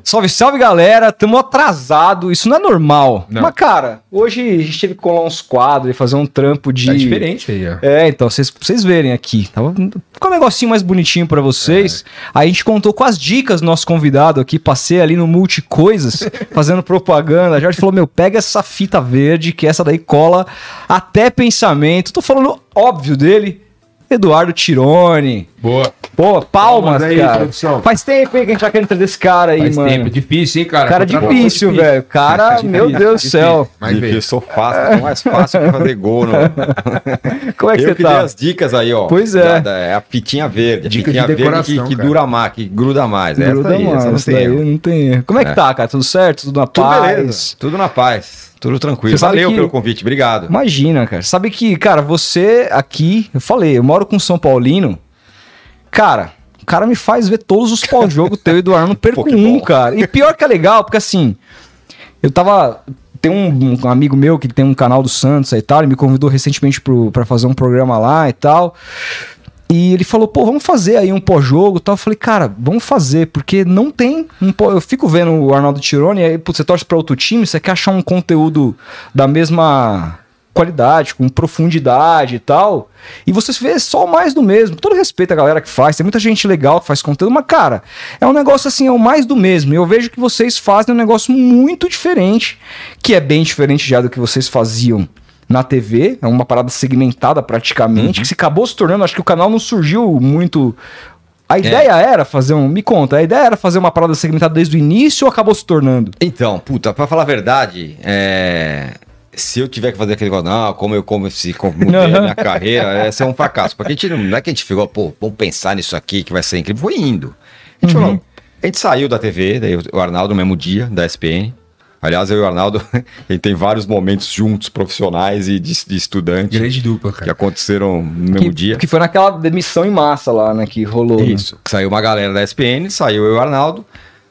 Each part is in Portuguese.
Salve, salve, galera. Tamo atrasado. Isso não é normal. Não. Mas, cara, hoje a gente teve que colar uns quadros e fazer um trampo de... Tá diferente aí, ó. Então, vocês verem aqui. Ficou um negocinho mais bonitinho pra vocês. Aí a gente contou com as dicas do nosso convidado aqui. Passei ali no Multicoisas, fazendo propaganda. A Jorge falou, pega essa fita verde, que essa daí cola até pensamento. Tô falando óbvio dele. Eduardo Tironi. Boa. Pô, palmas, aí, cara. produção. Faz tempo aí que a gente tá querendo trazer esse cara aí, Faz mano. tempo. Difícil, hein, cara? Cara difícil, velho. Cara, meu Deus do céu. Mas Eu veio. sou fácil, é mais fácil que fazer gol. Como é que Eu você que dei tá? as dicas aí, ó. Pois é. É a fitinha verde. A Dica fitinha de verde decoração, que cara. dura mais, que gruda mais. Gruda, essa mano, não essa tem daí erro. não tem erro. Como é que tá, cara? Tudo certo? Tudo na Tudo paz? beleza. Tudo na paz. Tudo tranquilo. Você sabe Valeu que- pelo convite. Obrigado. Imagina, cara. Sabe que, cara, você aqui, eu falei, eu moro com São Paulino. Cara, o cara me faz ver todos os pós-jogo teu, Eduardo. Eu não perco Pô, que um, bom. cara. E pior que é legal, porque assim, eu tava. Tem um amigo meu que tem um canal do Santos aí e tal, ele me convidou recentemente pra fazer um programa lá e tal. E ele falou, pô, vamos fazer aí um pós-jogo e tal. Eu falei, cara, vamos fazer, porque não tem um pós... Eu fico vendo o Arnaldo Tironi, aí putz, você torce pra outro time, você quer achar um conteúdo da mesma qualidade, com profundidade e tal. E você vê só mais do mesmo. Com todo respeito à galera que faz, tem muita gente legal que faz conteúdo, mas, cara, é um negócio assim, é o mais do mesmo. E eu vejo que vocês fazem um negócio muito diferente, que é bem diferente já do que vocês faziam na TV, é uma parada segmentada praticamente, que se acabou se tornando, acho que o canal não surgiu muito... A ideia era fazer me conta, a ideia era fazer uma parada segmentada desde o início ou acabou se tornando? Então, puta, pra falar a verdade, se eu tiver que fazer aquele negócio, não, como eu mudei a minha carreira, esse é um fracasso. Porque a gente não é que a gente ficou, pô, vamos pensar nisso aqui que vai ser incrível. Foi indo. A gente falou, a gente saiu da TV, daí o Arnaldo no mesmo dia, da SPN. Aliás, eu e o Arnaldo, a gente tem vários momentos juntos, profissionais e de estudante, Grande dupla, que cara. aconteceram no mesmo dia. Que foi naquela demissão em massa lá, né, que rolou. Isso. Saiu uma galera da SPN, saiu eu e o Arnaldo.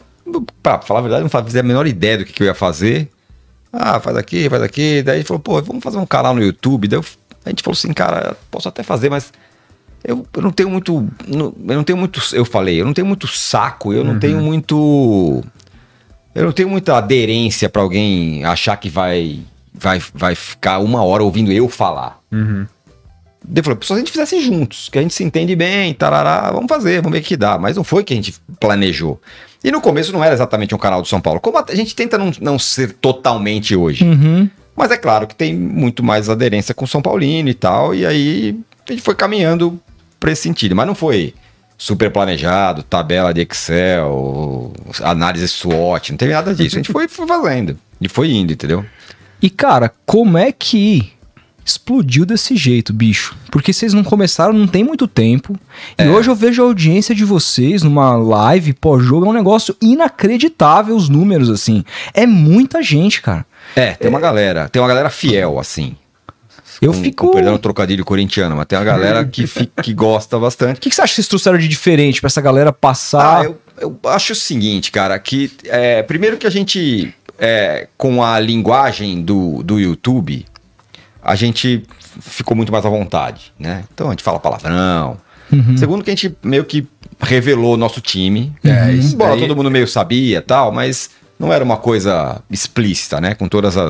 Pra falar a verdade, não fazia a menor ideia do que eu ia fazer. Ah, faz aqui, faz aqui. Daí a gente falou, pô, vamos fazer um canal no YouTube. Daí a gente falou assim, cara, posso até fazer, mas eu não tenho muito. Eu não tenho muito. Eu falei, eu não tenho muito saco, eu não tenho muito. Eu não tenho muita aderência pra alguém achar que vai ficar uma hora ouvindo eu falar. Daí eu falei, se a gente fizesse juntos, que a gente se entende bem, tarará, vamos fazer, vamos ver o que dá. Mas não foi o que a gente planejou. E no começo não era exatamente um canal do São Paulo. Como a gente tenta não ser totalmente hoje. Mas é claro que tem muito mais aderência com o São Paulino e tal. E aí a gente foi caminhando pra esse sentido. Mas não foi super planejado, tabela de Excel, análise SWOT, não teve nada disso. A gente foi fazendo e foi indo, entendeu? E, cara, como é que explodiu desse jeito, bicho? Porque vocês não começaram, não tem muito tempo. E hoje eu vejo a audiência de vocês numa live pós-jogo, é um negócio inacreditável os números, assim. É muita gente, cara. Tem uma galera fiel, assim. Eu fico... Perdão o trocadilho corintiano, mas tem uma galera que gosta bastante. O que você acha que vocês trouxeram de diferente pra essa galera passar? Eu acho o seguinte, cara, que primeiro que a gente, com a linguagem do YouTube, a gente ficou muito mais à vontade, né? Então a gente fala palavrão. Segundo que a gente meio que revelou nosso time. Embora todo mundo meio sabia e tal, mas não era uma coisa explícita, né? Com todas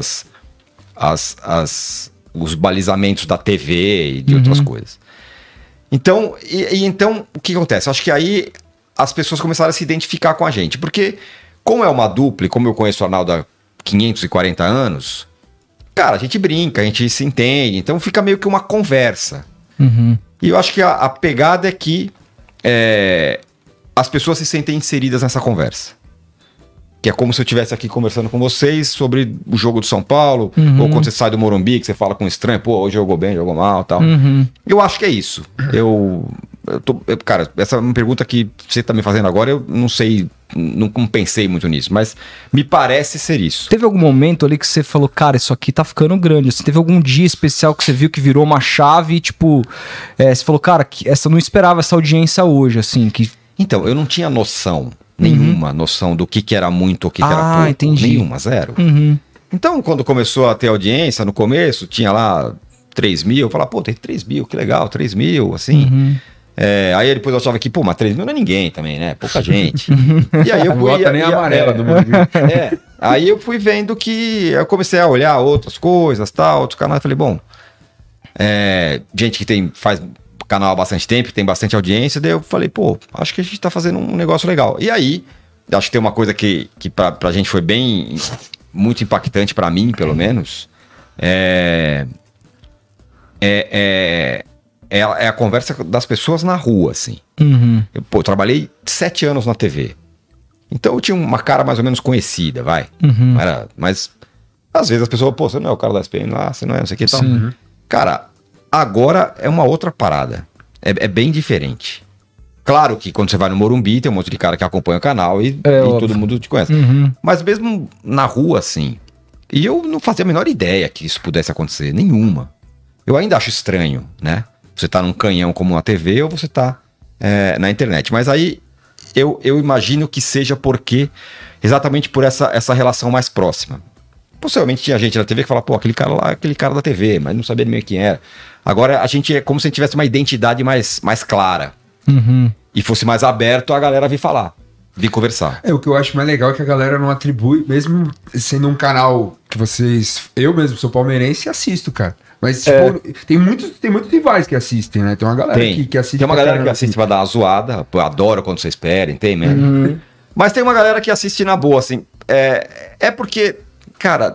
os balizamentos da TV e de outras coisas. Então, então, o que acontece? Eu acho que aí as pessoas começaram a se identificar com a gente. Porque, como é uma dupla, e como eu conheço o Arnaldo há 540 anos, cara, a gente brinca, a gente se entende. Então fica meio que uma conversa. E eu acho que a pegada é que as pessoas se sentem inseridas nessa conversa. Que é como se eu estivesse aqui conversando com vocês sobre o jogo do São Paulo, ou quando você sai do Morumbi, que você fala com um estranho, pô, hoje jogou bem, jogou mal e tal. Eu acho que é isso. Cara, essa é uma pergunta que você tá me fazendo agora, eu não sei, não pensei muito nisso, mas me parece ser isso. Teve algum momento ali que você falou, cara, isso aqui tá ficando grande? Assim, teve algum dia especial que você viu que virou uma chave e, tipo, você falou, cara, eu não esperava essa audiência hoje, assim, que... Então, eu não tinha noção, nenhuma noção do que era muito ou o que era pouco. Entendi. Nenhuma, zero. Então, quando começou a ter audiência, no começo, tinha lá 3 mil, eu falava, pô, tem 3 mil, que legal, 3 mil, assim. Aí depois eu achava que, pô, mas 3 mil não é ninguém também, né? Pouca gente. E aí eu fui... Bota nem a amarela do mundo. Aí eu fui vendo que... Eu comecei a olhar outras coisas, tal, outros canais. Falei, bom... gente que faz canal há bastante tempo, tem bastante audiência. Daí eu falei, pô, acho que a gente tá fazendo um negócio legal. E aí, acho que tem uma coisa que pra gente foi bem... Muito impactante pra mim, pelo menos. É a conversa das pessoas na rua, assim. Eu trabalhei 7 anos na TV. Então eu tinha uma cara mais ou menos conhecida, vai. Mas às vezes as pessoas, pô, você não é o cara da SPN lá, você não é, não sei o que e tal. Cara, agora é uma outra parada. É bem diferente. Claro que quando você vai no Morumbi, tem um monte de cara que acompanha o canal e todo mundo te conhece. Mas mesmo na rua, assim. E eu não fazia a menor ideia que isso pudesse acontecer, nenhuma. Eu ainda acho estranho, né? Você tá num canhão como uma TV ou você tá na internet. Mas aí eu imagino que seja exatamente por essa relação mais próxima. Possivelmente tinha gente na TV que fala, pô, aquele cara lá, aquele cara da TV, mas não sabia nem quem era. Agora a gente é como se a gente tivesse uma identidade mais clara. E fosse mais aberto a galera vir falar, vir conversar. O que eu acho mais legal é que a galera não atribui, mesmo sendo um canal que vocês... Eu mesmo sou palmeirense e assisto, cara. Mas, tipo, tem muitos rivais que assistem, né? Tem uma galera que assiste. Tem uma galera que assiste pra dar uma zoada. Pô, eu adoro quando vocês esperem, tem mesmo. Mas tem uma galera que assiste na boa, assim. Porque, cara...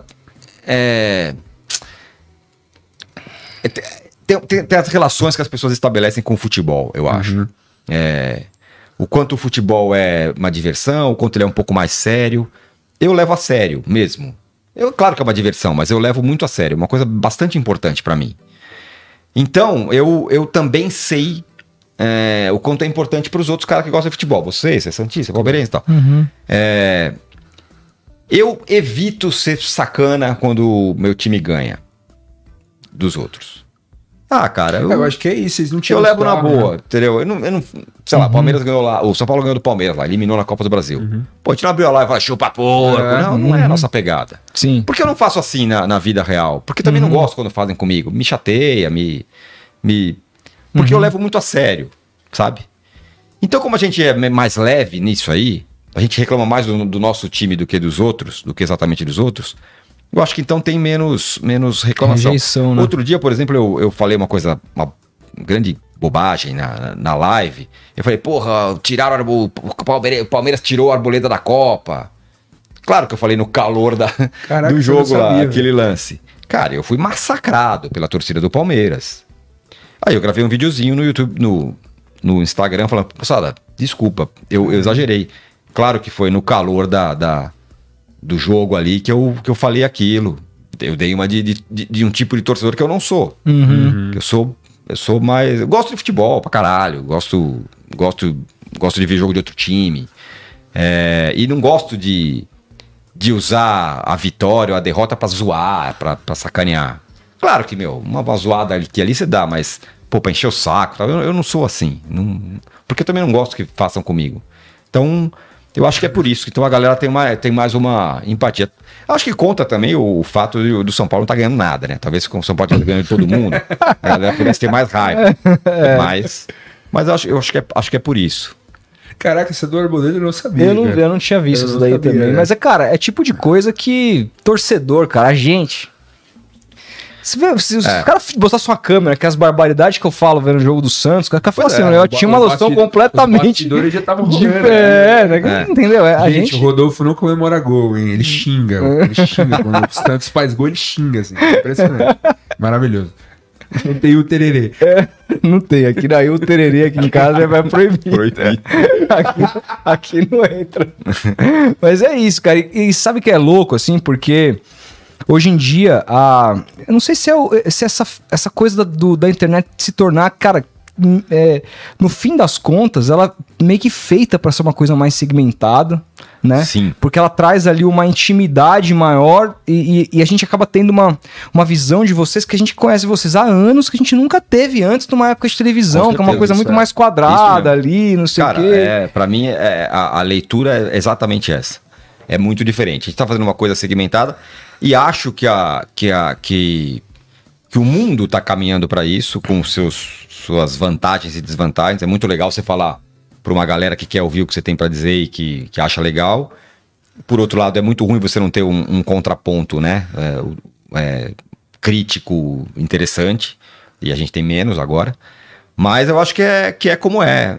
Tem as relações que as pessoas estabelecem com o futebol, eu acho. O quanto o futebol é uma diversão, o quanto ele é um pouco mais sério. Eu levo a sério mesmo. Claro que é uma diversão, mas eu levo muito a sério. Uma coisa bastante importante pra mim. Então, eu também sei o quanto é importante pros outros caras que gostam de futebol. Você é santista, palmeirense e tal. Eu evito ser sacana quando o meu time ganha dos outros. Cara, eu acho que é isso, vocês não tinham. Eu levo na boa, entendeu? Eu não sei lá, o Palmeiras ganhou lá, o São Paulo ganhou do Palmeiras lá, eliminou na Copa do Brasil. Pô, a gente não abriu a live e fala, chupa porco. Não é a nossa pegada. Sim. Por que eu não faço assim na vida real? Porque também não gosto quando fazem comigo. Me chateia, porque eu levo muito a sério, sabe? Então, como a gente é mais leve nisso aí, a gente reclama mais do nosso time do que dos outros, do que exatamente dos outros. Eu acho que então tem menos reclamação. Rejeição, né? Outro dia, por exemplo, eu falei uma grande bobagem na live. Eu falei, porra, tiraram o Palmeiras tirou a Arboleda da Copa. Claro que eu falei no calor do jogo lá, aquele lance. Cara, eu fui massacrado pela torcida do Palmeiras. Aí eu gravei um videozinho no YouTube, no Instagram, falando, moçada, desculpa, eu exagerei. Claro que foi no calor do jogo ali que eu falei aquilo. Eu dei uma de um tipo de torcedor que eu não sou. Eu sou mais... Eu gosto de futebol pra caralho. Gosto de ver jogo de outro time. E não gosto de usar a vitória ou a derrota pra zoar, pra sacanear. Claro que, uma zoada ali você dá, mas, pô, pra encher o saco. Eu não sou assim. Porque eu também não gosto que façam comigo. Então... Eu acho que é por isso. Então a galera tem mais uma empatia. Acho que conta também o fato do São Paulo não estar ganhando nada, né? Talvez se o São Paulo estivesse ganhando de todo mundo, a galera pudesse ter mais raiva. Mas eu acho que é por isso. Caraca, essa do Arboleda eu não sabia. Eu não tinha visto isso daí também. Mas cara, é tipo de coisa que torcedor, cara, a gente... Se os caras botassem uma câmera, que as barbaridades que eu falo vendo o jogo do Santos, o cara fala assim, eu tinha uma noção completamente. Os bastidores já estavam rolando. Entendeu? A gente... O Rodolfo não comemora gol, hein? Ele xinga. Quando o Santos faz gol, ele xinga, assim. Impressionante. Maravilhoso. Não tem o tererê. Não tem. Aí o tererê aqui em casa vai proibir. Aqui não entra. Mas é isso, cara. E sabe que é louco, assim, porque... Hoje em dia, eu não sei se essa coisa da internet se tornar, cara, no fim das contas, ela meio que feita para ser uma coisa mais segmentada, né? Sim. Porque ela traz ali uma intimidade maior e a gente acaba tendo uma visão de vocês que a gente conhece vocês há anos, que a gente nunca teve antes numa época de televisão, que é uma coisa muito mais quadrada ali, não sei o quê. Pra mim, a leitura é exatamente essa. É muito diferente. A gente tá fazendo uma coisa segmentada e acho que que o mundo tá caminhando para isso, com suas vantagens e desvantagens. É muito legal você falar para uma galera que quer ouvir o que você tem para dizer e que acha legal. Por outro lado, é muito ruim você não ter um contraponto, né? Crítico, interessante. E a gente tem menos agora. Mas eu acho que é como é.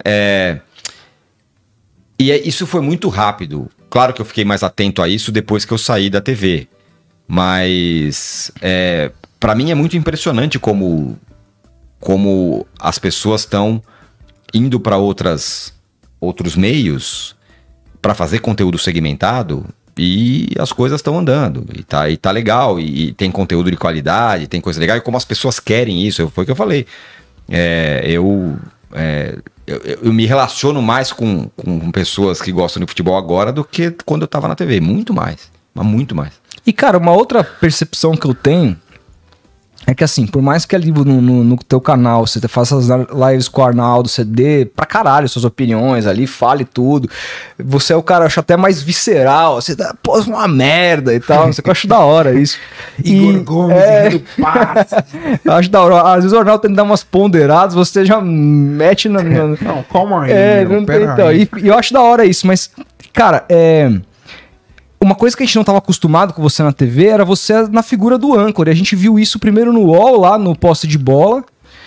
Isso foi muito rápido. Claro que eu fiquei mais atento a isso depois que eu saí da TV. Mas para mim é muito impressionante como as pessoas estão indo para outros meios para fazer conteúdo segmentado e as coisas estão andando. E tá legal. E tem conteúdo de qualidade, tem coisa legal. E como as pessoas querem isso, foi o que eu falei. Eu me relaciono mais com pessoas que gostam de futebol agora do que quando eu tava na TV. Muito mais. Mas muito mais. E, cara, uma outra percepção que eu tenho é que, assim, por mais que ali no teu canal você faça as lives com o Arnaldo, você dê pra caralho suas opiniões ali, fale tudo. Você é o cara, acho até mais visceral, você dá, pô, uma merda e tal. Você acha da hora isso. Igor Gomes, eu acho da hora. Às vezes o Arnaldo tem que dar umas ponderadas, você já mete na. Não, calma aí. Então, e eu acho da hora isso, mas, cara, uma coisa que a gente não estava acostumado com você na TV era você na figura do âncora. A gente viu isso primeiro no UOL, lá no Posse de Bola.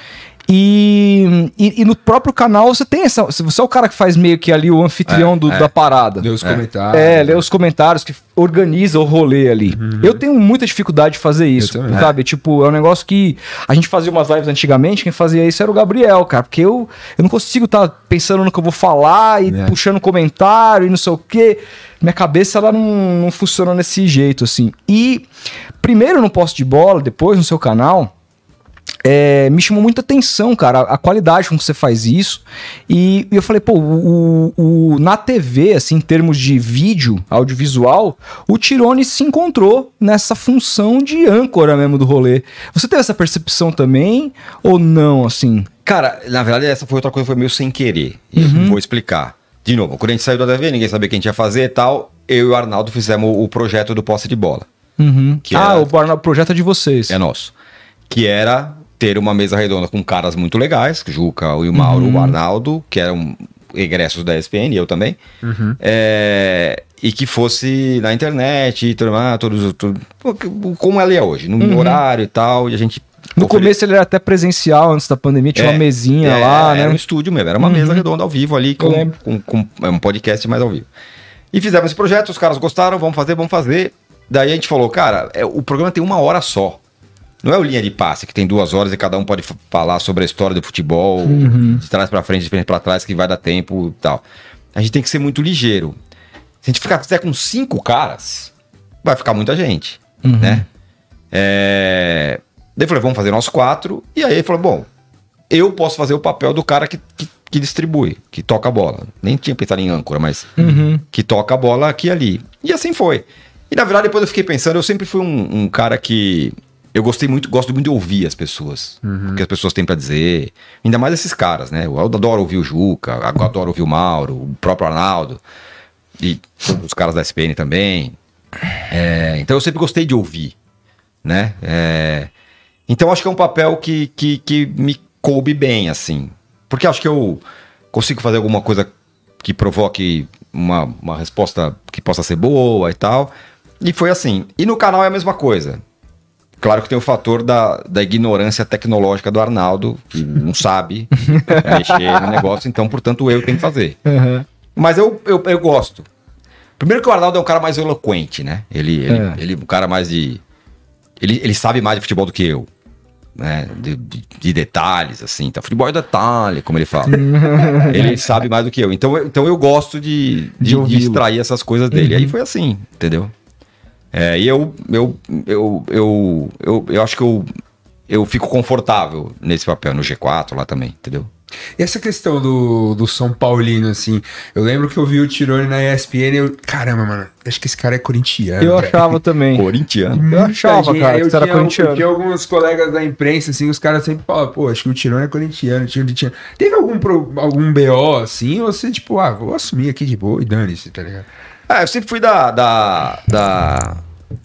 E no próprio canal você tem essa... Você é o cara que faz meio que ali o anfitrião da parada. Lê os comentários. Lê os comentários, que organiza o rolê ali. Uhum. Eu tenho muita dificuldade de fazer isso, sabe? Tipo, é um negócio que... A gente fazia umas lives antigamente, quem fazia isso era o Gabriel, cara. Porque eu não consigo estar pensando no que eu vou falar e puxando comentário e não sei o quê. Minha cabeça, ela não funciona desse jeito, assim. E primeiro no Posse de Bola, depois no seu canal... me chamou muita atenção, cara, a qualidade com que você faz isso. E eu falei, pô, na TV, assim, em termos de vídeo, audiovisual, o Tirone se encontrou nessa função de âncora mesmo do rolê. Você teve essa percepção também, ou não, assim? Cara, na verdade, essa foi outra coisa que foi meio sem querer. E vou explicar. De novo, quando a gente saiu da TV, ninguém sabia o que a gente ia fazer e tal. Eu e o Arnaldo fizemos o projeto do Posse de Bola. O projeto é de vocês. É nosso. Que era... ter uma mesa redonda com caras muito legais, o Juca, o Mauro, o Arnaldo, que eram egressos da ESPN, e eu também, e que fosse na internet, e tudo, como ela é hoje, no horário e tal, e a gente... No começo ele era até presencial, antes da pandemia, tinha uma mesinha lá, né? Era um estúdio mesmo, era uma mesa redonda ao vivo ali, com um podcast mais ao vivo. E fizemos esse projeto, os caras gostaram, vamos fazer. Daí a gente falou, cara, o programa tem 1 hora só. Não é o linha de passe, que tem 2 horas e cada um pode falar sobre a história do futebol, de trás pra frente, de frente pra trás, que vai dar tempo e tal. A gente tem que ser muito ligeiro. Se a gente fizer com 5 caras, vai ficar muita gente, né? Daí eu falei, vamos fazer nós 4. E aí ele falou, bom, eu posso fazer o papel do cara que distribui, que toca a bola. Nem tinha pensado em âncora, mas que toca a bola aqui e ali. E assim foi. E na verdade, depois eu fiquei pensando, eu sempre fui um cara que... Eu gosto muito de ouvir as pessoas, o que as pessoas têm pra dizer. Ainda mais esses caras, né? Eu adoro ouvir o Juca, eu adoro ouvir o Mauro, o próprio Arnaldo. E os caras da SPN também. Então eu sempre gostei de ouvir, né? Então acho que é um papel que me coube bem, assim. Porque acho que eu consigo fazer alguma coisa que provoque uma resposta que possa ser boa e tal. E foi assim. E no canal é a mesma coisa. Claro que tem o fator da ignorância tecnológica do Arnaldo, que não sabe mexer no negócio, então, portanto, eu tenho que fazer. Mas eu gosto. Primeiro que o Arnaldo é um cara mais eloquente, né? Ele é um cara mais de... Ele sabe mais de futebol do que eu, né? De detalhes, assim. Então, futebol é detalhe, como ele fala. Ele sabe mais do que eu. Então eu gosto de extrair essas coisas dele. Aí foi assim, entendeu? E eu acho que eu fico confortável nesse papel, no G4 lá também, entendeu? E essa questão do São Paulino, assim, eu lembro que eu vi o Tirone na ESPN e eu, caramba, mano, acho que esse cara é corintiano. Eu achava também. Corintiano? Eu achava, cara, que você era corintiano. Eu tinha alguns colegas da imprensa, assim, os caras sempre falavam, pô, acho que o Tirone é corintiano, Teve algum BO, assim, ou você, tipo, vou assumir aqui de boa e dane-se, tá ligado? Eu sempre fui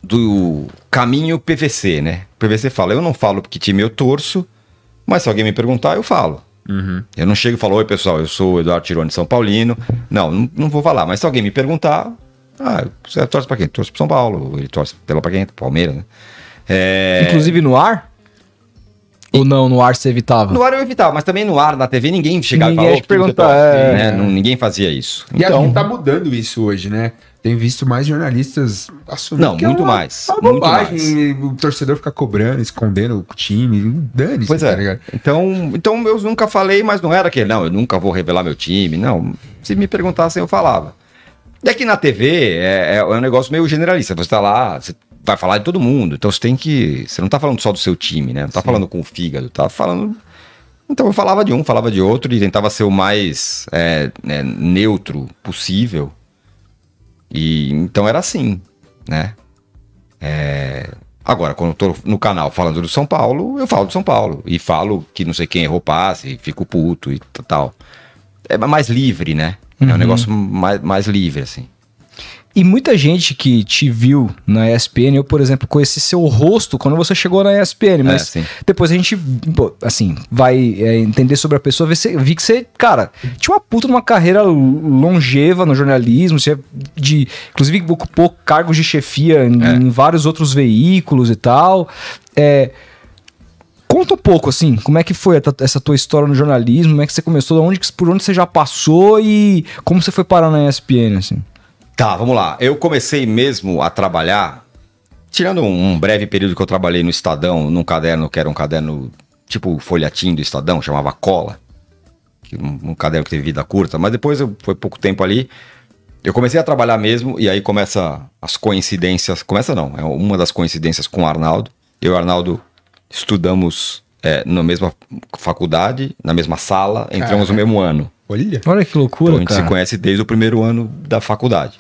do caminho PVC, né? O PVC fala, eu não falo que time eu torço, mas se alguém me perguntar, eu falo. Eu não chego e falo, oi pessoal, eu sou o Eduardo Tironi, São Paulino. Não vou falar, mas se alguém me perguntar, você torce pra quem? Torce pro São Paulo, ele torce pra quem? Palmeiras, né? Inclusive no ar? Ou não, no ar você evitava? No ar eu evitava, mas também no ar, na TV, ninguém chegava Ninguém e ia te falou, perguntar, ninguém fazia isso. E então, tá mudando isso hoje, né? Tem visto mais jornalistas assumindo. Não, muito mais. Uma bobagem, o torcedor fica cobrando, escondendo o time, dane-se, pois tá é. ligado? Então eu nunca falei, mas não era aquele, não, eu nunca vou revelar meu time, não. Se me perguntassem, eu falava. E aqui na TV é um negócio meio generalista, você tá lá, você vai falar de todo mundo, então você não tá falando só do seu time, né? Não tá falando com o fígado, tá falando... Então eu falava de um, falava de outro e tentava ser o mais neutro possível. E então era assim, né? Agora, quando eu tô no canal falando do São Paulo, eu falo do São Paulo. E falo que não sei quem errou passe, e fico puto e tal. É mais livre, né? É um negócio mais livre, assim. E muita gente que te viu na ESPN, eu, por exemplo, conheci seu rosto quando você chegou na ESPN, mas depois a gente, assim, vai entender sobre a pessoa, vi que você, cara, tinha uma puta de uma carreira longeva no jornalismo, você inclusive ocupou cargos de chefia em vários outros veículos e tal. Conta um pouco, assim, como é que foi essa tua história no jornalismo, como é que você começou, por onde você já passou e como você foi parar na ESPN, assim? Tá, vamos lá. Eu comecei mesmo a trabalhar, tirando um breve período que eu trabalhei no Estadão, num caderno que era um caderno tipo folhetim do Estadão, chamava Cola, um caderno que teve vida curta, mas depois foi pouco tempo ali, eu comecei a trabalhar mesmo, e aí começa as coincidências, é uma das coincidências com o Arnaldo. Eu e o Arnaldo estudamos na mesma faculdade, na mesma sala, entramos no mesmo ano. Olha que loucura, então, a gente se conhece desde o primeiro ano da faculdade.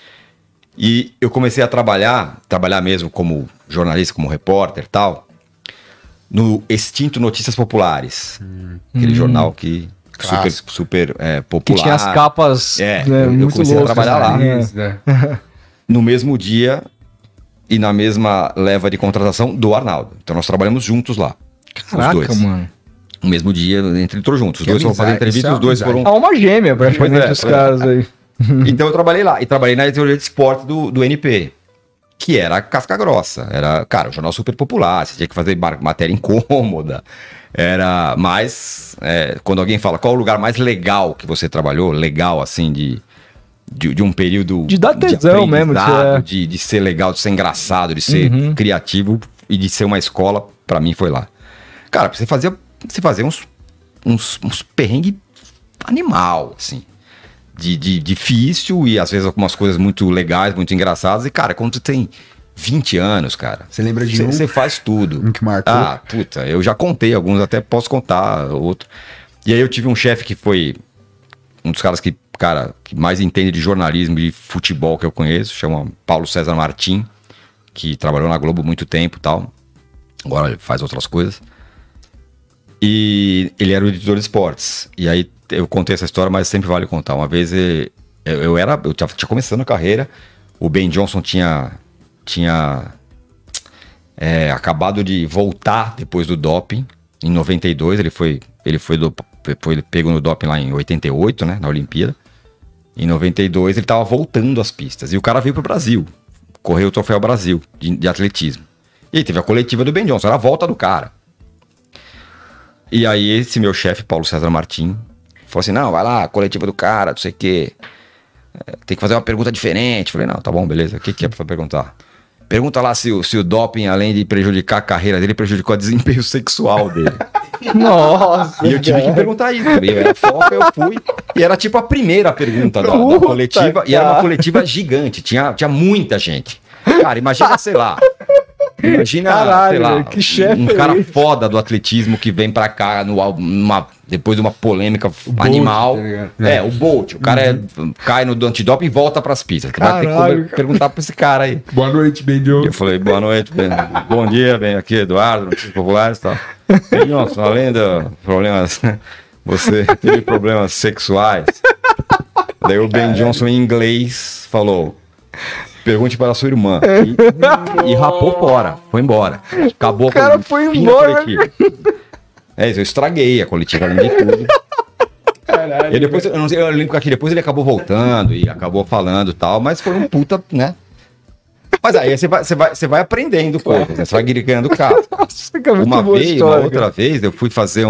E eu comecei a trabalhar mesmo como jornalista, como repórter e tal, no extinto Notícias Populares. Aquele jornal que super popular. Que tinha as capas eu comecei a trabalhar lá. Né? No mesmo dia e na mesma leva de contratação do Arnaldo. Então nós trabalhamos juntos lá. Caraca, os dois. mano. No mesmo dia, entrou juntos. Os dois foram fazer entrevista, os dois foram... Alma gêmea, praticamente, os caras aí. Então eu trabalhei lá. E trabalhei na editoria de esporte do NP. Que era casca grossa. Era, cara, um jornal super popular. Você tinha que fazer matéria incômoda. Era mais... quando alguém fala qual o lugar mais legal que você trabalhou, legal, assim, de um período... De dar tesão mesmo. De ser legal, de ser engraçado, de ser criativo e de ser uma escola, pra mim foi lá. Cara, você fazia uns perrengues animal, assim. De difícil e às vezes algumas coisas muito legais, muito engraçadas. E, cara, quando você tem 20 anos, cara... Você lembra de Você faz tudo. Um que marcou? Ah, puta, eu já contei alguns, até posso contar outro. E aí eu tive um chefe que foi um dos caras que mais entende de jornalismo e de futebol que eu conheço, chama Paulo César Martim, que trabalhou na Globo muito tempo e tal. Agora ele faz outras coisas. E ele era o editor de esportes. E aí eu contei essa história, mas sempre vale contar. Uma vez eu tinha começando a carreira, o Ben Johnson tinha acabado de voltar depois do doping, em 92. Ele foi pego no doping lá em 88, né, na Olimpíada. Em 92 ele tava voltando às pistas. E o cara veio pro Brasil, correu o Troféu Brasil de atletismo. E aí teve a coletiva do Ben Johnson, era a volta do cara. E aí esse meu chefe, Paulo César Martim, falou assim, não, vai lá, coletiva do cara, não sei o quê. Tem que fazer uma pergunta diferente. Falei, não, tá bom, beleza. O que é pra perguntar? Pergunta lá se o doping, além de prejudicar a carreira dele, prejudicou o desempenho sexual dele. Nossa! E eu tive que perguntar isso. Eu era foca, eu fui. E era tipo a primeira pergunta da coletiva. Cara. E era uma coletiva gigante. Tinha muita gente. Cara, imagina, sei lá. Caralho, sei lá, que chefe um cara foda do atletismo que vem pra cá depois de uma polêmica animal. Bolt, tá o Bolt. O cara cai no antidoping e volta pras pistas. Vai ter que perguntar pra esse cara aí. Boa noite, Ben Johnson. Eu falei, boa noite, Ben. Bom dia, Ben. Aqui, Eduardo, Notícias Populares e tal. Ben Johnson, além dos problemas, você teve problemas sexuais. Daí o Ben Johnson, em inglês, falou... Pergunte para a sua irmã. E rapou fora. Foi embora. Acabou O cara foi embora. É isso, eu estraguei a coletiva além de tudo. Caralho. E depois, eu não sei, eu lembro que depois ele acabou voltando e acabou falando e tal, mas foi um puta, né? Mas aí você vai aprendendo coisas, né? Você vai ganhando casa. Nossa, que é muito Uma boa vez, história, uma outra vez, eu fui fazer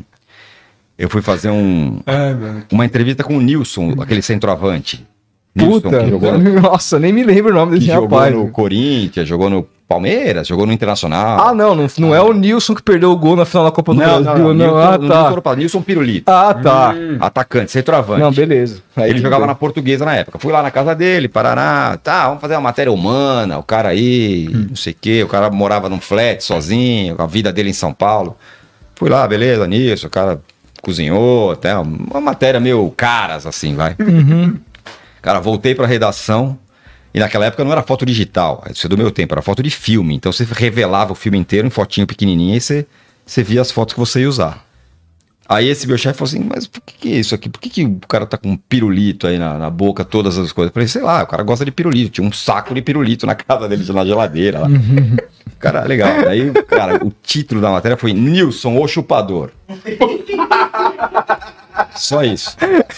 Ai, mano. uma entrevista com o Nilson, aquele centroavante. Puta, Nilson, que jogou, nossa, nem me lembro o nome que desse jogou rapaz. no Corinthians, jogou no Palmeiras, jogou no Internacional. Ah, não é o Nilson que perdeu o gol na final da Copa do Brasil, não. Ah, tá. Nilson Pirulito. Ah, tá. Atacante, centroavante. Não, beleza. Aí Ele tudo jogava bem. na Portuguesa na época. Fui lá na casa dele, Paraná. Tá, vamos fazer uma matéria humana. O cara aí, não sei o quê. O cara morava num flat sozinho, a vida dele em São Paulo. Fui lá, beleza, nisso. O cara cozinhou, até uma matéria meio caras, assim, vai. Cara, voltei pra redação. E naquela época não era foto digital. Isso é do meu tempo, era foto de filme. Então você revelava o filme inteiro em fotinho pequenininha e você via as fotos que você ia usar. Aí esse meu chefe falou assim, mas por que é isso aqui? Por que o cara tá com um pirulito aí na boca, todas as coisas? Eu falei, sei lá, o cara gosta de pirulito. Tinha um saco de pirulito na casa dele, na geladeira lá. Cara, legal. Aí, cara, o título da matéria foi Nilson, o chupador. Só isso.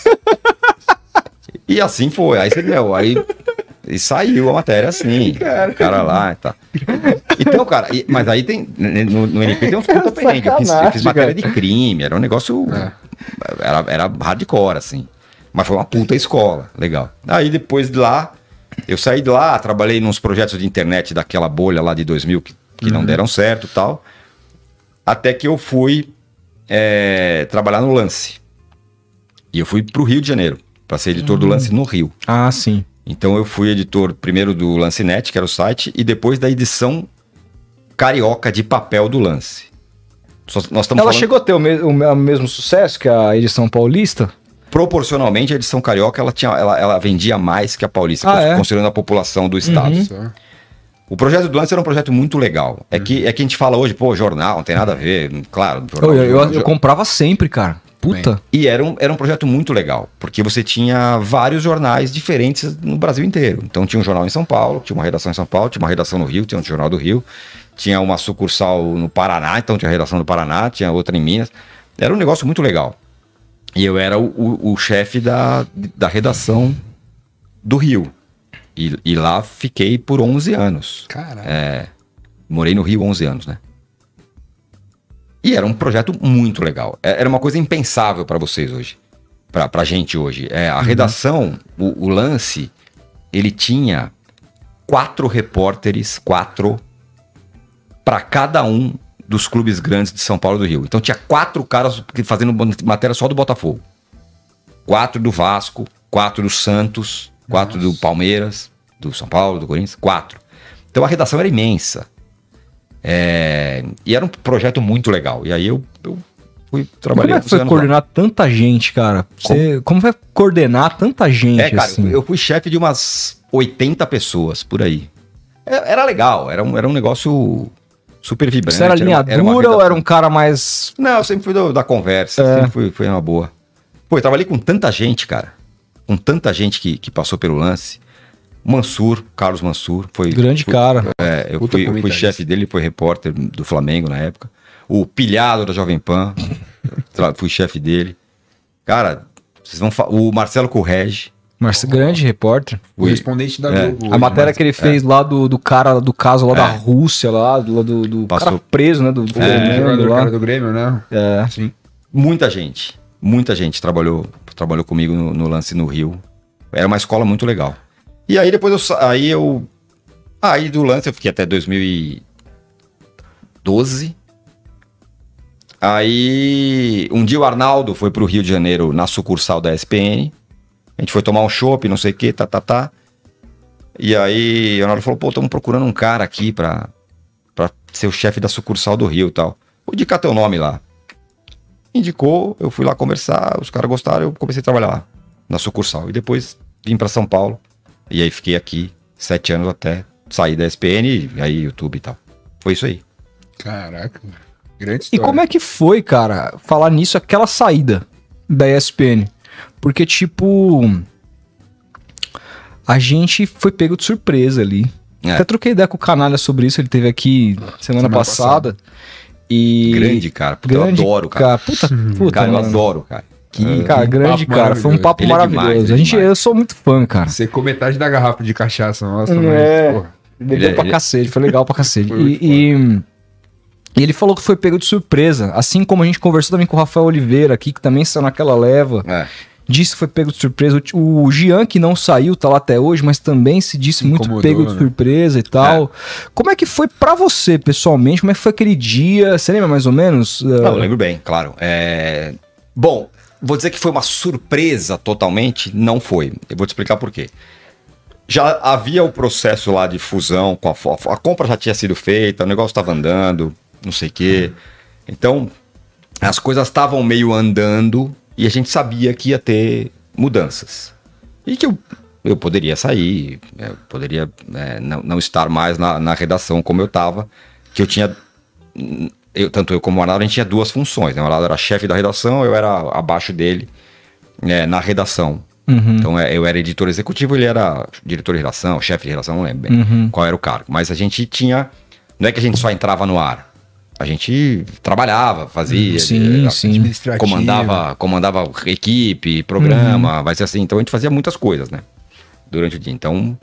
E assim foi. Aí você viu, e saiu a matéria assim. O cara lá e tal. Então, cara, mas aí tem. No NP tem uns puta perrengue. Eu fiz matéria de crime, era um negócio. Era hardcore, assim. Mas foi uma puta escola, legal. Aí depois de lá, eu saí de lá, trabalhei nos projetos de internet daquela bolha lá de 2000 que não deram certo e tal. Até que eu fui trabalhar no Lance. E eu fui pro Rio de Janeiro, para ser editor do Lance no Rio. Ah, sim. Então eu fui editor primeiro do Lancenet, que era o site, e depois da edição carioca de papel do Lance. Ela chegou a ter o mesmo sucesso que a edição paulista? Proporcionalmente, a edição carioca ela vendia mais que a paulista, considerando a população do estado. O projeto do Lance era um projeto muito legal. É que a gente fala hoje, pô, jornal, não tem nada a ver. Claro, jornal, eu comprava sempre, cara. Puta. E era um projeto muito legal, porque você tinha vários jornais diferentes no Brasil inteiro. Então tinha um jornal em São Paulo, tinha uma redação em São Paulo, tinha uma redação no Rio, tinha um jornal do Rio, tinha uma sucursal no Paraná, então tinha a redação do Paraná, tinha outra em Minas. Era um negócio muito legal. E eu era o chefe da redação do Rio. E lá fiquei por 11 anos. Caralho. Morei no Rio 11 anos, né? E era um projeto muito legal. Era uma coisa impensável para vocês hoje. Pra gente hoje. A redação, o Lance, ele tinha 4 repórteres, 4, para cada um dos clubes grandes de São Paulo e do Rio. Então tinha 4 caras fazendo matéria só do Botafogo. 4 do Vasco, 4 do Santos, 4 do Palmeiras, do São Paulo, do Corinthians, 4. Então a redação era imensa. E era um projeto muito legal. E aí eu fui trabalhar. Como é que foi coordenar tanta gente, cara? Como vai coordenar tanta gente? Cara, assim? eu fui chefe de umas 80 pessoas por aí. Era legal, era um negócio super vibrante. Você era linha dura ou era um cara mais... Não, eu sempre fui da conversa, sempre fui uma boa. Pô, eu trabalhei com tanta gente, cara. Com tanta gente que passou pelo Lance. Carlos Mansur. Cara. Eu fui chefe dele, foi repórter do Flamengo na época. O Pilhado da Jovem Pan, fui chefe dele. Cara, vocês vão o Marcelo Correge. Grande repórter. O correspondente da Globo. A matéria que ele fez lá do cara do caso lá da Rússia, lá do cara preso, né? Do cara do Grêmio, né? Sim. Muita gente trabalhou comigo no Lance no Rio. Era uma escola muito legal. E aí depois aí do Lance eu fiquei até 2012. Aí um dia o Arnaldo foi pro Rio de Janeiro na sucursal da ESPN. A gente foi tomar um chopp, não sei o que, tá. E aí o Arnaldo falou, pô, estamos procurando um cara aqui pra ser o chefe da sucursal do Rio e tal. Vou indicar teu nome lá. Indicou, eu fui lá conversar, os caras gostaram, eu comecei a trabalhar lá na sucursal. E depois vim pra São Paulo. E aí fiquei aqui 7 anos até sair da ESPN, e aí YouTube e tal. Foi isso aí. Caraca, grande história. E como é que foi, cara, falar nisso, aquela saída da ESPN? Porque, tipo... a gente foi pego de surpresa ali. Até troquei ideia com o Canalha sobre isso, ele teve aqui semana passada. E... Grande, cara, porque eu adoro, cara. Puta, cara, mano. Eu adoro, cara. Cara, grande, cara. Foi um papo Ele é maravilhoso. demais, Eu sou muito fã, cara. Secou metade da garrafa de cachaça, nossa, porra. Bebeu pra cacete, foi legal pra cacete. E ele falou que foi pego de surpresa. Assim como a gente conversou também com o Rafael Oliveira aqui, que também saiu naquela leva. Disse que foi pego de surpresa. O Jean, que não saiu, tá lá até hoje, mas também se disse muito pego de surpresa e tal. Como é que foi pra você, pessoalmente? Como é que foi aquele dia? Você lembra mais ou menos? Não, eu lembro bem, claro. Bom, vou dizer que foi uma surpresa totalmente. Não foi. Eu vou te explicar por quê. Já havia o processo lá de fusão com a compra já tinha sido feita, o negócio estava andando, não sei o quê. Então, as coisas estavam meio andando e a gente sabia que ia ter mudanças. E que eu poderia sair, eu poderia não estar mais na redação como eu estava, que eu tinha... tanto eu como o Arnaldo, a gente tinha duas funções, né? O Arnaldo era chefe da redação, eu era abaixo dele na redação. Então eu era editor executivo, ele era diretor de redação, chefe de redação, não lembro bem qual era o cargo. Mas a gente tinha... Não é que a gente só entrava no ar. A gente trabalhava, fazia, comandava equipe, programa, vai ser assim. Então a gente fazia muitas coisas, né? Durante o dia. Então,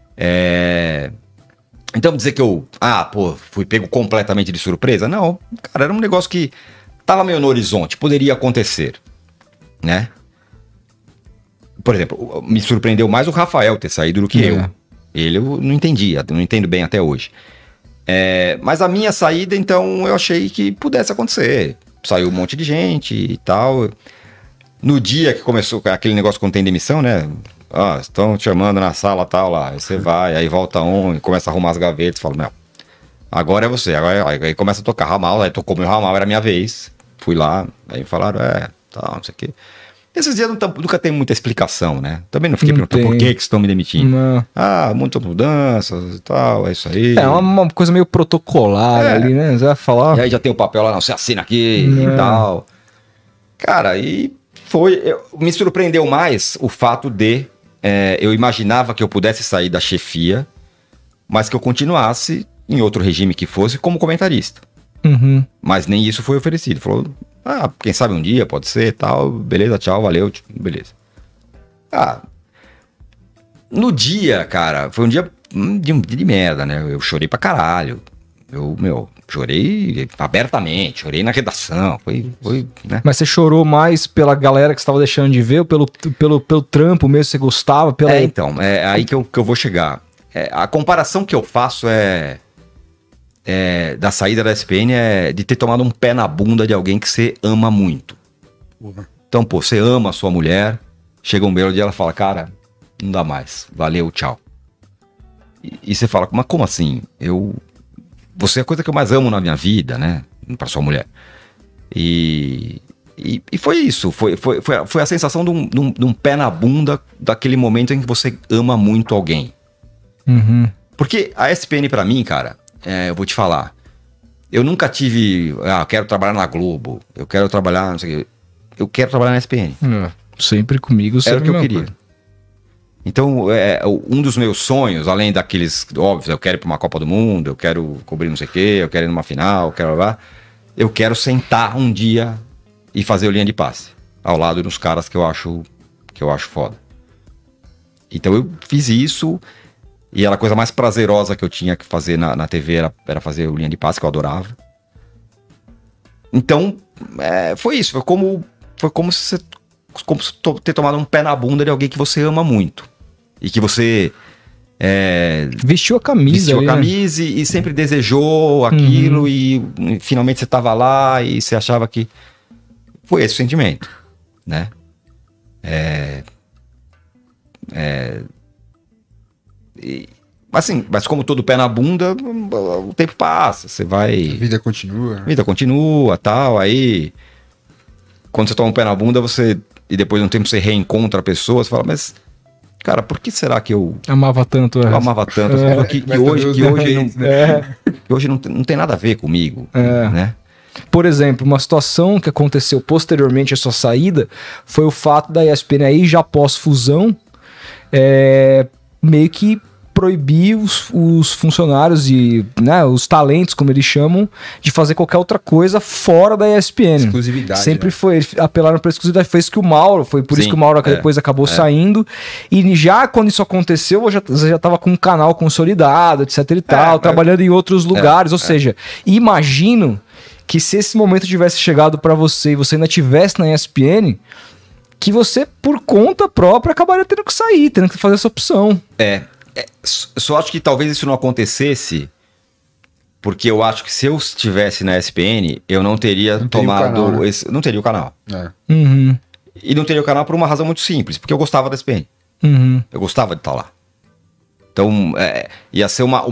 dizer que eu, fui pego completamente de surpresa? Não, cara, era um negócio que tava meio no horizonte, poderia acontecer, né? Por exemplo, me surpreendeu mais o Rafael ter saído do que eu. Ele eu não entendia, não entendo bem até hoje. Mas a minha saída, então, eu achei que pudesse acontecer. Saiu um monte de gente e tal. No dia que começou aquele negócio quando tem demissão, né? Estão te chamando na sala tal lá. Aí você vai, aí volta e começa a arrumar as gavetas. Fala, meu, agora é você. Aí começa a tocar ramal. Aí tocou meu ramal, era minha vez. Fui lá, aí falaram, tal, não sei o quê. Esses dias nunca tem muita explicação, né? Também não fiquei perguntando por que estão me demitindo. Não. Muitas mudanças e tal, é isso aí. É uma coisa meio protocolar ali, né? Você vai falar. E aí já tem o papel lá, não, você assina aqui e tal. Cara, e me surpreendeu mais o fato de eu imaginava que eu pudesse sair da chefia, mas que eu continuasse em outro regime que fosse como comentarista. Mas nem isso foi oferecido. Falou, quem sabe um dia, pode ser, tal, beleza, tchau, valeu, beleza. No dia, cara, foi um dia de merda, né? Eu chorei pra caralho. Eu chorei abertamente, chorei na redação, foi, né? Mas você chorou mais pela galera que você estava deixando de ver, ou pelo trampo mesmo que você gostava? É aí que eu vou chegar. A comparação que eu faço da saída da SPN de ter tomado um pé na bunda de alguém que você ama muito. Então, você ama a sua mulher, chega um belo dia, ela fala, cara, não dá mais, valeu, tchau. E você fala, mas como assim? Você é a coisa que eu mais amo na minha vida, né? Pra sua mulher. E foi isso, foi a sensação de um pé na bunda daquele momento em que você ama muito alguém. Porque a SPN pra mim, cara, eu vou te falar, eu nunca tive, eu quero trabalhar na Globo, eu quero trabalhar, não sei o quê. Eu quero trabalhar na SPN. Sempre comigo, era o que eu queria. Então, um dos meus sonhos, além daqueles óbvios, eu quero ir pra uma Copa do Mundo, eu quero cobrir não sei o quê, eu quero ir numa final, eu quero sentar um dia e fazer o linha de passe, ao lado dos caras que eu acho foda. Então eu fiz isso, e era a coisa mais prazerosa que eu tinha que fazer na TV, era fazer o linha de passe, que eu adorava. Então, foi isso, foi como se ter tomado um pé na bunda de alguém que você ama muito. E que você... vestiu a camisa. E sempre desejou aquilo, e finalmente você estava lá e você achava que... Foi esse o sentimento, né? Mas como todo pé na bunda, o tempo passa, você vai... A vida continua. A vida continua, tal, aí... Quando você toma um pé na bunda, e depois de um tempo você reencontra a pessoa, você fala, mas... Cara, por que será que eu... amava tanto. Eu amava tanto. Que hoje não tem nada a ver comigo, né? Por exemplo, uma situação que aconteceu posteriormente à sua saída foi o fato da ESPN aí, já pós-fusão, meio que proibir os funcionários e, né, os talentos, como eles chamam, de fazer qualquer outra coisa fora da ESPN. Exclusividade. Sempre né? foi, eles apelaram pra exclusividade. Foi isso que o Mauro, foi por isso que o Mauro depois acabou saindo. E já quando isso aconteceu, você já tava com um canal consolidado, etc e tal, trabalhando em outros lugares. Ou seja, imagino que se esse momento tivesse chegado pra você e você ainda tivesse na ESPN, que você, por conta própria, acabaria tendo que sair, tendo que fazer essa opção. Só acho que talvez isso não acontecesse, porque eu acho que se eu estivesse na ESPN, eu não teria tomado canal, né? não teria o canal. Uhum. E não teria o canal por uma razão muito simples, porque eu gostava da ESPN. Uhum. Eu gostava de estar lá. Então, ia ser uma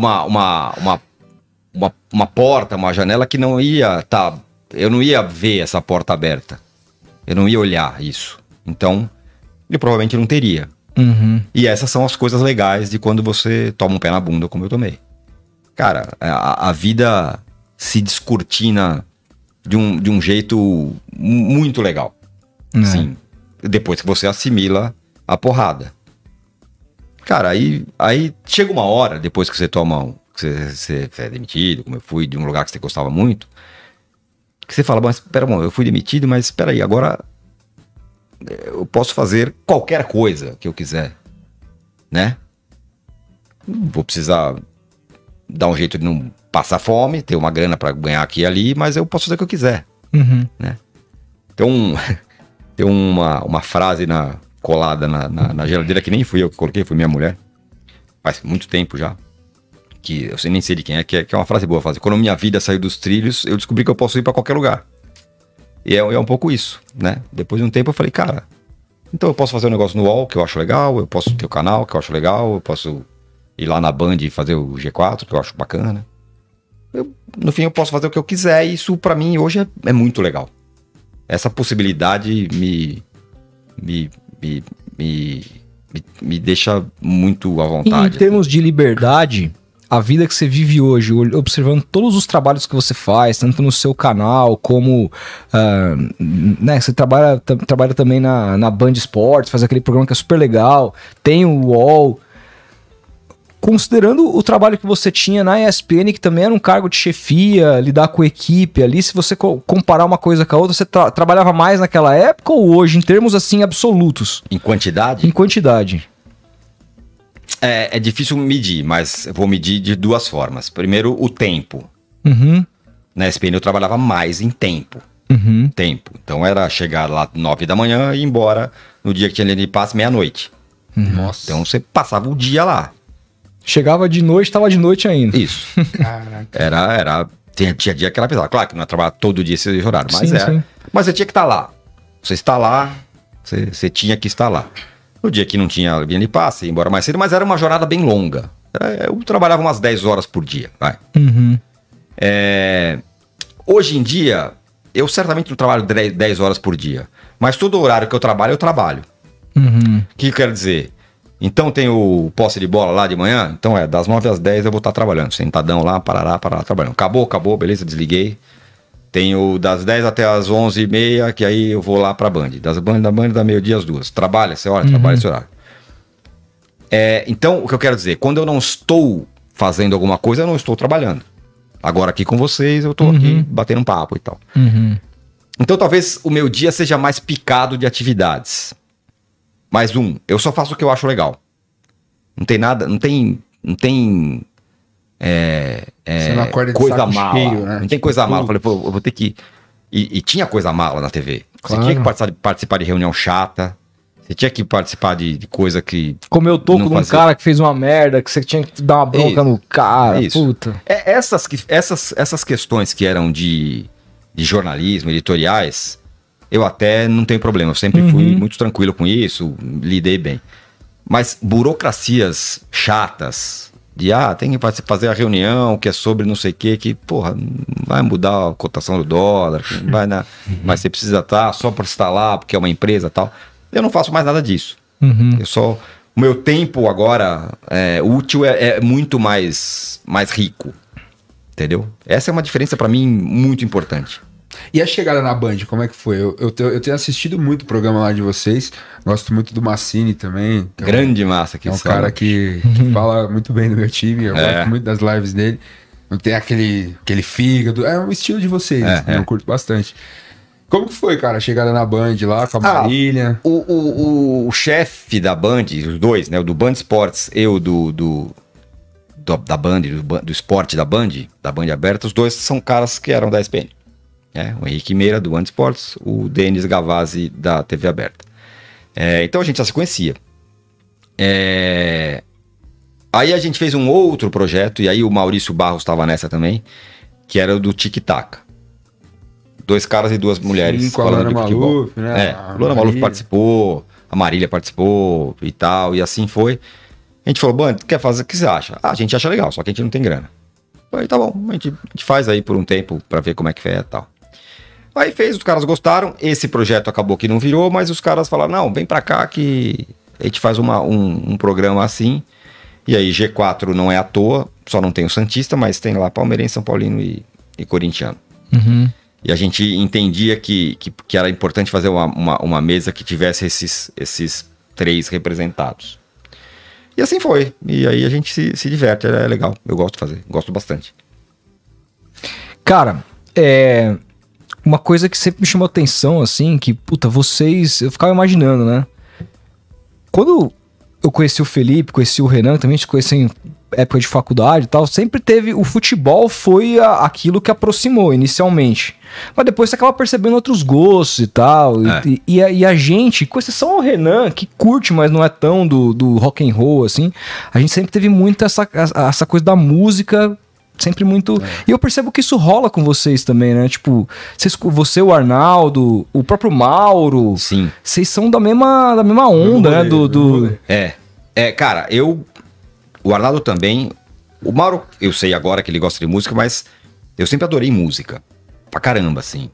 porta, uma janela que não ia estar... Eu não ia ver essa porta aberta. Eu não ia olhar isso. Então, eu provavelmente não teria. Uhum. E essas são as coisas legais de quando você toma um pé na bunda, como eu tomei. Cara, a vida se descortina de um jeito muito legal. Sim. Depois que você assimila a porrada. Cara, aí chega uma hora, depois que você toma... Que você é demitido, como eu fui, de um lugar que você gostava muito, que você fala, mas pera, eu fui demitido, mas espera aí, agora eu posso fazer qualquer coisa que eu quiser, né? Vou precisar dar um jeito de não passar fome, ter uma grana para ganhar aqui e ali, mas eu posso fazer o que eu quiser, né? Então, tem uma frase colada na geladeira que nem fui eu que coloquei, foi minha mulher, faz muito tempo já, que eu nem sei de quem que é uma frase boa, quando minha vida saiu dos trilhos, eu descobri que eu posso ir para qualquer lugar. E é um pouco isso, né? Depois de um tempo eu falei, cara, então eu posso fazer um negócio no UOL que eu acho legal, eu posso ter o canal que eu acho legal, eu posso ir lá na Band e fazer o G4 que eu acho bacana. No fim eu posso fazer o que eu quiser e isso pra mim hoje é muito legal. Essa possibilidade me deixa muito à vontade. E em termos de liberdade, a vida que você vive hoje, observando todos os trabalhos que você faz, tanto no seu canal como né, você trabalha também na Band Esportes, faz aquele programa que é super legal, tem o UOL. Considerando o trabalho que você tinha na ESPN, que também era um cargo de chefia, lidar com equipe ali, se você comparar uma coisa com a outra, você trabalhava mais naquela época ou hoje, em termos assim absolutos? Em quantidade? Em quantidade. É difícil medir, mas eu vou medir de duas formas. Primeiro, o tempo. Na ESPN eu trabalhava mais em tempo. Tempo. Então era chegar lá 9 da manhã e ir embora no dia que tinha linha de passe, meia-noite. Nossa. Então você passava o dia lá. Chegava de noite, estava de noite ainda. Isso. Caraca. Tinha dia que era pesado. Claro que não ia trabalhar todo dia esse horário, mas Sim. Mas você tinha que estar lá. Você está lá, você tinha que estar lá. No dia que não tinha linha de passe, ia embora mais cedo, mas era uma jornada bem longa. Eu trabalhava umas 10 horas por dia, vai. Hoje em dia, eu certamente não trabalho 10 horas por dia. Mas todo horário que eu trabalho. O que quer dizer? Então tem o posse de bola lá de manhã, então das 9 às 10 eu vou estar trabalhando, sentadão lá, parará, trabalhando. Acabou, beleza, desliguei. Tenho das 10 até as 11h30, que aí eu vou lá pra Band. Da Band da meio-dia às 2. Trabalha essa hora, trabalha esse horário. Então, o que eu quero dizer, quando eu não estou fazendo alguma coisa, eu não estou trabalhando. Agora aqui com vocês, eu tô aqui batendo um papo e tal. Então talvez o meu dia seja mais picado de atividades. Mais eu só faço o que eu acho legal. Não tem nada, não tem Você não acorda de coisa saco mala. cheio, né? Não tem coisa mala. Eu falei, pô, eu vou ter que... E tinha coisa mala na TV. Claro. Você tinha que participar de reunião chata. Você tinha que participar de coisa que... Como eu tô com um cara que fez uma merda, que você tinha que dar uma bronca no cara. Puta. Essas questões que eram de jornalismo, editoriais... Eu até não tenho problema, eu sempre fui muito tranquilo com isso, lidei bem. Mas burocracias chatas, tem que fazer a reunião que é sobre não sei o que, porra, vai mudar a cotação do dólar, mas você precisa estar só por estar lá, porque é uma empresa e tal. Eu não faço mais nada disso. O meu tempo agora útil é muito mais rico, entendeu? Essa é uma diferença para mim muito importante. E a chegada na Band, como é que foi? Eu tenho assistido muito o programa lá de vocês. Gosto muito do Massini também. Grande massa que é um cara que fala muito bem do meu time. Eu gosto muito das lives dele. Não tem aquele fígado. É um estilo de vocês. Eu curto bastante. Como que foi, cara, a chegada na Band lá com a Marília? O chefe da Band, os dois, né? O do Band Esportes e o da Band, do esporte da Band aberta, os dois são caras que eram da ESPN. O Henrique Meira, do Band Esportes, o Denis Gavazzi, da TV aberta. Então a gente já se conhecia. Aí a gente fez um outro projeto, e aí o Maurício Barros estava nessa também, que era o do Tic Tac. 2 caras e 2 mulheres falando de futebol. Maluf, né? A Luana Maluf participou, a Marília participou e tal, e assim foi. A gente falou, Band, quer fazer, o que você acha? A gente acha legal, só que a gente não tem grana. Aí tá bom, a gente faz aí por um tempo pra ver como é que é e tal. Aí fez, os caras gostaram, esse projeto acabou que não virou, mas os caras falaram, não, vem pra cá que a gente faz um programa assim. E aí G4 não é à toa, só não tem o Santista, mas tem lá Palmeirense, São Paulino e Corintiano. Uhum. E a gente entendia que era importante fazer uma mesa que tivesse esses 3 representados. E assim foi. E aí a gente se diverte, é legal. Eu gosto de fazer, gosto bastante. Cara, uma coisa que sempre me chamou atenção, assim, que, puta, vocês... Eu ficava imaginando, né? Quando eu conheci o Felipe, conheci o Renan, também a gente conheceu em época de faculdade e tal, sempre teve... O futebol foi aquilo que aproximou inicialmente. Mas depois você acaba percebendo outros gostos e tal. E a gente, com exceção ao Renan, que curte, mas não é tão do rock and roll, assim, a gente sempre teve muito essa coisa da música... Sempre muito... E eu percebo que isso rola com vocês também, né? Tipo, você, o Arnaldo, o próprio Mauro... Sim. Vocês são da mesma onda, né? Cara, o Arnaldo também... O Mauro, eu sei agora que ele gosta de música, mas eu sempre adorei música. Pra caramba, assim.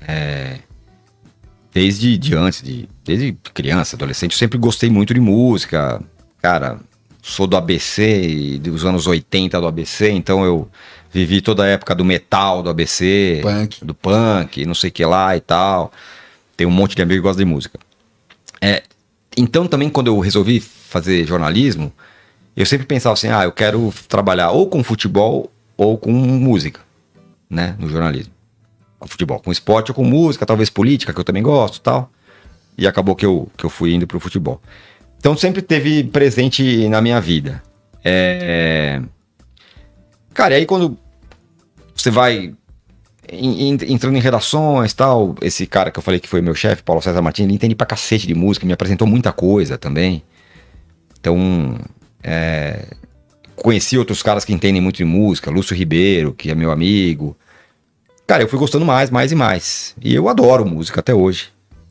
Desde criança, adolescente, eu sempre gostei muito de música. Cara... Sou do ABC, dos anos 80 do ABC, então eu vivi toda a época do metal do ABC, do punk, não sei o que lá e tal. Tem um monte de amigos que gostam de música. Então também quando eu resolvi fazer jornalismo, eu sempre pensava assim, eu quero trabalhar ou com futebol ou com música, né, no jornalismo. Com futebol, com esporte ou com música, talvez política, que eu também gosto e tal. E acabou que eu fui indo pro futebol. Então sempre teve presente na minha vida. Cara, e aí quando você vai entrando em redações e tal, esse cara que eu falei que foi meu chefe, Paulo César Martins, ele entende pra cacete de música, me apresentou muita coisa também. Então, conheci outros caras que entendem muito de música, Lúcio Ribeiro, que é meu amigo. Cara, eu fui gostando mais e mais. E eu adoro música até hoje.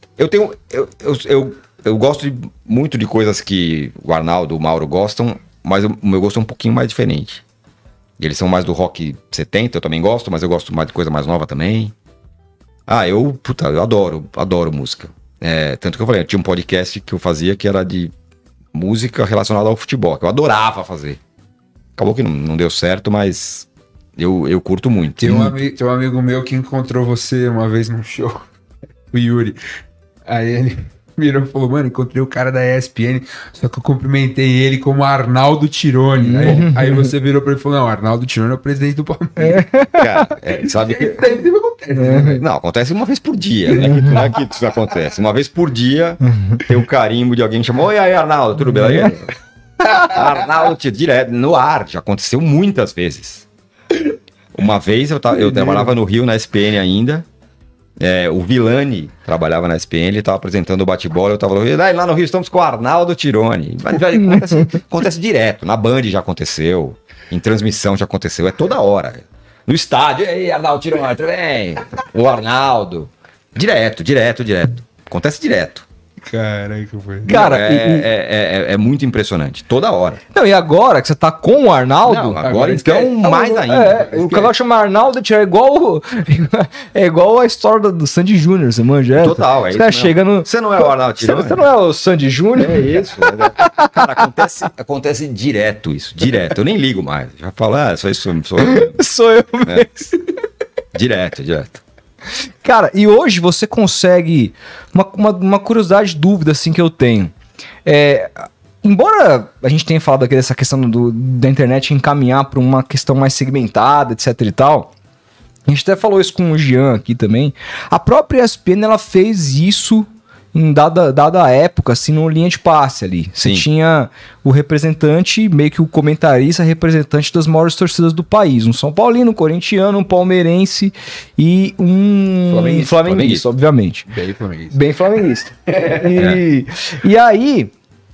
Eu gosto muito de coisas que o Arnaldo, o Mauro gostam, mas o meu gosto é um pouquinho mais diferente. Eles são mais do rock 70, eu também gosto, mas eu gosto mais de coisa mais nova também. Eu adoro música. Tanto que eu falei, eu tinha um podcast que eu fazia que era de música relacionada ao futebol, que eu adorava fazer. Acabou que não deu certo, mas eu curto muito. Tem um amigo meu que encontrou você uma vez num show, o Yuri. Aí ele... virou e falou, mano, encontrei o cara da ESPN, só que eu cumprimentei ele como Arnaldo Tironi. Aí você virou pra ele e falou, não, Arnaldo Tironi é o presidente do Palmeiras. Cara, sabe que... Sempre acontece. Não, acontece uma vez por dia, né? Não é que isso acontece. Uma vez por dia, tem um carimbo de alguém que chamou, oi aí, Arnaldo, tudo bem? Arnaldo, direto, no ar, já aconteceu muitas vezes. Uma vez eu trabalhava no Rio, na ESPN ainda, o Vilani trabalhava na ESPN, ele estava apresentando o bate-bola, eu estava lá no Rio estamos com o Arnaldo Tironi. Acontece direto, na Band já aconteceu, em transmissão já aconteceu, toda hora. No estádio, ei, Arnaldo Tironi, tudo bem? O Arnaldo. Direto. Acontece direto. Caraca, foi. Cara, é muito impressionante, toda hora. Não, e agora que você tá com o Arnaldo... Não, agora então mais ainda. O canal chama Arnaldo, é igual a história do Sandy Júnior, você manja? Total, isso. Chega no... Você não é o Arnaldo Tironi? Você não é o Sandy Júnior? É isso. Cara, acontece direto isso, direto. Eu nem ligo mais. Já falo, sou eu. Sou eu mesmo. Direto. Cara, e hoje você consegue... Uma curiosidade, dúvida, assim, que eu tenho. Embora a gente tenha falado aqui dessa questão da internet encaminhar para uma questão mais segmentada, etc e tal, a gente até falou isso com o Jean aqui também, a própria ESPN, ela fez isso em dada época, assim, no linha de passe ali. Você tinha o representante, meio que o comentarista, representante das maiores torcidas do país. Um São Paulino, um corintiano, um palmeirense e um flamenguista, obviamente. Bem flamenguista. E aí...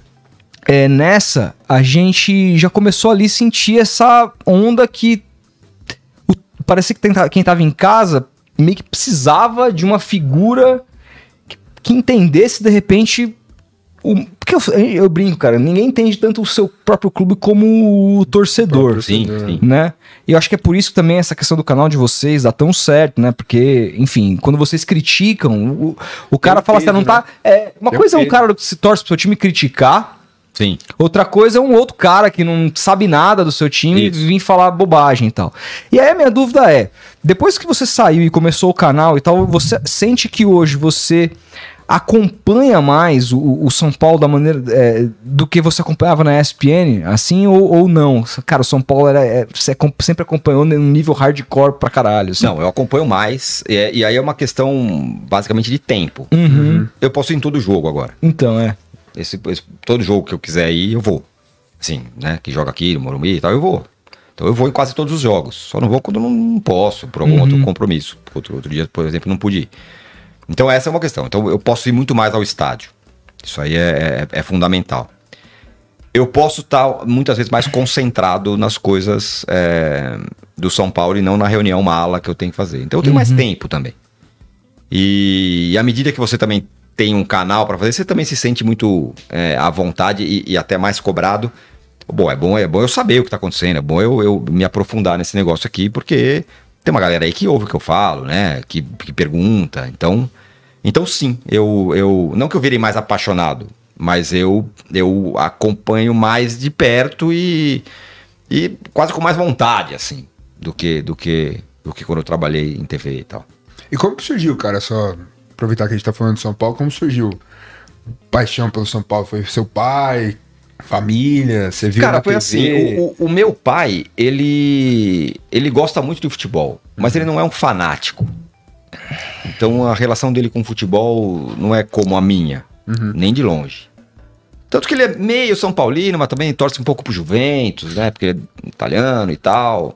nessa, a gente já começou ali a sentir essa onda que parecia que quem tava em casa meio que precisava de uma figura que entendesse de repente porque eu brinco, cara, ninguém entende tanto o seu próprio clube como o torcedor. Sim. Né? E eu acho que é por isso que também essa questão do canal de vocês dá tão certo, né? Porque, enfim, quando vocês criticam, o cara fala assim, não tá... uma coisa é um cara que se torce pro seu time criticar. Sim. Outra coisa é um outro cara que não sabe nada do seu time e vir falar bobagem e tal. E aí a minha dúvida é, depois que você saiu e começou o canal e tal, você sente que hoje você acompanha mais o São Paulo da maneira do que você acompanhava na ESPN, assim, ou não? Cara, o São Paulo você sempre acompanhou num nível hardcore pra caralho. Assim. Não, eu acompanho mais, e aí é uma questão basicamente de tempo. Eu posso ir em todo jogo agora. Então, todo jogo que eu quiser ir, eu vou. Assim, né? Que joga aqui no Morumbi e tal, eu vou. Então eu vou em quase todos os jogos. Só não vou quando eu não posso, por algum outro compromisso. Outro dia, por exemplo, não pude ir. Então essa é uma questão. Então eu posso ir muito mais ao estádio. Isso aí é fundamental. Eu posso estar muitas vezes mais concentrado nas coisas do São Paulo e não na reunião mala que eu tenho que fazer. Então eu tenho mais tempo também. E à medida que você também tem um canal para fazer, você também se sente muito à vontade e até mais cobrado. Bom, é bom eu saber o que tá acontecendo, é bom eu me aprofundar nesse negócio aqui, porque tem uma galera aí que ouve o que eu falo, né, que pergunta, então sim, eu não que eu virei mais apaixonado, mas eu acompanho mais de perto e quase com mais vontade, assim, do que quando eu trabalhei em TV e tal. E como que surgiu, cara, só... aproveitar que a gente tá falando de São Paulo, como surgiu paixão pelo São Paulo? Foi seu pai, família, você viu Cara, na foi TV? assim, o meu pai, ele gosta muito de futebol, mas ele não é um fanático. Então a relação dele com o futebol não é como a minha, nem de longe. Tanto que ele é meio São Paulino, mas também torce um pouco pro Juventus, né? Porque ele é italiano e tal.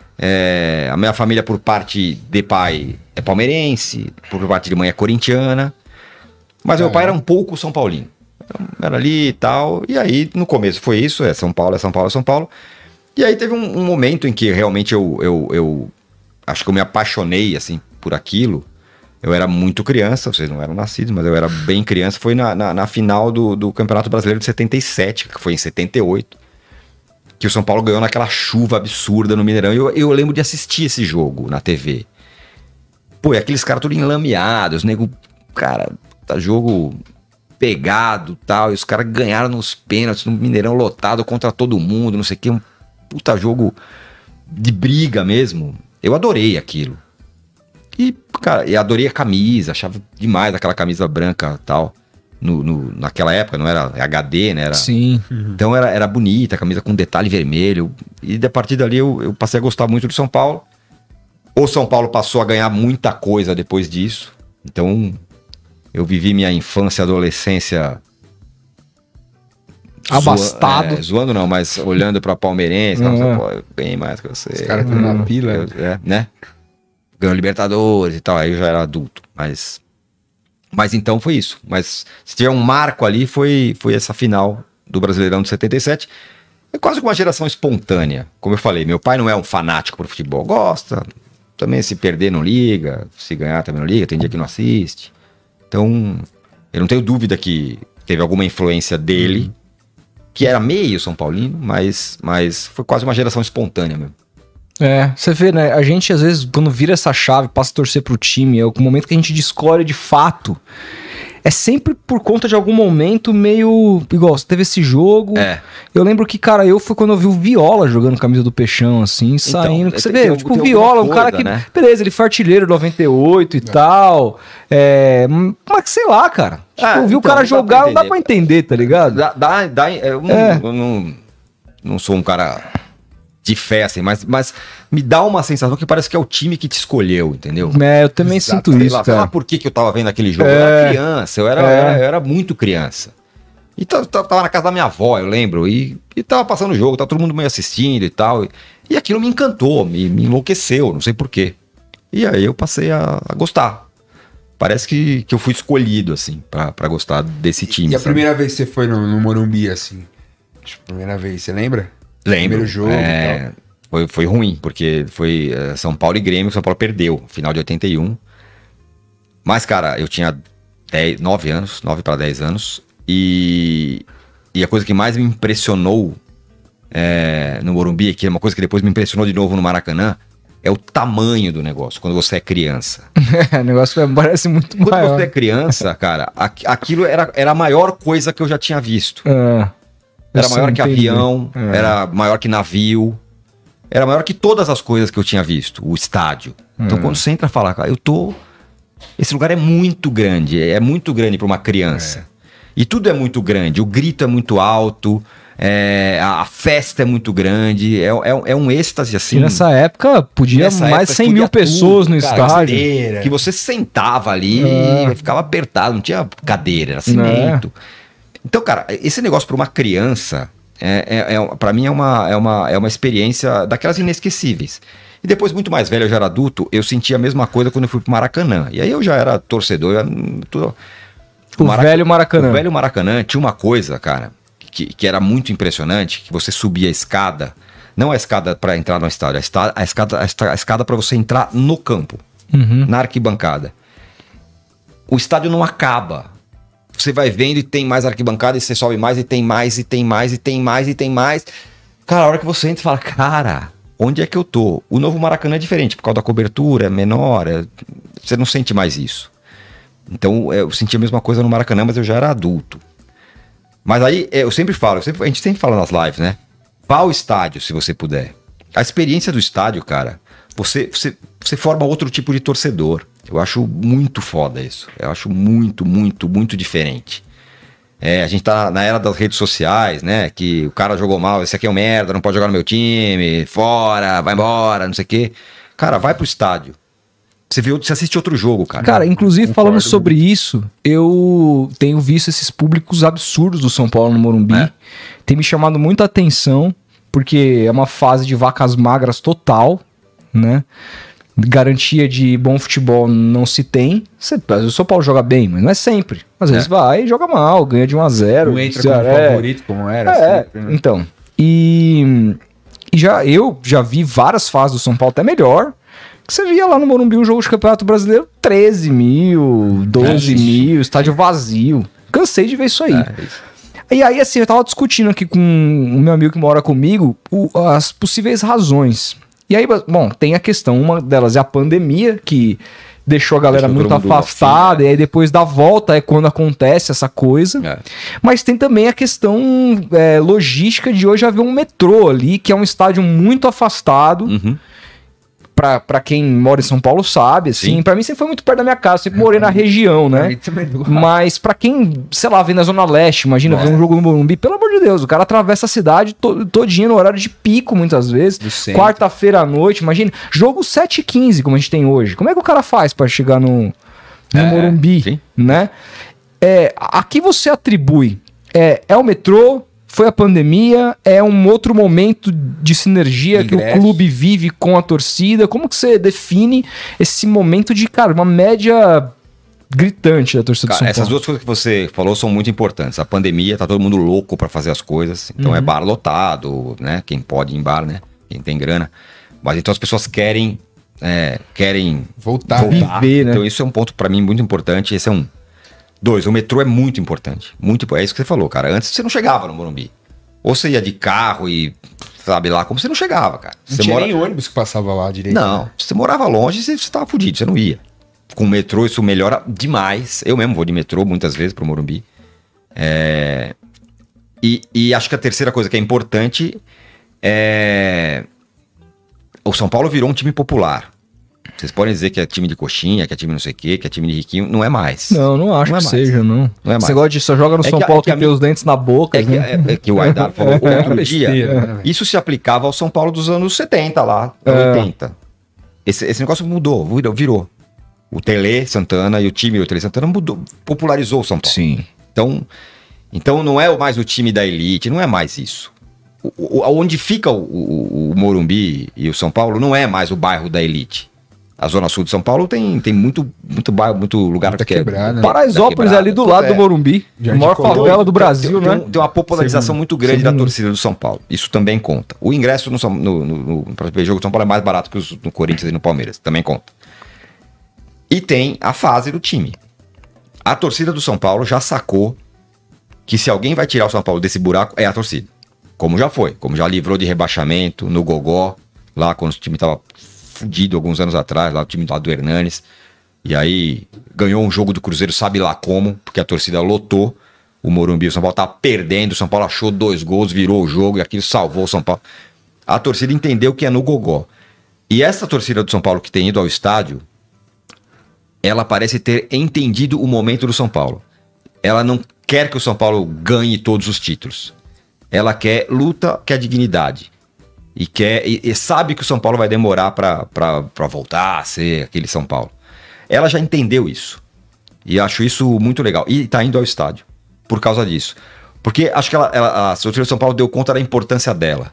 A minha família, por parte de pai, é palmeirense, por parte de mãe é corintiana, mas meu pai era um pouco São Paulino, então, era ali e tal, e aí no começo foi isso, São Paulo, São Paulo, e aí teve um momento em que realmente eu acho que eu me apaixonei, assim, por aquilo. Eu era muito criança, vocês não eram nascidos, mas eu era bem criança, foi na final do Campeonato Brasileiro de 77, que foi em 78, que o São Paulo ganhou naquela chuva absurda no Mineirão, e eu lembro de assistir esse jogo na TV. Pô, e aqueles caras tudo enlameados, nego, cara, tá jogo pegado e tal, e os caras ganharam nos pênaltis, no Mineirão lotado contra todo mundo, não sei o que, um puta jogo de briga mesmo. Eu adorei aquilo. E, cara, eu adorei a camisa, achava demais aquela camisa branca e tal. Naquela época não era HD, né? Sim. Então era bonita, a camisa com detalhe vermelho. E a partir dali eu passei a gostar muito do São Paulo. O São Paulo passou a ganhar muita coisa depois disso. Então eu vivi minha infância e adolescência abastado. Zoando não, mas olhando pra palmeirense. Nossa, pô, eu ganhei mais que você. Os caras estão na pila. Né? Ganhou Libertadores e tal. Aí eu já era adulto. Mas então foi isso. Mas se tiver um marco ali, foi essa final do Brasileirão de 77. É quase uma geração espontânea. Como eu falei, meu pai não é um fanático por futebol. Gosta. Também se perder não liga. Se ganhar também não liga. Tem dia que não assiste. Então, eu não tenho dúvida que teve alguma influência dele, que era meio São Paulino, mas foi quase uma geração espontânea mesmo. Você vê, né? A gente, às vezes, quando vira essa chave, passa a torcer pro time, é o momento que a gente descobre de fato. É sempre por conta de algum momento meio... Igual, você teve esse jogo. Eu lembro que, cara, foi quando eu vi o Viola jogando camisa do Peixão, assim, saindo. Que você vê, tipo, o Viola, um cara que... Né? Beleza, ele foi artilheiro de 98 e tal. Mas sei lá, cara. Tipo, vi o cara jogar, não dá pra entender, tá ligado? Eu não sou um cara de fé, assim, mas me dá uma sensação que parece que é o time que te escolheu, entendeu? Eu também sinto isso, cara. Sei lá por que eu tava vendo aquele jogo. Eu era criança, eu era muito criança. E tava na casa da minha avó, eu lembro, e tava passando o jogo, tava todo mundo meio assistindo e tal. E aquilo me encantou, me enlouqueceu, não sei por quê. E aí eu passei a gostar. Parece que eu fui escolhido, assim, pra gostar desse time. E a primeira vez que você foi no Morumbi, assim? Primeira vez, você lembra? Lembro. Primeiro jogo e tal. Foi ruim, porque foi São Paulo e Grêmio, São Paulo perdeu, final de 81. Mas, cara, eu tinha 9 para 10 anos, e a coisa que mais me impressionou no Morumbi, que é uma coisa que depois me impressionou de novo no Maracanã, é o tamanho do negócio, quando você é criança. O negócio parece muito maior. Quando você é criança, cara, aquilo era a maior coisa que eu já tinha visto. Era maior que avião, era maior que navio, era maior que todas as coisas que eu tinha visto, o estádio. Então quando você entra e fala, cara, esse lugar é muito grande para uma criança. E tudo é muito grande, o grito é muito alto, a festa é muito grande, é um êxtase assim. E nessa época podia mais de 100 mil pessoas no estádio. Que você sentava ali e ficava apertado, não tinha cadeira, era cimento. Então, cara, esse negócio para uma criança, para mim é uma experiência daquelas inesquecíveis. E depois, muito mais velho, eu já era adulto, eu senti a mesma coisa quando eu fui pro Maracanã. E aí eu já era torcedor. Velho Maracanã. O velho Maracanã tinha uma coisa, cara, que era muito impressionante, que você subia a escada, não a escada para entrar no estádio, a escada para você entrar no campo, na arquibancada. O estádio não acaba. Você vai vendo e tem mais arquibancada, e você sobe mais, e tem mais, e tem mais, e tem mais, e tem mais. Cara, a hora que você entra e fala, cara, onde é que eu tô? O novo Maracanã é diferente, por causa da cobertura, é menor, você não sente mais isso. Então, eu senti a mesma coisa no Maracanã, mas eu já era adulto. Mas aí, eu sempre falo, a gente sempre fala nas lives, né? Vá ao estádio, se você puder. A experiência do estádio, cara, você forma outro tipo de torcedor. Eu acho muito foda isso. Eu acho muito, muito, muito diferente. A gente tá na era das redes sociais, né? Que o cara jogou mal, esse aqui é um merda, não pode jogar no meu time, fora, vai embora, não sei o quê. Cara, vai pro estádio. Você assiste outro jogo, cara. Cara, inclusive falando sobre isso, eu tenho visto esses públicos absurdos do São Paulo no Morumbi. Tem me chamado muita atenção, porque é uma fase de vacas magras total, né? Garantia de bom futebol não se tem. O São Paulo joga bem, mas não é sempre. Às vezes vai e joga mal, ganha de 1-0. Não entra como favorito, como era sempre, né? Então, eu já vi várias fases do São Paulo até melhor. Você via lá no Morumbi um jogo de Campeonato Brasileiro, 13 mil, 12 mil, estádio vazio. Cansei de ver isso aí. E aí, assim, eu tava discutindo aqui com o meu amigo que mora comigo as possíveis razões. E aí, bom, tem a questão, uma delas é a pandemia, que deixou a galera muito afastada, e aí depois da volta é quando acontece essa coisa. Mas tem também a questão logística de hoje haver um metrô ali, que é um estádio muito afastado. Pra quem mora em São Paulo sabe, assim, pra mim sempre foi muito perto da minha casa, sempre morei na região, né? Mas pra quem, sei lá, vem na Zona Leste, imagina ver um jogo no Morumbi, pelo amor de Deus, o cara atravessa a cidade todinha no horário de pico, muitas vezes, quarta-feira à noite, imagina, jogo 7h15, como a gente tem hoje, como é que o cara faz pra chegar no Morumbi, né? A que você atribui? É o metrô? Foi a pandemia? É um outro momento de sinergia que o clube vive com a torcida? Como que você define esse momento de, cara, uma média gritante da torcida do São Paulo? Essas duas coisas que você falou são muito importantes. A pandemia, tá todo mundo louco pra fazer as coisas. Então é bar lotado, né? Quem pode ir em bar, né? Quem tem grana. Mas então as pessoas querem voltar. Viver, né? Então isso é um ponto pra mim muito importante. Esse é um. 2, o metrô é muito importante. É isso que você falou, cara. Antes você não chegava no Morumbi. Ou você ia de carro e sabe lá como você não chegava, cara. Não Você tinha mora... nem ônibus que passava lá direito. Não, né? você morava longe, você tava fudido, você não ia. Com o metrô isso melhora demais. Eu mesmo vou de metrô muitas vezes pro Morumbi. E acho que a terceira coisa que é importante é... O São Paulo virou um time popular. Vocês podem dizer que é time de coxinha, que é time não sei o quê, que é time de riquinho. Não é mais. Não acho Não é que mais. seja, não. Não é mais. Esse negócio de só joga no É São que- Paulo é que que a tem os dentes na boca. É que o Aidar falou outro dia. besteira, né, velho? Isso se aplicava ao São Paulo dos anos 70 lá, 80. Esse negócio mudou, virou. O Tele Santana e o time do Tele Santana mudou, popularizou o São Paulo. Sim. Então não é mais o time da elite, não é mais isso. Onde fica o Morumbi e o São Paulo não é mais o bairro da elite. A Zona Sul de São Paulo tem muito bairro, muito lugar Muita que é quebrada, né? Paraisópolis ali do lado do Morumbi. Jardim Maior Colônia. favela do Brasil, né? Tem uma popularização muito grande da Segundo. torcida do São Paulo. Isso também conta. O ingresso para ver jogo do São Paulo é mais barato que os no Corinthians e no Palmeiras. Também conta. E tem a fase do time. A torcida do São Paulo já sacou que se alguém vai tirar o São Paulo desse buraco, é a torcida. Como já foi. Como já livrou de rebaixamento no Gogó, lá quando o time tava fudido alguns anos atrás, lá o time lá do Hernanes. E aí ganhou um jogo do Cruzeiro, sabe lá como, porque a torcida lotou o Morumbi. O São Paulo tava perdendo, o São Paulo achou 2 gols, virou o jogo e aquilo salvou o São Paulo. A torcida entendeu que é no Gogó. E essa torcida do São Paulo que tem ido ao estádio, ela parece ter entendido o momento do São Paulo. Ela não quer que o São Paulo ganhe todos os títulos. Ela quer luta, quer dignidade. E sabe que o São Paulo vai demorar para voltar a ser aquele São Paulo. Ela já entendeu isso. E acho isso muito legal. E tá indo ao estádio por causa disso. Porque acho que a torcida do São Paulo deu conta da importância dela.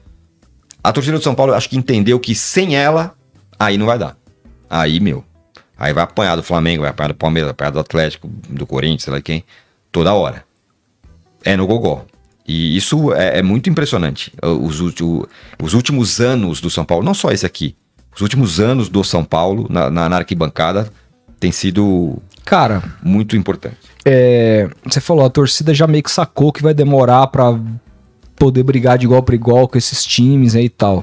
A torcida do São Paulo acho que entendeu que sem ela, aí não vai dar. Aí, aí vai apanhar do Flamengo, vai apanhar do Palmeiras, vai apanhar do Atlético, do Corinthians, sei lá quem, toda hora. É no Gogó. E isso é muito impressionante. Os últimos anos do São Paulo, não só esse aqui, os últimos anos do São Paulo na arquibancada tem sido, cara, muito importante. Você falou, a torcida já meio que sacou que vai demorar pra poder brigar de igual para igual com esses times aí e tal.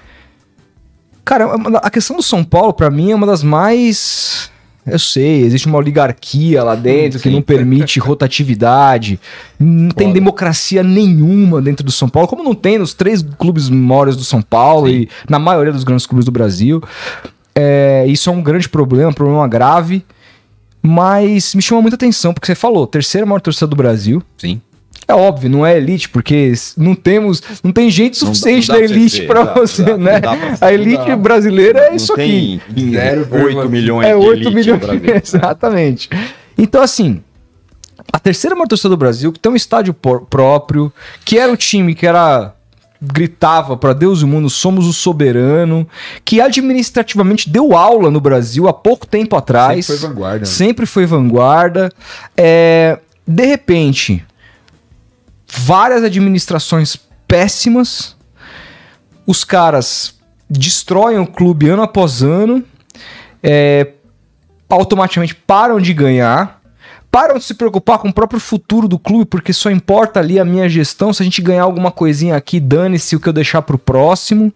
Cara, a questão do São Paulo, pra mim, é uma das mais... Eu sei, existe uma oligarquia lá dentro que não permite rotatividade, não tem democracia nenhuma dentro do São Paulo, como não tem nos 3 clubes maiores do São Paulo e na maioria dos grandes clubes do Brasil. Isso é um grande problema, um problema grave, mas me chama muita atenção, porque você falou, 3ª maior torcida do Brasil. Sim. É óbvio, não é elite, porque não tem gente suficiente não dá da pra elite ser, pra exato, você, exato, né? não dá pra ser, A elite brasileira é isso aqui. Tem 8 milhões É de 8 elite milhões, no Brasil. exatamente. Então, assim, a 3ª maior torcida do Brasil, que tem um estádio próprio, que era o time que gritava pra Deus e o mundo, somos o soberano, que administrativamente deu aula no Brasil há pouco tempo atrás. Sempre foi vanguarda. Né? Sempre foi vanguarda. De repente, várias administrações péssimas, os caras destroem o clube ano após ano, automaticamente param de ganhar, param de se preocupar com o próprio futuro do clube, porque só importa ali a minha gestão, se a gente ganhar alguma coisinha aqui, dane-se o que eu deixar pro próximo.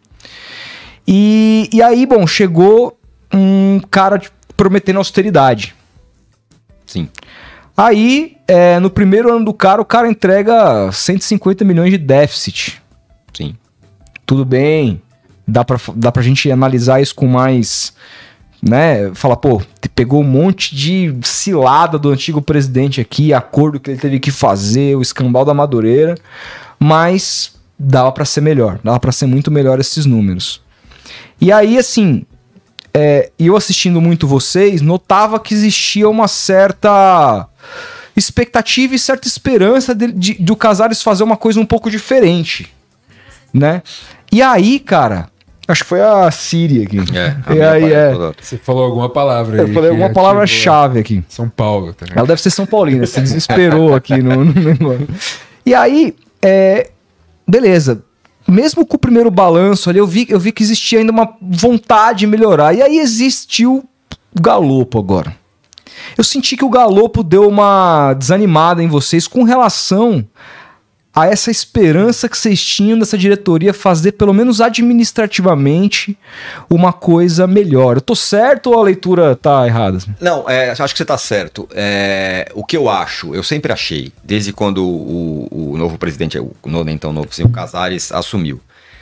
E aí, bom, chegou um cara prometendo austeridade. Sim. Aí, no primeiro ano do cara, o cara entrega 150 milhões de déficit. Sim. Tudo bem, dá pra gente analisar isso com mais, né, falar, pô, pegou um monte de cilada do antigo presidente aqui, acordo que ele teve que fazer, o escambau da Madureira, mas dava pra ser melhor, dava pra ser muito melhor esses números. E aí, assim, eu assistindo muito vocês, notava que existia uma certa expectativa e certa esperança do Casares fazer uma coisa um pouco diferente, né? E aí, cara, acho que foi a Síria aqui. A E minha aí, parece Você falou alguma palavra aí. eu falei alguma palavra-chave aqui. São Paulo, tá ligado? Ela deve ser São Paulina, se desesperou aqui no negócio. E aí, beleza. Mesmo com o primeiro balanço ali, eu vi que existia ainda uma vontade de melhorar. E aí existiu o Galopo agora. Eu senti que o Galopo deu uma desanimada em vocês com relação a essa esperança que vocês tinham dessa diretoria fazer, pelo menos administrativamente, uma coisa melhor. Eu tô certo ou a leitura tá errada? Não, acho que você tá certo. O que eu acho, eu sempre achei, desde quando o novo presidente, nem tão novo assim, o Casares, assumiu.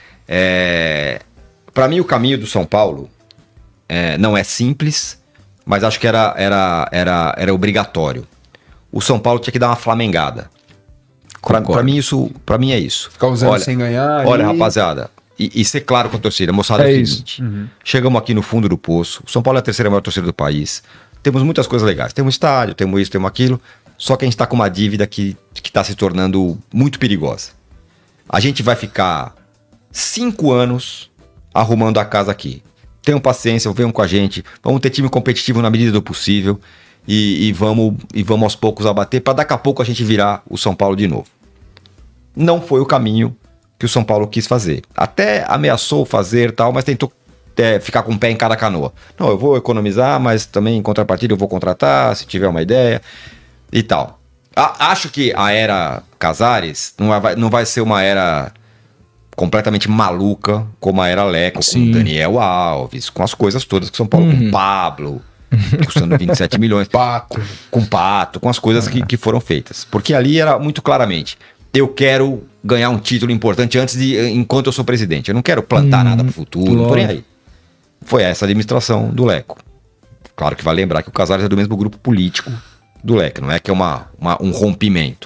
Para mim, o caminho do São Paulo não é simples, mas acho que era obrigatório. O São Paulo tinha que dar uma flamengada. Pra mim é isso. Ficar usando sem ganhar. Olha, rapaziada, e ser claro com a torcida, moçada, é o seguinte. Chegamos aqui no fundo do poço. O São Paulo é a terceira maior torcida do país. Temos muitas coisas legais. Temos estádio, temos isso, temos aquilo. Só que a gente tá com uma dívida que tá se tornando muito perigosa. A gente vai ficar 5 anos arrumando a casa aqui. Tenham paciência, venham com a gente. Vamos ter time competitivo na medida do possível. E vamos aos poucos abater para daqui a pouco a gente virar o São Paulo de novo. Não foi o caminho que o São Paulo quis fazer. Até ameaçou fazer tal, mas tentou ficar com o pé em cada canoa. Não, eu vou economizar, mas também em contrapartida eu vou contratar, se tiver uma ideia e tal. Acho que a era Casares não vai ser uma era completamente maluca como a era Leco, com o Daniel Alves, com as coisas todas que São Paulo, com o Pablo... custando 27 milhões. Com Pato, com as coisas que foram feitas. Porque ali era muito claramente, eu quero ganhar um título importante enquanto eu sou presidente. Eu não quero plantar nada pro futuro, porém aí. Foi essa a administração do Leco. Claro que vai lembrar que o Casares é do mesmo grupo político do Leco, não é que é um rompimento.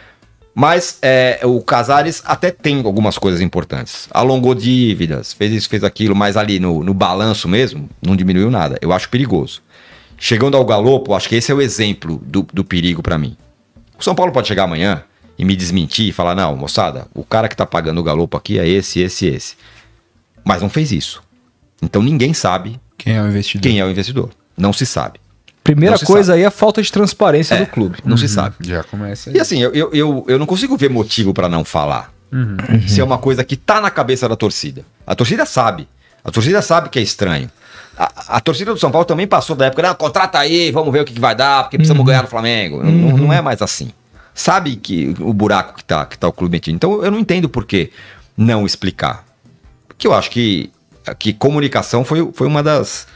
Mas o Casares até tem algumas coisas importantes. Alongou dívidas, fez isso, fez aquilo, mas ali no balanço mesmo, não diminuiu nada. Eu acho perigoso. Chegando ao Galopo, acho que esse é o exemplo do perigo pra mim. O São Paulo pode chegar amanhã e me desmentir e falar, não, moçada, o cara que tá pagando o Galopo aqui é esse. Mas não fez isso. Então ninguém sabe quem é o investidor. Não se sabe. Primeira coisa aí é a falta de transparência do clube. Não se sabe. Já começa aí. E assim, eu não consigo ver motivo pra não falar. Se é uma coisa que tá na cabeça da torcida. A torcida sabe. A torcida sabe que é estranho. A torcida do São Paulo também passou da época, não, contrata aí, vamos ver o que vai dar, porque precisamos ganhar no Flamengo. Não é mais assim. Sabe que o buraco que tá o clube metido. Então eu não entendo por que não explicar. Porque eu acho que comunicação foi uma das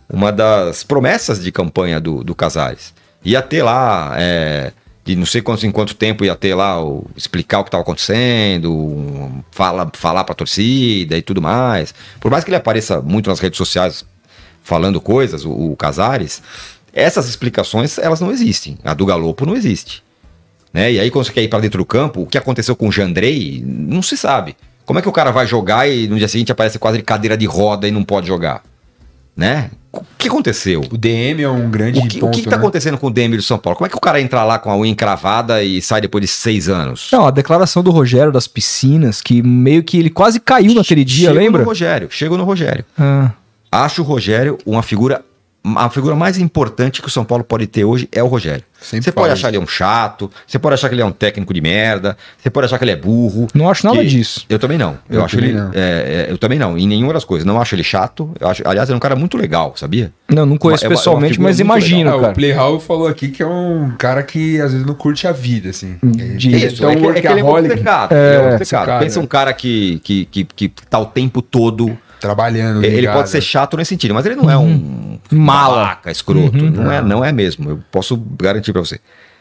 promessas de campanha do Casares. Ia ter lá, de não sei em quanto tempo ia ter lá, explicar o que estava acontecendo, falar pra torcida e tudo mais. Por mais que ele apareça muito nas redes sociais falando coisas, o Casares, essas explicações, elas não existem. A do Galopo não existe. Né? E aí quando você quer ir pra dentro do campo, o que aconteceu com o Jandrei, não se sabe. Como é que o cara vai jogar e no dia seguinte aparece quase de cadeira de roda e não pode jogar? Né? O que aconteceu? O DM é um grande ponto, o que tá acontecendo com o DM do São Paulo? Como é que o cara entra lá com a unha encravada e sai depois de 6 anos? Não, a declaração do Rogério das piscinas, que meio que ele quase caiu naquele dia, lembra? Chego no Rogério. Acho o Rogério a figura mais importante que o São Paulo pode ter hoje é o Rogério. Você pode achar ele um chato, você pode achar que ele é um técnico de merda, você pode achar que ele é burro. Não acho nada disso. Eu também não. Eu também não. Em nenhuma das coisas. Não acho ele chato. Aliás, ele é um cara muito legal, sabia? Não conheço pessoalmente, mas imagino, cara. O Playhall falou aqui que é um cara que às vezes não curte a vida, assim. Isso, é que ele é muito complicado. Pensa um cara que tá o tempo todo trabalhando. Ele pode ser chato nesse sentido, mas ele não é um malaca, escroto. Não é mesmo. Eu posso garantir pra você.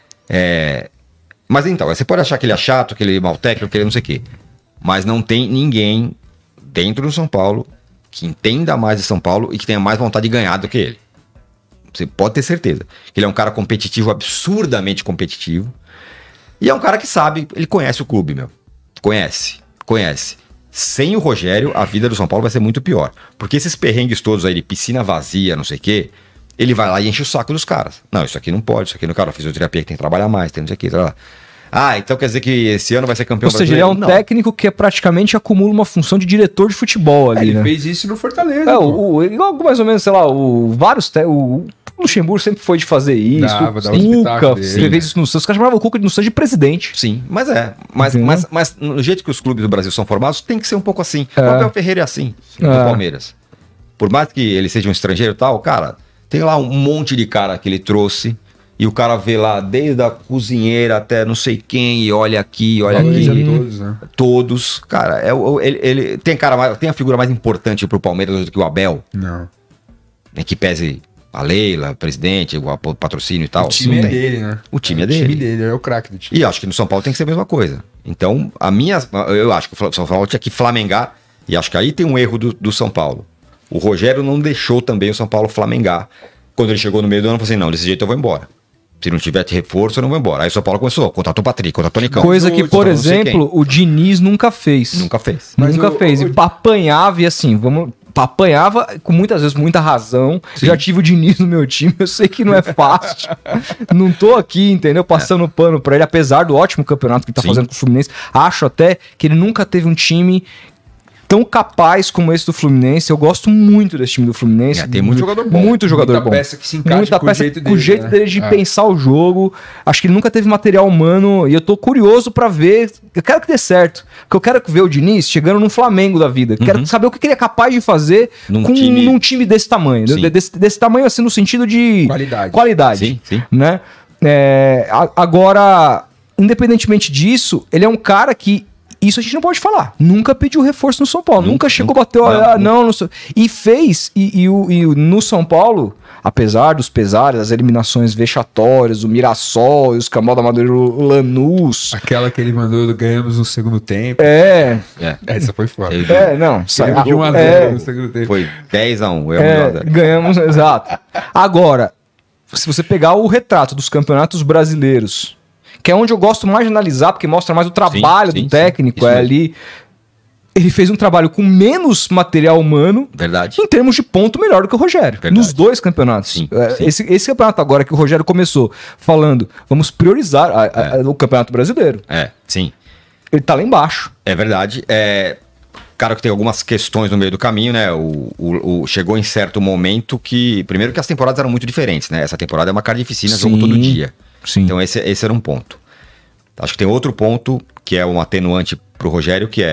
Mas então, você pode achar que ele é chato, que ele é mau técnico, que ele não sei o quê. Mas não tem ninguém dentro do São Paulo que entenda mais de São Paulo e que tenha mais vontade de ganhar do que ele. Você pode ter certeza. Ele é um cara competitivo, absurdamente competitivo. E é um cara que sabe, ele conhece o clube, meu. Conhece. Sem o Rogério, a vida do São Paulo vai ser muito pior. Porque esses perrengues todos aí de piscina vazia, não sei o quê, ele vai lá e enche o saco dos caras. Não, isso aqui não pode, isso aqui não, cara, fisioterapia que tem que trabalhar mais, tem não sei o quê, tá lá. Então quer dizer que esse ano vai ser campeão brasileiro? Ou seja, ele é um técnico que praticamente acumula uma função de diretor de futebol ali, ele né? fez isso no Fortaleza. Igual mais ou menos, sei lá, o Luxemburgo sempre foi de fazer isso. O Cuca fez isso no Santos. Os caras chamavam o Cuca no Santos de presidente. Sim, mas mas no jeito que os clubes do Brasil são formados, tem que ser um pouco assim. O Abel Ferreira é assim, no Palmeiras. Por mais que ele seja um estrangeiro e tal, cara, tem lá um monte de cara que ele trouxe e o cara vê lá desde a cozinheira até não sei quem, e olha aqui, olha aqui. Todos, né? Todos. Cara, ele tem a figura mais importante pro Palmeiras do que o Abel, Não. né, que pese a Leila, presidente, o patrocínio e tal. O time é Não tem. dele, né? O time é O time dele. dele, é o craque do time. E acho que no São Paulo tem que ser a mesma coisa. Então, eu acho que o São Paulo tinha que flamengar, e acho que aí tem um erro do São Paulo. O Rogério não deixou também o São Paulo flamengar. Quando ele chegou no meio do ano, falou assim, não, desse jeito eu vou embora. Se não tiver reforço, eu não vou embora. Aí o São Paulo começou, contratou o Patrick, contratou o Nicão. Coisa que, por contratou não sei exemplo, o Diniz nunca fez. Nunca fez. Mas Nunca fez. E apanhava, e assim, apanhava com muitas vezes muita razão. Sim. Já tive o Diniz no meu time, eu sei que não é fácil. Não tô aqui, entendeu? Passando pano pra ele, apesar do ótimo campeonato que ele tá Sim. fazendo com o Fluminense. Acho até que ele nunca teve um time tão capaz como esse do Fluminense. Eu gosto muito desse time do Fluminense. Tem muito jogador bom. Muito jogador Muita bom. peça que se encaixa com o jeito com o dele, jeito né? dele de É. pensar o jogo. Acho que ele nunca teve material humano e eu tô curioso pra ver. Eu quero que dê certo. Porque eu quero ver o Diniz chegando num Flamengo da vida. Quero saber o que ele é capaz de fazer Num num time desse tamanho. Sim. Desse tamanho, assim, no sentido de Qualidade. Sim, sim. né? Agora, independentemente disso, ele é um cara que isso a gente não pode falar. Nunca pediu reforço no São Paulo. Nunca chegou, bateu. Não sei. E fez. E no São Paulo, apesar dos pesares, das eliminações vexatórias, o Mirassol, os Camal da Madureira, o Lanús. Aquela que ele mandou, ganhamos no segundo tempo. É. Essa foi foda. Não. Ganhamos de 1-0 no segundo tempo. Foi 10-1. Ganhamos, exato. Agora, se você pegar o retrato dos campeonatos brasileiros, que é onde eu gosto mais de analisar, porque mostra mais o trabalho Sim, do técnico, isso mesmo. ali. Ele fez um trabalho com menos material humano, Verdade. em termos de ponto, melhor do que o Rogério. Verdade. Nos dois campeonatos. Sim, sim. Esse campeonato agora que o Rogério começou falando, vamos priorizar o Campeonato Brasileiro. Sim. Ele tá lá embaixo. É verdade. Claro que tem algumas questões no meio do caminho, né? Chegou em certo momento que... Primeiro que as temporadas eram muito diferentes, né? Essa temporada é uma carnificina, jogo todo dia. Sim. Então esse era um ponto. Acho que tem outro ponto que é um atenuante pro Rogério, que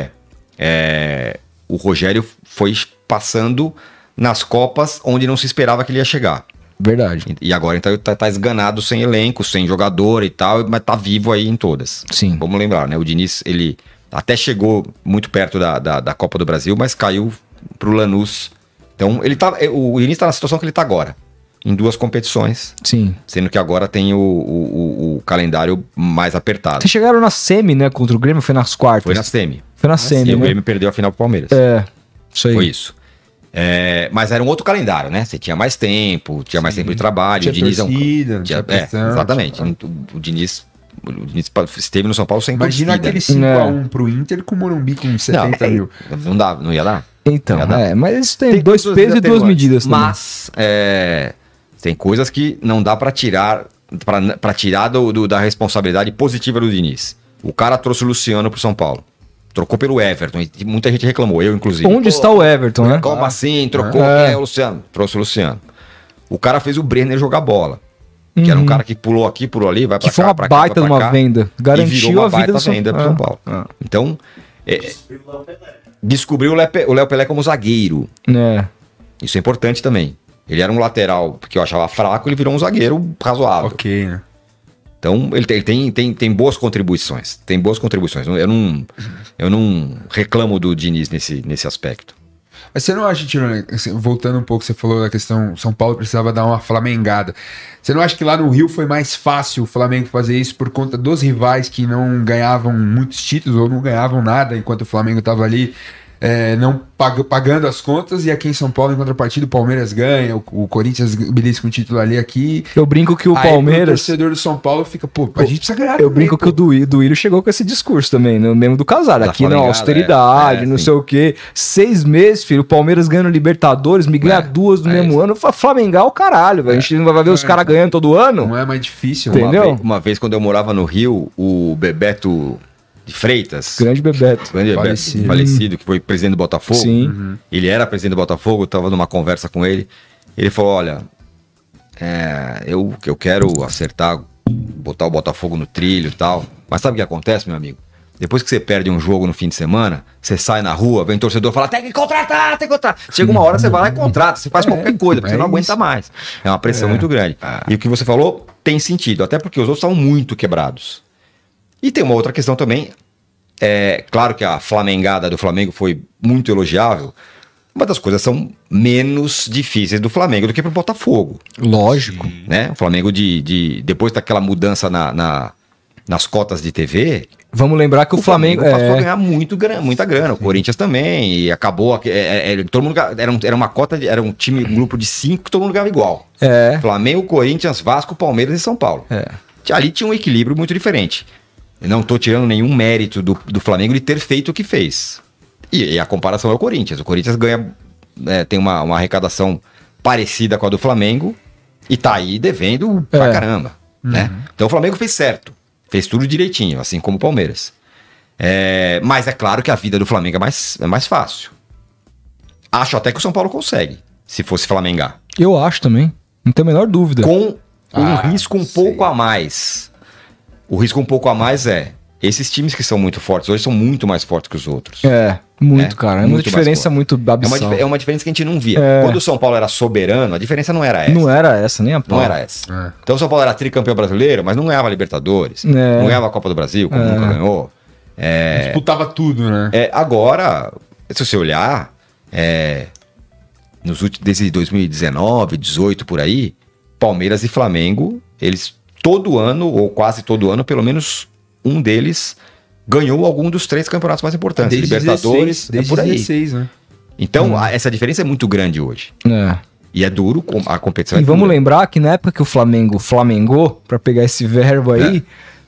o Rogério foi passando nas Copas onde não se esperava que ele ia chegar. Verdade. E agora então tá esganado sem elenco, sem jogador e tal, mas tá vivo aí em todas. Sim. Vamos lembrar, né? O Diniz, ele até chegou muito perto da Copa do Brasil, mas caiu pro Lanús. Então o Diniz tá na situação que ele tá agora. Em 2 competições, Sim. sendo que agora tem o calendário mais apertado. Vocês chegaram na semi, né? Contra o Grêmio, foi nas quartas? Foi na semi. Foi na semi, E o né? Grêmio perdeu a final pro Palmeiras. Isso aí. Foi isso. Mas era um outro calendário, né? Você tinha mais tempo, tinha mais tempo de trabalho. Tinha o Diniz torcida, tinha pressão, exatamente. tinha- O Diniz esteve no São Paulo sem Imagina torcida. aquele 5x1 pro Inter com o Morumbi com 70 mil. Não ia dar. Então, Ia dar. mas isso tem dois todas pesos as e duas atenuantes. medidas também. Mas tem coisas que não dá pra tirar para tirar da responsabilidade positiva do Diniz. O cara trouxe o Luciano pro São Paulo. Trocou pelo Everton. E muita gente reclamou, eu inclusive. Onde está o Everton, né? Como assim? Trocou o Luciano. Trouxe o Luciano. O cara fez o Brenner jogar bola. Que era um cara que pulou aqui, pulou ali, vai pra Que foi cá, uma pra cá, baita vai de pra uma cá, venda. e Garantiu virou uma a vida baita do São venda pro São Paulo. Então, descobriu o Léo Pelé como zagueiro. Isso é importante também. Ele era um lateral que eu achava fraco, ele virou um zagueiro razoável. Ok, né? Então, ele tem boas contribuições. Tem boas contribuições. Eu não reclamo do Diniz nesse aspecto. Mas você não acha, Tirone, assim, voltando um pouco, você falou da questão São Paulo precisava dar uma flamengada. Você não acha que lá no Rio foi mais fácil o Flamengo fazer isso por conta dos rivais que não ganhavam muitos títulos ou não ganhavam nada enquanto o Flamengo estava ali não pagando as contas, e aqui em São Paulo, em contrapartida, o Palmeiras ganha, o Corinthians belisca um título ali aqui. Eu brinco que o Aí, Palmeiras... o torcedor do São Paulo fica, pô, a gente precisa ganhar Eu também, brinco que pô. o Duílio chegou com esse discurso também, no mesmo do Casar. Da Aqui na flamengada, austeridade, não sim. sei o quê. 6 meses, filho, o Palmeiras ganhando Libertadores, me ganha 2 no mesmo isso. ano. Flamengar o caralho, velho. A gente não vai ver os caras ganhando todo ano? Não é mais difícil. Entendeu? Uma vez, quando eu morava no Rio, o Bebeto de Freitas, Grande Bebeto. grande Falecido. falecido, que foi presidente do Botafogo. Sim. Ele era presidente do Botafogo, eu tava numa conversa com ele. Ele falou: olha, eu quero acertar, botar o Botafogo no trilho e tal. Mas sabe o que acontece, meu amigo? Depois que você perde um jogo no fim de semana, você sai na rua, vem torcedor fala, tem que contratar, tem que contratar. Chega uma hora, você vai lá e contrata, você faz qualquer coisa, porque você não aguenta mais. É uma pressão muito grande. E o que você falou tem sentido, até porque os outros estavam muito quebrados. E tem uma outra questão também, claro que a flamengada do Flamengo foi muito elogiável, uma das coisas são menos difíceis do Flamengo do que pro Botafogo. Lógico. Né? O Flamengo, depois daquela mudança nas cotas de TV... Vamos lembrar que o Flamengo passou a ganhar muita grana. O Corinthians também. E acabou. Todo mundo era uma cota, era um grupo de 5 que todo mundo ganhava igual. Flamengo, Corinthians, Vasco, Palmeiras e São Paulo. Ali tinha um equilíbrio muito diferente. Eu não estou tirando nenhum mérito do Flamengo de ter feito o que fez. E a comparação é o Corinthians. O Corinthians ganha, tem uma arrecadação parecida com a do Flamengo e tá aí devendo pra caramba. Né? Então o Flamengo fez certo. Fez tudo direitinho, assim como o Palmeiras. Mas é claro que a vida do Flamengo é mais fácil. Acho até que o São Paulo consegue, se fosse flamengar. Eu acho também, não tenho a menor dúvida. Com um risco um pouco a mais. O risco um pouco a mais esses times que são muito fortes hoje são muito mais fortes que os outros. Muito, cara. É uma diferença muito abissal. É uma diferença que a gente não via. Quando o São Paulo era soberano, a diferença não era essa. Não era essa, nem a pau. Não era essa. Então o São Paulo era tricampeão brasileiro, mas não ganhava Libertadores. Não ganhava a Copa do Brasil, como nunca ganhou. Disputava tudo, né? Agora, se você olhar, desde 2019, 18 por aí, Palmeiras e Flamengo, eles todo ano, ou quase todo ano, pelo menos um deles ganhou algum dos 3 campeonatos mais importantes. Desde Libertadores, 16, desde por aí. 16, né? Então, essa diferença é muito grande hoje. E é duro, a competição E vamos lembrar que na época que o Flamengo flamengou, pra pegar esse verbo aí,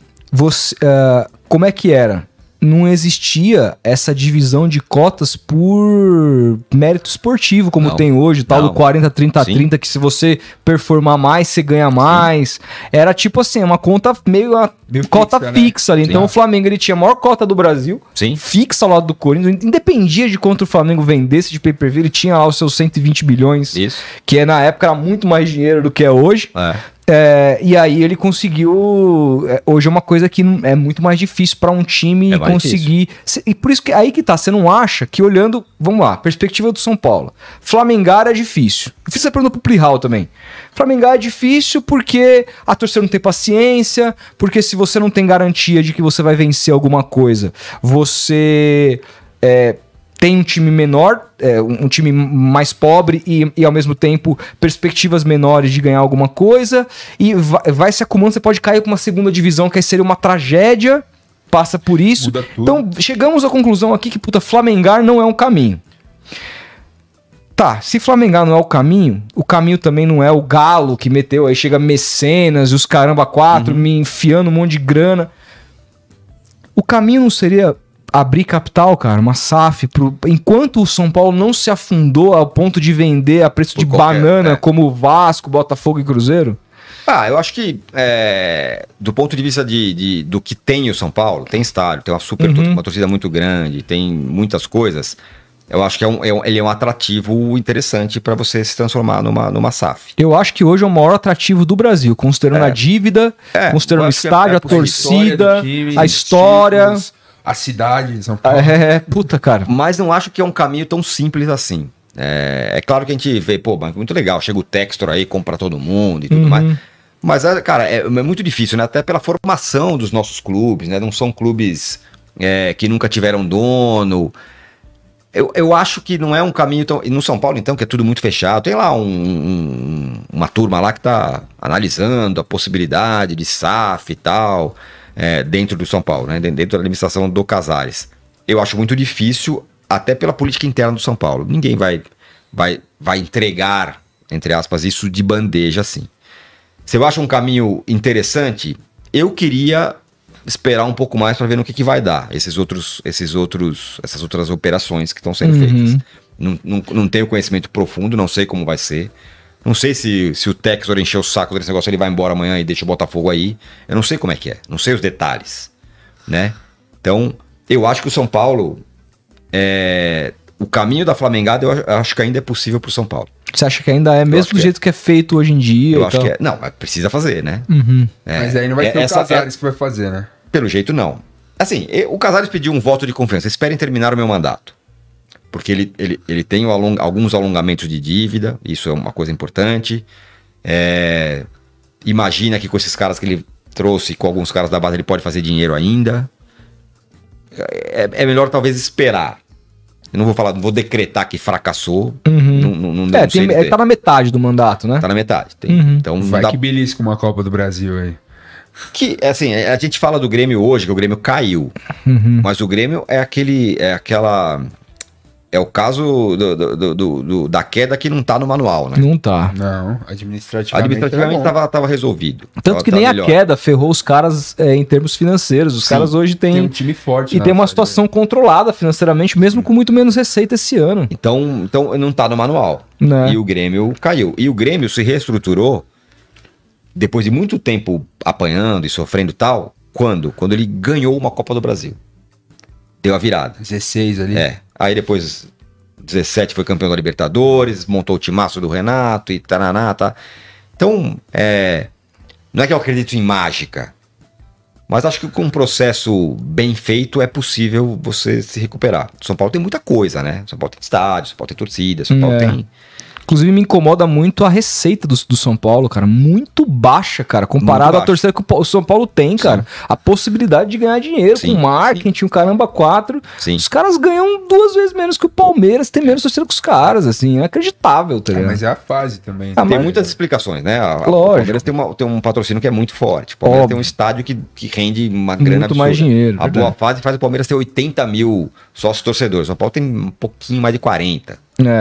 como é que era? Não existia essa divisão de cotas por mérito esportivo, como tem hoje, tal do 40-30-30, que se você performar mais, você ganha mais. Era tipo assim, uma conta meio cota fixa ali. Então o Flamengo ele tinha a maior cota do Brasil, fixa ao lado do Corinthians, independia de quanto o Flamengo vendesse de pay-per-view, ele tinha lá os seus 120 bilhões, que na época era muito mais dinheiro do que é hoje. E aí ele conseguiu. Hoje é uma coisa que é muito mais difícil para um time conseguir. E por isso que aí que tá, você não acha que olhando. Vamos lá, perspectiva do São Paulo. Flamengar é difícil. Eu fiz essa pergunta pro Plihal também. Flamengar é difícil porque a torcida não tem paciência, porque se você não tem garantia de que você vai vencer alguma coisa, você. Tem um time menor, um time mais pobre e ao mesmo tempo perspectivas menores de ganhar alguma coisa e vai se acumulando, você pode cair com uma segunda divisão que aí seria uma tragédia, passa por isso. Então chegamos à conclusão aqui que flamengar não é um caminho. Tá, se flamengar não é o caminho também não é o Galo que meteu, aí chega Mecenas e os caramba 4 me enfiando um monte de grana. O caminho não seria abrir capital, cara, uma SAF, enquanto o São Paulo não se afundou ao ponto de vender a preço de banana como o Vasco, Botafogo e Cruzeiro? Eu acho que do ponto de vista do que tem o São Paulo, tem estádio, tem uma torcida muito grande, tem muitas coisas. Eu acho que ele é um atrativo interessante para você se transformar numa SAF. Eu acho que hoje é o maior atrativo do Brasil, considerando a dívida, considerando o estádio, a torcida, a história... A cidade de São Paulo. Puta, cara. Mas não acho que é um caminho tão simples assim. É claro que a gente vê, muito legal, chega o Textor aí, compra todo mundo e tudo mais. Mas, cara, é muito difícil, né? Até pela formação dos nossos clubes, né? Não são clubes que nunca tiveram dono. Eu acho que não é um caminho tão... E no São Paulo, então, que é tudo muito fechado, tem lá uma turma lá que tá analisando a possibilidade de SAF e tal... dentro do São Paulo, né? Dentro da administração do Casares. Eu acho muito difícil, até pela política interna do São Paulo. Ninguém vai entregar, entre aspas, isso de bandeja assim. Se eu acho um caminho interessante, eu queria esperar um pouco mais para ver no que vai dar essas outras operações que estão sendo feitas. Não tenho conhecimento profundo, não sei como vai ser. Não sei se o Textor encher o saco desse negócio, ele vai embora amanhã e deixa o Botafogo aí. Eu não sei como é que é. Não sei os detalhes. Né? Então, eu acho que o São Paulo... o caminho da flamengada, eu acho que ainda é possível pro São Paulo. Você acha que ainda é mesmo do jeito que é feito hoje em dia? Eu acho que é. Não, mas precisa fazer, né? Mas aí não vai ter o Casares que vai fazer, né? Pelo jeito, não. Assim, o Casares pediu um voto de confiança. Esperem terminar o meu mandato. Porque ele tem alguns alongamentos de dívida, isso é uma coisa importante. Imagina que com esses caras que ele trouxe, com alguns caras da base, ele pode fazer dinheiro ainda. É melhor talvez esperar. Eu não vou decretar que fracassou. Não tá na metade do mandato, né? Tá na metade. Então, vai que belisca uma Copa do Brasil aí. Que, assim, a gente fala do Grêmio hoje, que o Grêmio caiu. Mas o Grêmio é o caso da queda que não tá no manual, né? Não tá. Não, administrativamente tava resolvido. Tanto que nem melhor. A queda ferrou os caras em termos financeiros. Os caras hoje têm um time forte. E tem uma situação controlada financeiramente, mesmo com muito menos receita esse ano. Então não tá no manual. Né? E o Grêmio caiu. E o Grêmio se reestruturou depois de muito tempo apanhando e sofrendo tal. Quando? Quando ele ganhou uma Copa do Brasil. Deu a virada. 16 ali. Aí depois, 17 foi campeão da Libertadores, montou o timaço do Renato e taraná, tá. Então, não é que eu acredito em mágica, mas acho que com um processo bem feito é possível você se recuperar. São Paulo tem muita coisa, né? São Paulo tem estádio, São Paulo tem torcida, São Paulo tem... Inclusive me incomoda muito a receita do São Paulo, cara. Muito baixa, cara. Comparado à torcida que o São Paulo tem, cara. A possibilidade de ganhar dinheiro com marketing, o caramba 4. Os caras ganham 2 vezes menos que o Palmeiras. Tem menos torcida que os caras, assim. É inacreditável, tá ligado? Mas é a fase também. Tem muitas explicações, né? O Palmeiras tem um patrocínio que é muito forte. O Palmeiras tem um estádio que rende uma grana muito mais dinheiro. A boa fase faz o Palmeiras ter 80 mil sócios torcedores. O São Paulo tem um pouquinho mais de 40.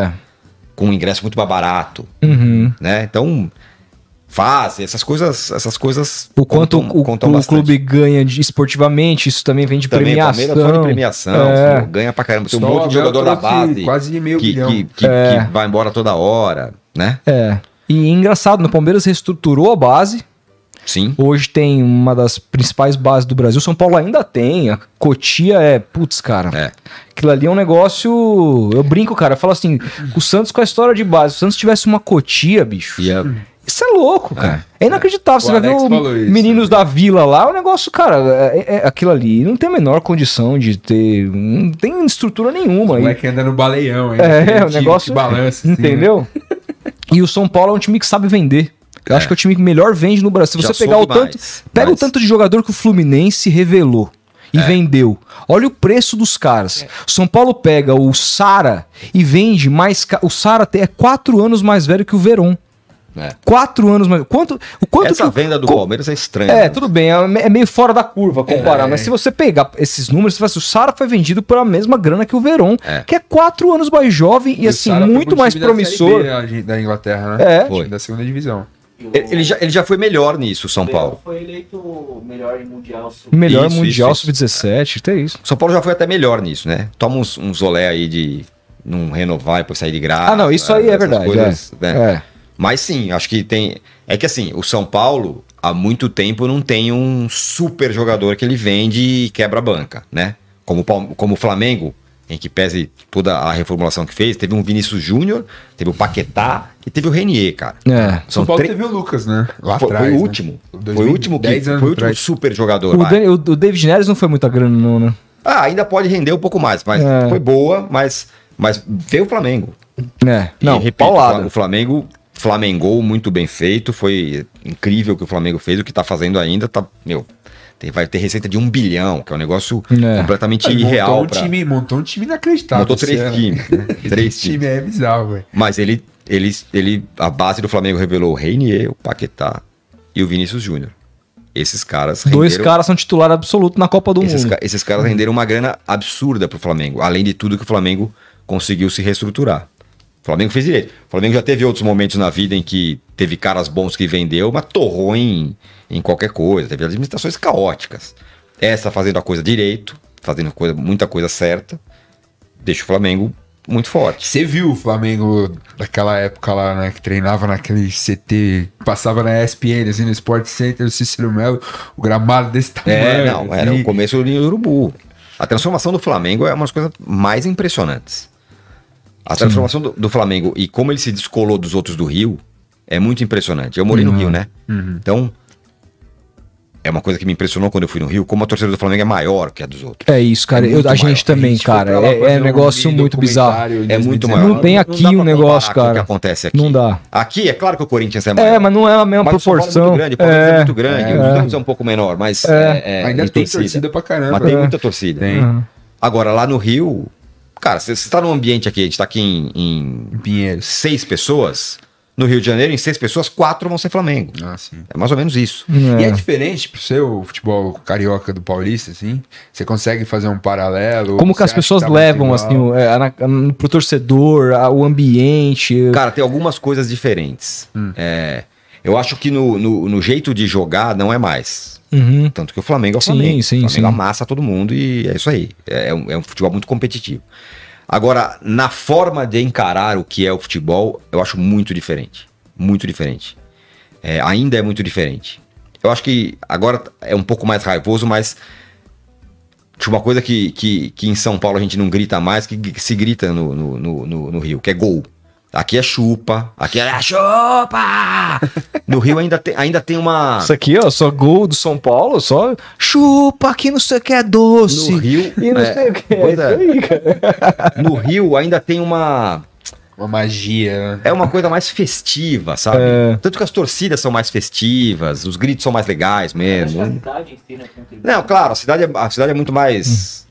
Com um ingresso muito mais barato, né? Então, essas coisas o quanto o clube ganha esportivamente, isso também vem de premiação. Palmeiras só de premiação, ganha pra caramba. Tem um monte de jogador da base quase meio bilhão. Que vai embora toda hora, né? E engraçado, no Palmeiras reestruturou a base. Sim. Hoje tem uma das principais bases do Brasil. São Paulo ainda tem. A Cotia putz, cara. Aquilo ali é um negócio... Eu brinco, cara. Eu falo assim, o Santos com a história de base. Se o Santos tivesse uma Cotia, bicho... Isso é louco, cara. É inacreditável. Você vai ver os meninos da Vila lá, o negócio, cara, aquilo ali não tem a menor condição de ter... Não tem estrutura nenhuma. O moleque anda no baleião. O negócio... Balança, entendeu? Né? E o São Paulo é um time que sabe vender. Eu acho que é o time que melhor vende no Brasil. Se você pegar o tanto de jogador que o Fluminense revelou e vendeu. Olha o preço dos caras. São Paulo pega o Sara e vende mais... O Sara é 4 anos mais velho que o Verón. 4 anos mais... Essa venda do Palmeiras é estranha. Tudo bem. É meio fora da curva comparar. Mas se você pegar esses números, você fala assim, o Sara foi vendido por a mesma grana que o Verón, que é 4 anos mais jovem e assim, muito mais promissor. Da Inglaterra, né? Foi. Da segunda divisão. Ele já foi melhor nisso, São Paulo. Foi eleito melhor em Mundial Sub-17. Melhor Mundial Sub-17, tem isso. São Paulo já foi até melhor nisso, né? Toma uns olé aí de não renovar e depois sair de graça. Não, isso aí é verdade. Coisas, né? Mas sim, acho que tem... É que assim, o São Paulo, há muito tempo, não tem um super jogador que ele vende e quebra a banca, né? Como o Flamengo, em que pese toda a reformulação que fez, teve um Vinícius Júnior, teve o Paquetá e teve o Renier, cara. São Paulo teve o Lucas, né? Lá atrás. Foi o último. Foi o último super jogador. O David Neres não foi muita grana, não, né? Ainda pode render um pouco mais, mas foi boa, mas veio o Flamengo. Não, repito, paulada. O Flamengo flamengou muito bem feito, foi incrível o que o Flamengo fez, o que tá fazendo ainda, vai ter receita de 1 bilhão, que é um negócio completamente irreal. Montou um time inacreditável. Montou 3 times, né? 3 times. É bizarro, velho. Mas a base do Flamengo revelou o Renier, o Paquetá e o Vinícius Júnior. Esses caras renderam... 2 caras são titular absoluto na Copa do Mundo. Esses caras renderam uma grana absurda pro Flamengo, além de tudo que o Flamengo conseguiu se reestruturar. O Flamengo fez direito. O Flamengo já teve outros momentos na vida em que teve caras bons que vendeu, mas torrou em qualquer coisa. Teve administrações caóticas. Essa fazendo a coisa direito, fazendo muita coisa certa, deixa o Flamengo muito forte. Você viu o Flamengo daquela época lá, né? Que treinava naquele CT, passava na ESPN, assim, no Sport Center, o Cícero Melo, o gramado desse tamanho. Era o começo do Ninho do Urubu. A transformação do Flamengo é uma das coisas mais impressionantes. A transformação do Flamengo e como ele se descolou dos outros do Rio é muito impressionante. Eu morei no Rio, né? Então, é uma coisa que me impressionou quando eu fui no Rio, como a torcida do Flamengo é maior que a dos outros. É isso, cara. muito a gente maior. também, cara. É um negócio muito bizarro. É muito Não maior. tem aqui dá um pra negócio, comparar com o cara. que acontece aqui. Não dá. Aqui, é claro que o Corinthians é maior. É, mas não é a mesma Mas o São Paulo proporção. é muito grande, o Palmeiras é muito grande, o Santos é um pouco menor, mas Ainda tem intensiva. torcida pra caramba. Mas tem muita torcida. Tem. Uhum. Agora, lá no Rio, cara, você está num ambiente aqui, a gente tá aqui em Pinheiros. 6 pessoas, no Rio de Janeiro, em 6 pessoas, 4 vão ser Flamengo. Ah, sim. É mais ou menos isso. E é diferente pro seu futebol carioca do Paulista, assim? Você consegue fazer um paralelo? Como que Você as acha pessoas tá muito levam, igual? assim, pro torcedor, o ambiente. Cara, tem algumas coisas diferentes. Eu acho que no jeito de jogar não é mais. Uhum. Tanto que o Flamengo é o Sim, Flamengo. sim, o Flamengo sim. amassa todo mundo e é isso aí. É um futebol muito competitivo. Agora, na forma de encarar o que é o futebol, eu acho muito diferente. Muito diferente. Ainda é muito diferente. Eu acho que agora é um pouco mais raivoso, mas tinha uma coisa que em São Paulo a gente não grita mais, que se grita no Rio, que é gol. Aqui é chupa, aqui é chupa! No Rio ainda tem uma... Isso aqui, ó, só gol do São Paulo, só chupa que não sei o que é doce. No Rio... E não sei o que pois é. Isso aí, cara. No Rio ainda tem uma magia, né? É uma coisa mais festiva, sabe? Tanto que as torcidas são mais festivas, os gritos são mais legais mesmo. A cidade em si, né? Não, claro, a cidade é muito mais...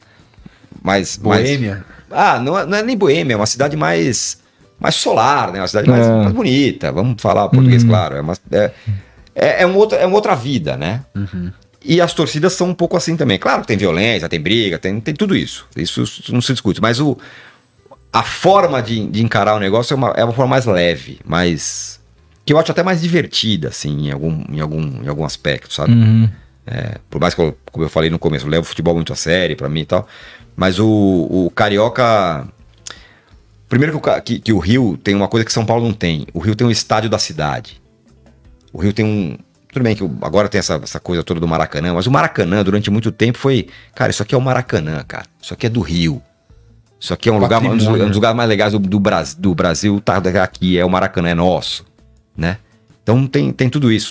Boêmia? Não é nem boêmia, é uma cidade mais solar, né? Uma cidade mais bonita, vamos falar português, claro. É uma outra vida, né? Uhum. E as torcidas são um pouco assim também. Claro que tem violência, tem briga, tem tudo isso. Isso não se discute. Mas a forma de encarar o negócio é uma forma mais leve, mais... que eu acho até mais divertida, assim, em algum aspecto, sabe? Uhum. Por mais que, como eu falei no começo, eu levo o futebol muito a sério pra mim e tal. Mas o Carioca... Primeiro que o Rio tem uma coisa que São Paulo não tem. O Rio tem um estádio da cidade. O Rio tem um... Tudo bem que agora tem essa coisa toda do Maracanã, mas o Maracanã, durante muito tempo, foi... Cara, isso aqui é o Maracanã, cara. Isso aqui é do Rio. Isso aqui é um dos lugares mais legais do Brasil, tá aqui, é o Maracanã, é nosso, né? Então tem tudo isso.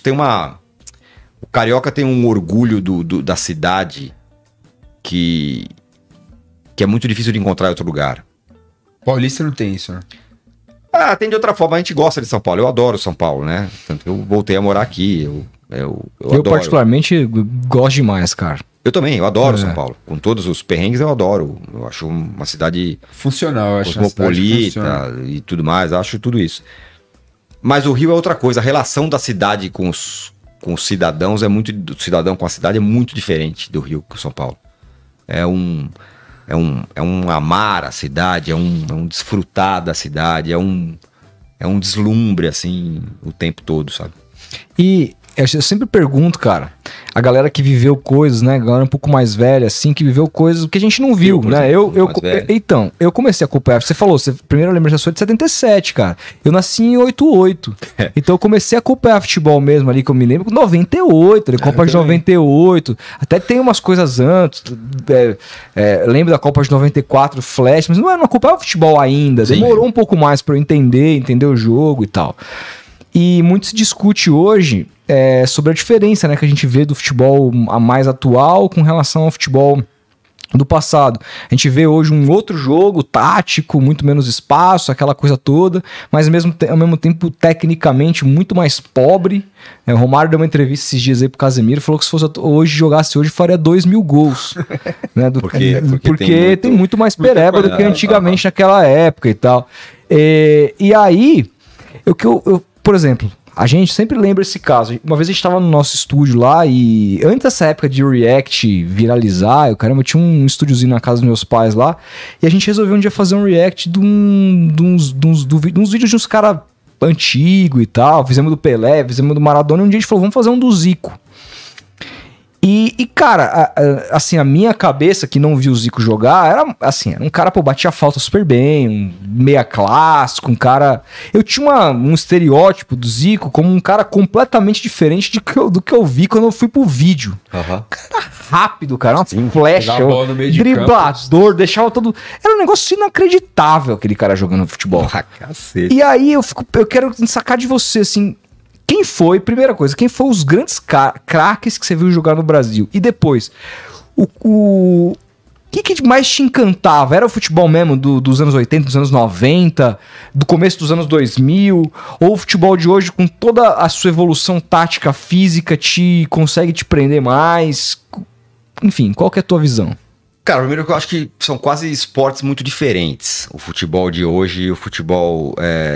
O Carioca tem um orgulho da cidade que é muito difícil de encontrar em outro lugar. Paulista não tem isso, né? Tem de outra forma, a gente gosta de São Paulo, eu adoro São Paulo, né? Tanto que eu voltei a morar aqui, eu adoro. Particularmente gosto demais, cara. Eu também, eu adoro São Paulo. Com todos os perrengues eu adoro. Eu acho uma cidade funcional, eu acho cosmopolita e tudo mais, eu acho tudo isso. Mas o Rio é outra coisa, a relação da cidade com os cidadãos do cidadão com a cidade é muito diferente do Rio com São Paulo. É um amar a cidade, é um desfrutar da cidade, é um deslumbre, assim, o tempo todo, sabe? E eu sempre pergunto, cara, a galera que viveu coisas, né, a galera um pouco mais velha, assim, que viveu coisas que a gente não viu, né? Então, eu comecei a acompanhar, você falou, primeira lembrança sua de 77, cara. Eu nasci em 88. Então eu comecei a acompanhar futebol mesmo ali, que eu me lembro, com 98, Copa de 98. Até tem umas coisas antes, lembro da Copa de 94, Flash, mas não acompanhava futebol ainda. Sim. Demorou um pouco mais pra eu entender o jogo e tal. E muito se discute hoje sobre a diferença, né, que a gente vê do futebol mais atual com relação ao futebol do passado. A gente vê hoje um outro jogo tático, muito menos espaço, aquela coisa toda, mas ao mesmo tempo tecnicamente muito mais pobre. O Romário deu uma entrevista esses dias aí pro Casemiro, falou que se fosse jogasse hoje faria 2.000 gols. Né, porque tem muito mais pereba do que antigamente naquela época e tal. E aí, por exemplo, a gente sempre lembra esse caso. Uma vez a gente tava no nosso estúdio lá e antes dessa época de React viralizar, eu tinha um estúdiozinho na casa dos meus pais lá e a gente resolveu um dia fazer um React de uns vídeos de uns caras antigos e tal. Fizemos do Pelé, fizemos do Maradona e um dia a gente falou, vamos fazer um do Zico. E cara, assim, a minha cabeça que não viu o Zico jogar, era um cara, batia a falta super bem, um meia clássico, um cara... Eu tinha um estereótipo do Zico como um cara completamente diferente do que eu vi quando eu fui pro vídeo. Uhum. Cara rápido, cara, uma flecha, driblador, deixava todo... Era um negócio inacreditável aquele cara jogando futebol. Cacete. E aí eu quero sacar de você, assim... quem foi, primeira coisa, quem foi os grandes craques que você viu jogar no Brasil? E depois, o que mais te encantava? Era o futebol mesmo dos anos 80, dos anos 90, do começo dos anos 2000? Ou o futebol de hoje, com toda a sua evolução tática, física, consegue te prender mais? Enfim, qual que é a tua visão? Cara, primeiro que eu acho que são quase esportes muito diferentes. O futebol de hoje e o futebol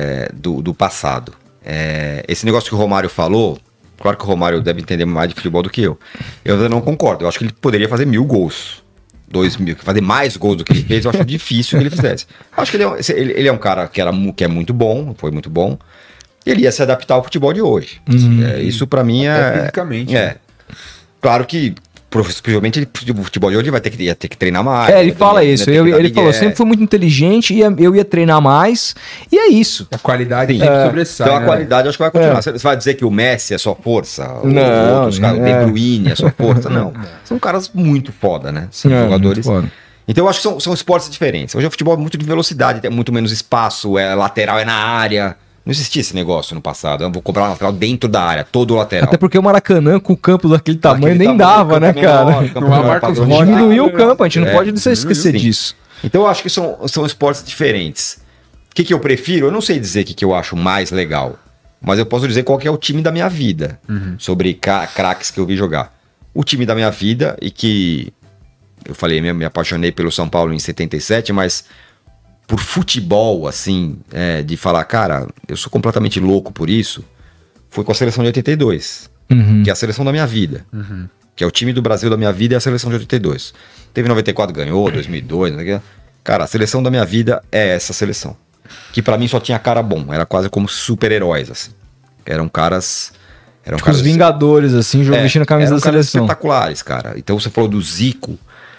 do passado. Esse negócio que o Romário falou, claro que o Romário deve entender mais de futebol do que eu. Eu ainda não concordo. Eu acho que ele poderia fazer 1000 gols. 2000, fazer mais gols do que ele fez, eu acho difícil que ele fizesse. Eu acho que ele é um cara que é muito bom, foi muito bom. Ele ia se adaptar ao futebol de hoje. Isso pra mim fisicamente. Claro que possivelmente o futebol de hoje ia ter que treinar mais. Ele fala isso. Ele falou, eu sempre fui muito inteligente e eu ia treinar mais. E é isso. A qualidade sempre sobressai. Então a qualidade acho que vai continuar. Você vai dizer que o Messi é só força? Não. Outros caras, o De Bruyne é só força? Não. São caras muito foda, né? São jogadores. Então eu acho que são esportes diferentes. Hoje o futebol é muito de velocidade, tem muito menos espaço, lateral é na área. Não existia esse negócio no passado. Eu vou comprar um lateral dentro da área, todo o lateral. Até porque o Maracanã, com o campo daquele tamanho, nem dava, né, cara? Não há Marcos Rocha. Diminuiu o campo, a gente não pode esquecer disso. Então eu acho que são esportes diferentes. O que eu prefiro? Eu não sei dizer o que eu acho mais legal. Mas eu posso dizer qual que é o time da minha vida. Sobre craques que eu vi jogar. O time da minha vida, e que eu falei mesmo, me apaixonei pelo São Paulo em 77, mas por futebol, assim, de falar, cara, eu sou completamente louco por isso, foi com a seleção de 82, que é a seleção da minha vida, que é o time do Brasil da minha vida, é a seleção de 82. Teve 94, ganhou, 2002, cara, a seleção da minha vida é essa seleção, que pra mim só tinha cara bom, era quase como super-heróis, assim, eram caras... Tipo os Vingadores, assim, vestindo a camisa da seleção. Espetaculares, cara. Então você falou do Zico,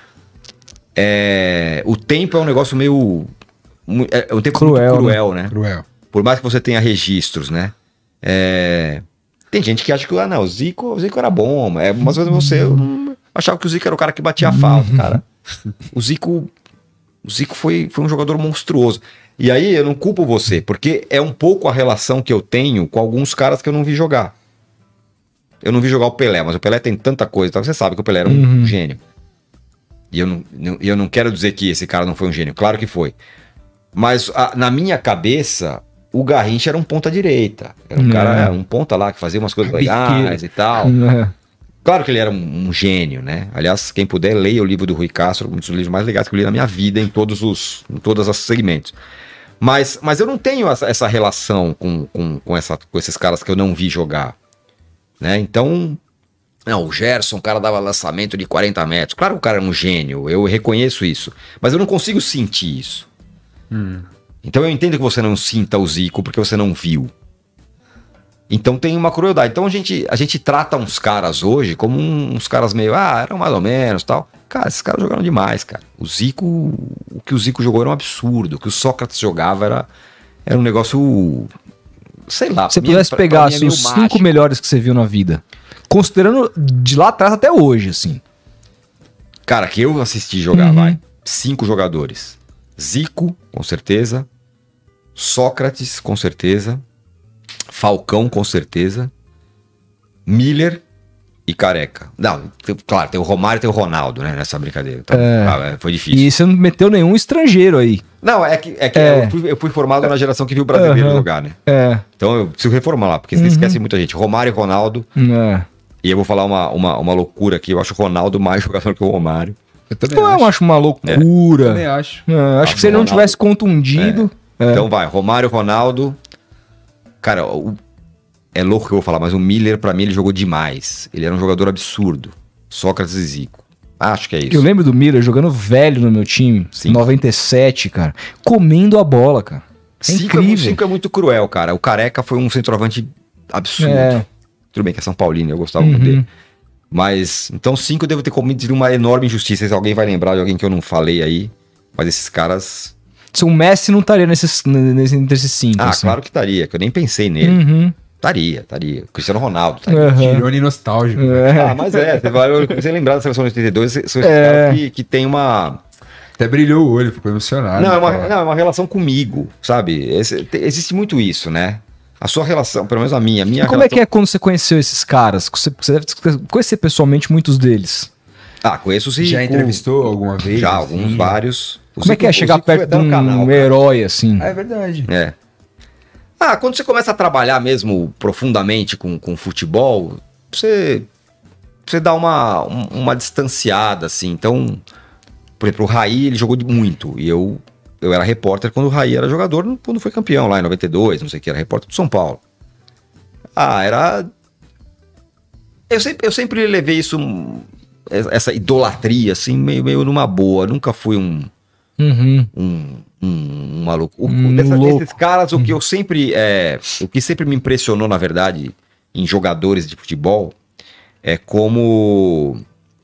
o tempo é um negócio meio... É um tempo cruel, muito cruel, né? Cruel. Por mais que você tenha registros, né? Tem gente que acha que o Zico era bom, mas eu não achava que o Zico era o cara que batia a falta, cara. O Zico foi um jogador monstruoso. E aí eu não culpo você, porque é um pouco a relação que eu tenho com alguns caras que eu não vi jogar. Eu não vi jogar o Pelé, mas o Pelé tem tanta coisa, então você sabe que o Pelé era um gênio. E eu não quero dizer que esse cara não foi um gênio, claro que foi. Mas na minha cabeça, o Garrincha era um ponta-direita. Era um cara, um ponta lá que fazia umas coisas legais e tal. Claro que ele era um gênio, né? Aliás, quem puder, leia o livro do Rui Castro, um dos livros mais legais que eu li na minha vida, em todos os segmentos. Mas eu não tenho essa relação com esses caras que eu não vi jogar. Né? Então, o Gerson, o cara dava lançamento de 40 metros. Claro que o cara era um gênio, eu reconheço isso. Mas eu não consigo sentir isso. Então eu entendo que você não sinta o Zico porque você não viu. Então tem uma crueldade. Então a gente trata uns caras hoje como uns caras meio, eram mais ou menos tal. Cara, esses caras jogaram demais, cara. O que o Zico jogou era um absurdo. O que o Sócrates jogava era um negócio, sei lá. Se você pudesse pegar os 5 melhores que você viu na vida, considerando de lá atrás até hoje, assim. Cara, que eu assisti jogar, 5 jogadores. Zico, com certeza. Sócrates, com certeza. Falcão, com certeza. Miller e Careca. Não, claro, tem o Romário e tem o Ronaldo, né, nessa brincadeira. Então, foi difícil. E você não meteu nenhum estrangeiro aí. Não, eu fui formado na geração que viu o brasileiro jogar, né? Então eu preciso reformar lá, porque você esquece muita gente. Romário e Ronaldo. E eu vou falar uma loucura aqui. Eu acho o Ronaldo mais jogador que o Romário. Eu acho uma loucura. Eu também acho. Acho que se ele não tivesse contundido... Então vai, Romário, Ronaldo... Cara, é louco que eu vou falar, mas o Miller, pra mim, ele jogou demais. Ele era um jogador absurdo. Sócrates e Zico. Acho que é isso. Eu lembro do Miller jogando velho no meu time. Sim. 97, cara. Comendo a bola, cara. Incrível. 5 é muito cruel, cara. O Careca foi um centroavante absurdo. Tudo bem que é São Paulino, eu gostava muito dele. Mas, então 5 eu devo ter cometido uma enorme injustiça. Se alguém vai lembrar de alguém que eu não falei aí. Mas esses caras... Se o Messi não estaria entre esses 5. Assim. Claro que estaria, que eu nem pensei nele. Estaria. Cristiano Ronaldo estaria. Tirone nostálgico. Mas você lembrar da seleção de 82, são esses caras que tem uma... Até brilhou o olho, ficou emocionado. Não, é uma relação comigo, sabe? Existe muito isso, né? A sua relação, pelo menos a minha E como é que é quando você conheceu esses caras? Você deve conhecer pessoalmente muitos deles. Ah, conheço sim. Já entrevistou alguma vez? Já, assim? alguns, vários. Como é que é chegar perto de um Cara. herói, assim? Ah, é verdade. É. Ah, quando você começa a trabalhar mesmo profundamente com futebol, você dá uma distanciada, assim. Então, por exemplo, o Raí, ele jogou muito. E eu era repórter quando o Raí era jogador, quando foi campeão lá em 92, não sei o que, era repórter do São Paulo. Ah, era... Eu sempre levei isso, essa idolatria, assim, meio numa boa. Nunca fui um maluco. Desses caras, o que sempre me impressionou, na verdade, em jogadores de futebol, é como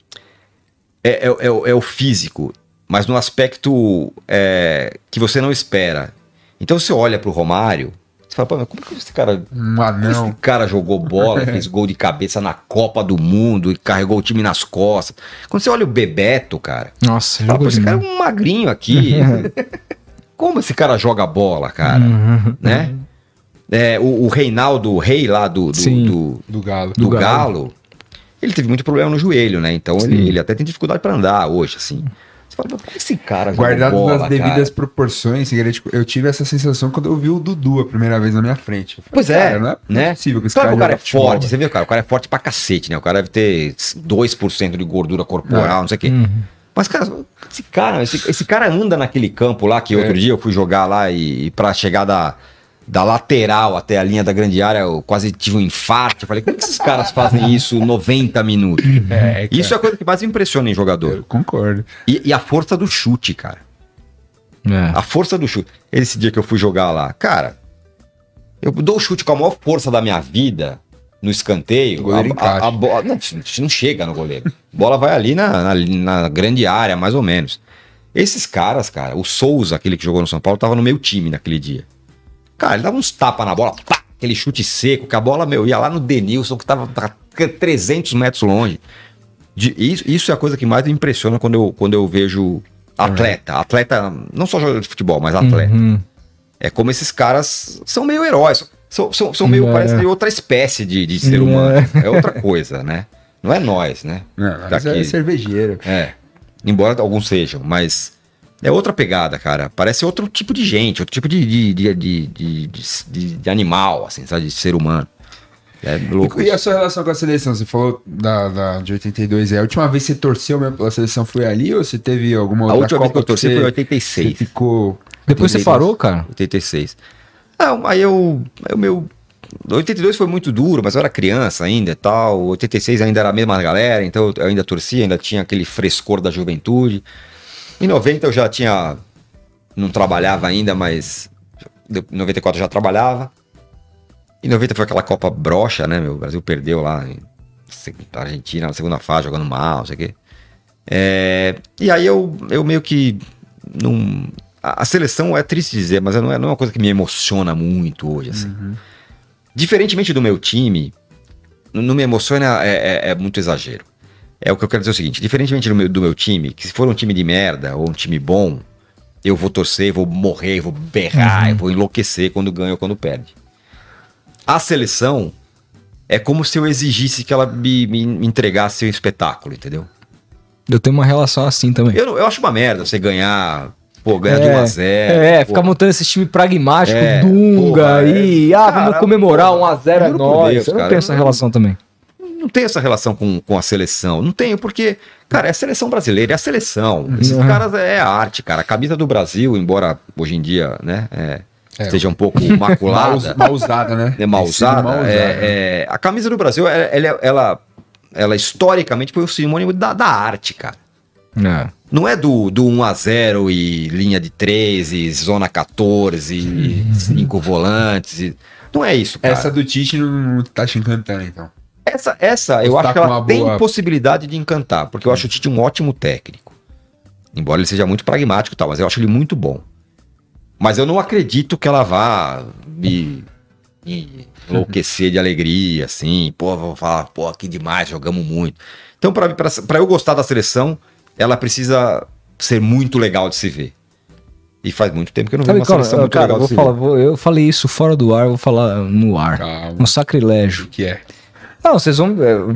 é o físico, mas no aspecto que você não espera. Então você olha pro Romário, você fala, pô, mas como que esse cara... Esse cara jogou bola, fez gol de cabeça na Copa do Mundo e carregou o time nas costas. Quando você olha o Bebeto, cara... Nossa, você fala, pô, esse cara é um magrinho aqui. Como esse cara joga bola, cara? Né? O Reinaldo, o rei lá do Galo. Do Galo, ele teve muito problema no joelho, né? Então ele até tem dificuldade pra andar hoje, assim. Você fala, mas como esse cara joga Guardado bola, nas devidas cara? proporções, eu tive essa sensação quando eu vi o Dudu a primeira vez na minha frente. Eu falei, Pois é, cara, não é né? possível que esse Claro que o cara é joga futebol. forte, você viu, cara? O cara é forte pra cacete, né? O cara deve ter 2% de gordura corporal, não sei o quê. Mas, cara, esse cara anda naquele campo lá, que outro dia eu fui jogar lá e pra chegar da lateral até a linha da grande área, eu quase tive um infarto. Eu falei, como que esses caras fazem isso 90 minutos? Isso é a coisa que mais me impressiona em jogador. Eu concordo. E a força do chute, cara. A força do chute. Esse dia que eu fui jogar lá, cara, eu dou o chute com a maior força da minha vida no escanteio. O goleiro encaixa. A bola não chega no goleiro. A bola vai ali na grande área, mais ou menos. Esses caras, cara, o Souza, aquele que jogou no São Paulo, tava no meu time naquele dia. Cara, ele dava uns tapas na bola, pá, aquele chute seco, que a bola, ia lá no Denilson, que tava 300 metros longe. Isso é a coisa que mais me impressiona quando eu vejo atleta. Atleta, não só jogador de futebol, mas atleta. É como esses caras são meio heróis. São meio, parece de outra espécie de ser humano. É outra coisa, né? Não é nós, né? Não, mas é cervejeiro. Embora alguns sejam, mas é outra pegada, cara. Parece outro tipo de gente, outro tipo de animal, assim, sabe? De ser humano. É louco. E a sua relação com a seleção? Você falou de 82. A última vez que você torceu mesmo pela seleção foi ali ou você teve alguma outra última vez que eu torci foi em você 86. ficou... Depois você parou, cara? 86. Não, aí o meu... 82 foi muito duro, mas eu era criança ainda e tal. 86 ainda era a mesma galera, então eu ainda torcia, ainda tinha aquele frescor da juventude. Em 90 eu já tinha... Não trabalhava ainda, mas... Em 94 eu já trabalhava. Em 90 foi aquela Copa broxa, né? O Brasil perdeu lá na Argentina, na segunda fase, jogando mal, não sei o quê. E aí eu meio que... Não... A seleção é triste dizer, mas não é uma coisa que me emociona muito hoje, assim. Diferentemente do meu time, não me emociona, é muito exagero. É o que eu quero dizer o seguinte, diferentemente do meu time, que se for um time de merda ou um time bom, eu vou torcer, vou morrer, vou berrar, eu vou enlouquecer quando ganha ou quando perde. A seleção é como se eu exigisse que ela me entregasse um espetáculo, entendeu? Eu tenho uma relação assim também. Eu acho uma merda você ganhar... Pô, ganhar de 1-0. Ficar montando esse time pragmático, Dunga, vamos comemorar 1-0 é nóis. Deus, eu não cara, tenho essa relação também. Não tenho essa relação com a seleção. Não tenho, porque, cara, é a seleção brasileira, é a seleção. Esses caras é a arte, cara. A camisa do Brasil, embora hoje em dia, né, esteja um pouco maculada. Mal usada, né? Mal usada. A camisa do Brasil, ela historicamente foi o sinônimo da arte, cara. Não é do 1-0 e linha de 3 e zona 14 e 5 volantes. Não é isso, cara. Essa do Tite não tá te encantando, então. Essa eu acho que ela tem possibilidade de encantar, porque eu acho o Tite um ótimo técnico. Embora ele seja muito pragmático e tal, mas eu acho ele muito bom. Mas eu não acredito que ela vá me enlouquecer de alegria, assim. Pô, vou falar, pô, que demais, jogamos muito. Então, pra eu gostar da seleção, ela precisa ser muito legal de se ver. E faz muito tempo que eu não vejo uma seleção muito cara, legal. eu falei isso fora do ar, vou falar no ar. Calma. Um sacrilégio. O que é? Não, vocês vão.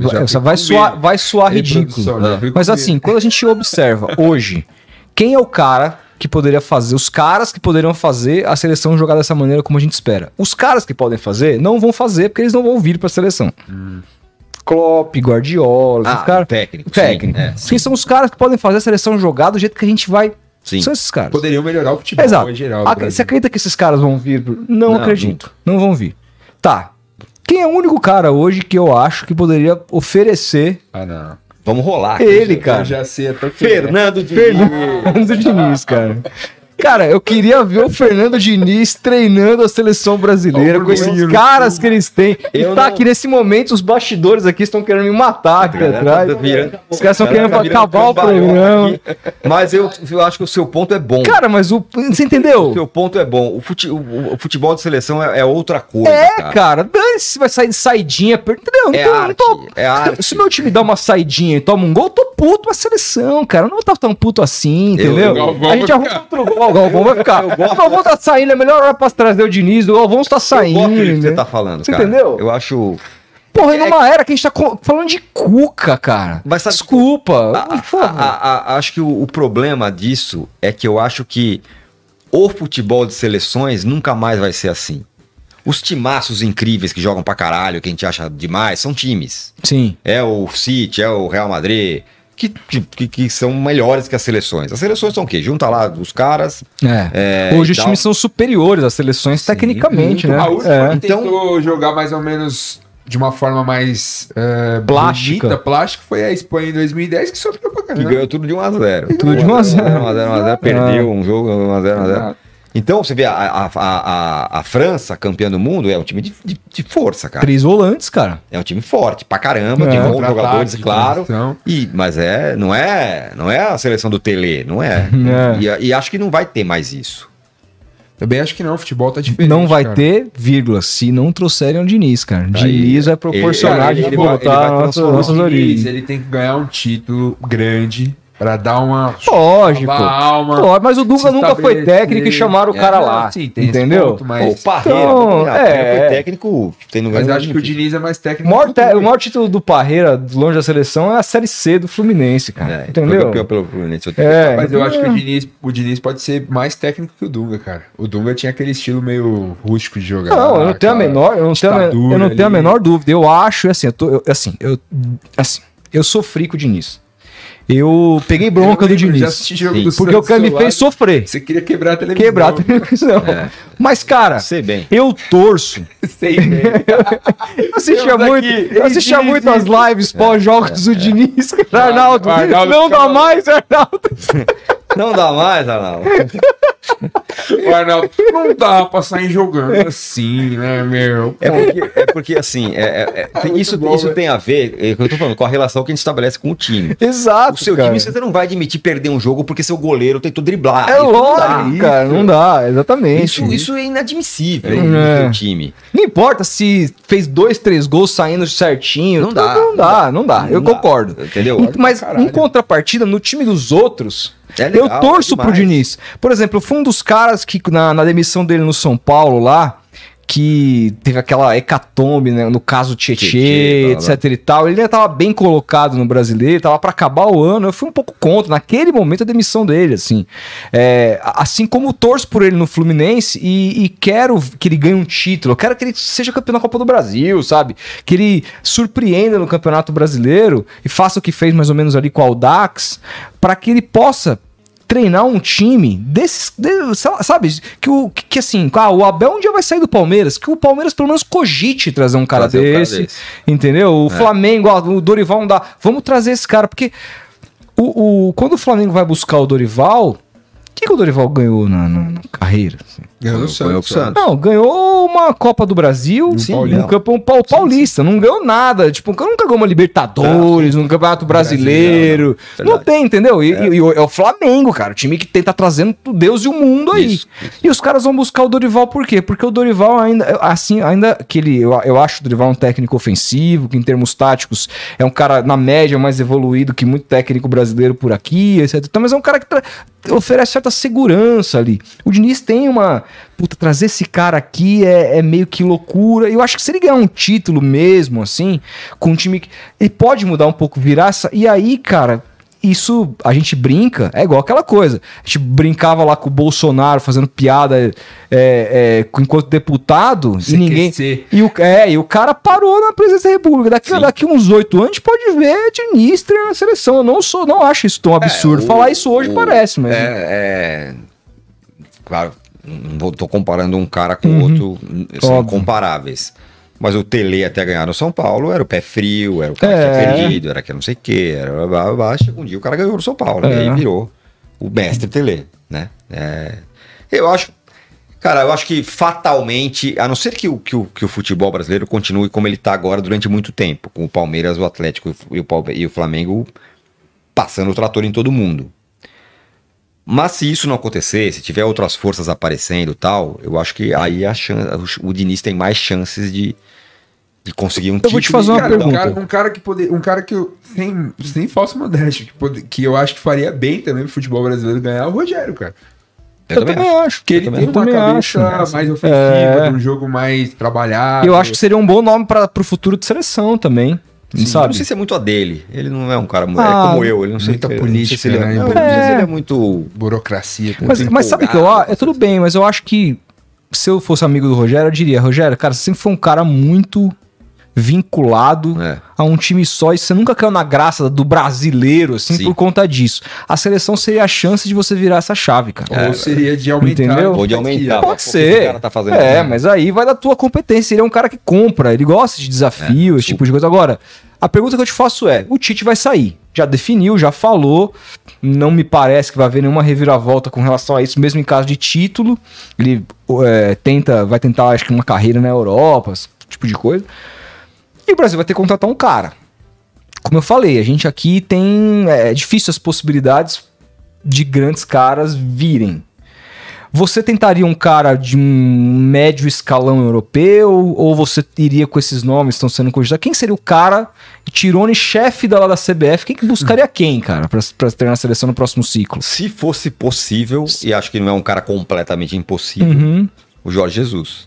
Vai soar ridículo. Mas assim, quando a gente observa hoje, quem é o cara que poderia fazer, os caras que poderiam fazer a seleção jogar dessa maneira como a gente espera? Os caras que podem fazer, não vão fazer porque eles não vão vir pra seleção. Klopp, Guardiola, esses caras. Técnico. Quem são os caras que podem fazer a seleção jogar do jeito que a gente vai? Sim. São esses caras. Poderiam melhorar o futebol Exato. em geral. Você acredita que esses caras vão vir? Não acredito. Nunca. Não vão vir. Tá. Quem é o único cara hoje que eu acho que poderia oferecer Ah, não. Vamos rolar. ele, Eu cara? já sei até que Fernando Diniz. Fernando Diniz, cara. Cara, eu queria ver o Fernando Diniz treinando a seleção brasileira com esses caras que eles têm. E tá aqui nesse momento, os bastidores aqui estão querendo me matar aqui atrás. Os caras estão querendo acabar o programa. Mas eu acho que o seu ponto é bom. Cara, mas você entendeu? O seu ponto é bom. O futebol de seleção é outra coisa. Cara, dane-se, vai sair de saidinha. Entendeu? É arte. Se meu time dá uma saidinha e toma um gol, eu tô puto com a seleção, cara. Eu não vou estar tão puto assim, entendeu? A gente arruma outro gol. O Galvão vai ficar. O Galvão tá saindo, é melhor hora pra trazer o Diniz. O Galvão está saindo. Eu gosto do que você tá falando, você cara. Entendeu? Eu acho. Porra, numa era que a gente tá falando de Cuca, cara. Mas sabe, desculpa. Acho que o problema disso é que eu acho que o futebol de seleções nunca mais vai ser assim. Os timaços incríveis que jogam pra caralho, que a gente acha demais, são times. Sim. É o City, é o Real Madrid. Que são melhores que as seleções. As seleções são o quê? Junta lá os caras. Hoje os times são superiores às seleções tecnicamente, né? A última que tentou jogar mais ou menos de uma forma mais plástica, foi a Espanha em 2010, que sofreu pra caramba. Que ganhou tudo de 1-0. Tudo de 1-0. 1-0, perdeu um jogo 1-0. Então, você vê, a França, campeã do mundo, é um time de força, cara. 3 volantes, cara. É um time forte, pra caramba, tem bons jogadores, claro. Mas não é a seleção do Tele, não é. E acho que não vai ter mais isso. Também acho que não, o futebol tá diferente. Não vai ter, vírgula, se não trouxerem o Diniz, cara. Diniz vai proporcionar a gente voltar às nossas origens. Ele tem que ganhar um título grande pra dar uma alma. Mas o Dunga nunca foi técnico e chamaram o cara lá. Sim, entendeu? Ponto, mas... O Parreira, foi técnico. Mas acho que o Diniz é mais técnico. O maior título do Parreira, longe da seleção, é a Série C do Fluminense, cara. Entendeu? Foi campeão pelo Fluminense. Mas eu acho que o Diniz pode ser mais técnico que o Dunga, cara. O Dunga tinha aquele estilo meio rústico de jogar. Não, eu não tenho a menor dúvida. Eu acho, eu sofri com o Diniz. Eu peguei bronca do Diniz. Porque o cara me fez sofrer. Você queria quebrar a televisão. Mas, cara, eu torço. Sei bem. Eu assistia muito as lives pós-jogos do Diniz. Arnaldo, não dá mais, Arnaldo. Não dá mais, Arnaldo. O Arnaldo, não dá pra sair jogando assim, né, meu? É porque assim, isso tem a ver, é o que eu tô falando, com a relação que a gente estabelece com o time. Exato, o seu time, você não vai admitir perder um jogo porque seu goleiro tentou driblar. É lógico, cara, não dá, exatamente. Isso é inadmissível no seu time. Não importa se fez 2, 3 gols saindo certinho. Não dá. Eu concordo. Entendeu? Mas em contrapartida, no time dos outros... eu torço pro Diniz. Por exemplo, eu fui um dos caras que na demissão dele no São Paulo lá, que teve aquela hecatombe, né, no caso Tietê, etc e tal, ele ainda tava bem colocado no Brasileiro, tava pra acabar o ano, eu fui um pouco contra, naquele momento, a demissão dele, assim. Assim como torço por ele no Fluminense e quero que ele ganhe um título, eu quero que ele seja campeão da Copa do Brasil, sabe? Que ele surpreenda no Campeonato Brasileiro e faça o que fez mais ou menos ali com o Audax, para que ele possa treinar um time desses, sabe, que assim, o Abel um dia vai sair do Palmeiras, que o Palmeiras pelo menos cogite trazer um cara desse, entendeu? O Flamengo, o Dorival não dá, vamos trazer esse cara, porque quando o Flamengo vai buscar o Dorival, o que o Dorival ganhou na carreira? Assim? Ganhou no Ganhou com o Santos. Santos. Não, ganhou uma Copa do Brasil, Sim, um não. campeão paulista, não ganhou nada. Tipo, nunca ganhou uma Libertadores, um Campeonato Brasileiro. Não Verdade. tem, entendeu? E é o Flamengo, cara, o time que tá trazendo o Deus e o mundo aí. Isso. E os caras vão buscar o Dorival por quê? Porque o Dorival ainda que eu acho o Dorival um técnico ofensivo, que em termos táticos é um cara, na média, mais evoluído que muito técnico brasileiro por aqui, etc. Então, mas é um cara que oferece certa segurança ali. O Diniz tem uma... Puta, trazer esse cara aqui é meio que loucura. Eu acho que se ele ganhar um título mesmo, assim, com um time que... Ele pode mudar um pouco, virar essa... E aí, cara... Isso, a gente brinca, é igual aquela coisa. A gente brincava lá com o Bolsonaro fazendo piada enquanto deputado e ninguém. E o cara parou na presidência da República. Daqui uns 8 anos a gente pode ver Diniz treinando a seleção. Eu não acho isso tão absurdo. Falar isso hoje parece, mas. Claro, não tô comparando um cara com o outro, são Óbvio. incomparáveis. Mas o Tele até ganhar no São Paulo era o pé frio, era o cara que tinha perdido, era que não sei o que, era blá, blá, blá. Chegou um dia o cara ganhou no São Paulo, e aí virou o mestre Tele, né? Eu acho que fatalmente, a não ser que o futebol brasileiro continue como ele tá agora durante muito tempo, com o Palmeiras, o Atlético e o Flamengo passando o trator em todo mundo. Mas se isso não acontecer, se tiver outras forças aparecendo e tal, eu acho que aí o Diniz tem mais chances de conseguir um título. vou te fazer uma pergunta. Um cara que eu, sem falsa modéstia, que eu acho que faria bem também pro futebol brasileiro ganhar é o Rogério, cara. Eu também acho. Porque ele tem uma cabeça mais ofensiva, um jogo mais trabalhado. Eu acho que seria um bom nome pro futuro de seleção também. Sim, sabe? eu não sei se é muito a dele. Ele não é um cara é como eu. Ele não sei muita que- política, não sei se ele né? não sei se ele é muito. burocracia. Mas sabe que é tudo bem, mas eu acho que se eu fosse amigo do Rogério, eu diria, Rogério, cara, você sempre foi um cara muito vinculado a um time só e você nunca caiu na graça do brasileiro, assim, Sim. por conta disso. A seleção seria a chance de você virar essa chave, cara. Ou seria de aumentar. Entendeu? Ou de aumentar. Pode Porque ser. o cara tá fazendo isso. Mas aí vai da tua competência. Ele é um cara que compra, ele gosta de desafio, esse tipo de coisa. Agora, a pergunta que eu te faço é: o Tite vai sair. Já definiu, já falou. Não me parece que vai haver nenhuma reviravolta com relação a isso, mesmo em caso de título. Ele vai tentar, acho que, uma carreira na Europa, esse tipo de coisa. E o Brasil vai ter que contratar um cara. Como eu falei, a gente aqui tem... É difícil as possibilidades de grandes caras virem. Você tentaria um cara de um médio escalão europeu ou você iria com esses nomes que estão sendo cogitados? Quem seria o cara, Tirone, chefe da CBF? Quem que buscaria quem, cara, pra treinar a seleção no próximo ciclo? Se fosse possível, e acho que não é um cara completamente impossível, o Jorge Jesus.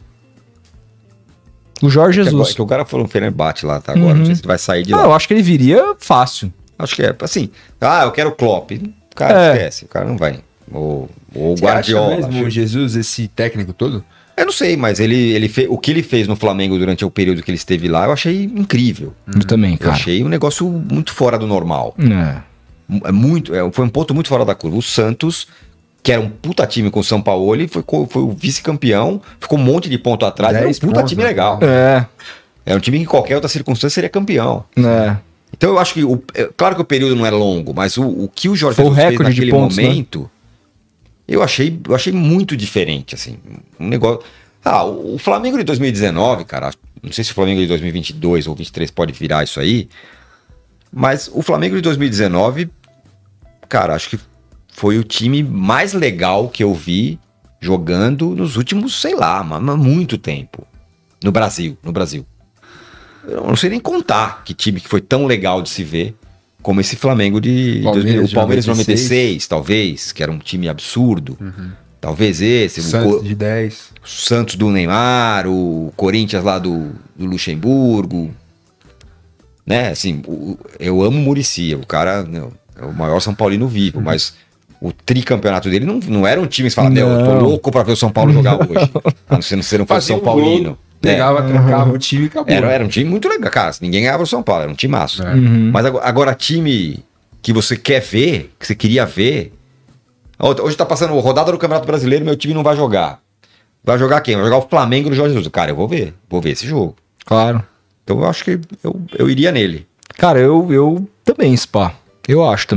O Jorge Jesus. Que o cara foi no Fenerbahçe lá, tá? Agora, não sei se ele vai sair de lá. Eu acho que ele viria fácil. Acho que é assim. Eu quero o Klopp. O cara esquece, o cara não vai. Ou o Guardiola. Acha mesmo o Jesus, esse técnico todo? Eu não sei, mas o que ele fez no Flamengo durante o período que ele esteve lá, eu achei incrível. Eu também, Eu cara. achei um negócio muito fora do normal. É. Foi um ponto muito fora da curva. O Santos, que era um puta time com o São Paulo, foi o vice-campeão, ficou um monte de ponto atrás, era um 10 puta pontos, time né? legal. É um time que em qualquer outra circunstância seria campeão. Então eu acho que, claro que o período não é longo, mas o que o Jorge Foi o Jesus fez recorde de naquele pontos, momento, eu achei muito diferente, assim, um negócio... o Flamengo de 2019, cara, não sei se o Flamengo de 2022 ou 2023 pode virar isso aí, mas o Flamengo de 2019, cara, acho que foi o time mais legal que eu vi jogando nos últimos, sei lá, muito tempo, no Brasil. Eu não sei nem contar que time que foi tão legal de se ver como esse Flamengo de Palmeiras, o Palmeiras de 96, 96, talvez, que era um time absurdo. Talvez esse, Santos de 10. o Santos do Neymar, o Corinthians lá do Luxemburgo. Né, assim, eu amo o Muricy, o cara é o maior São Paulino vivo, mas o tricampeonato dele não era um time que você fala, eu tô louco pra ver o São Paulo jogar hoje. A não ser se não fosse São Paulino. Pegava, trancava o time e acabou. Era um time muito legal, cara. Ninguém ganhava o São Paulo, era um timaço. Mas agora, time que você quer ver, que você queria ver. Hoje tá passando rodada do Campeonato Brasileiro, meu time não vai jogar. Vai jogar quem? Vai jogar o Flamengo no Jorge Jesus. Cara, eu vou ver esse jogo. Claro. Então eu acho que eu iria nele. Cara, eu também, Spa. Eu acho também.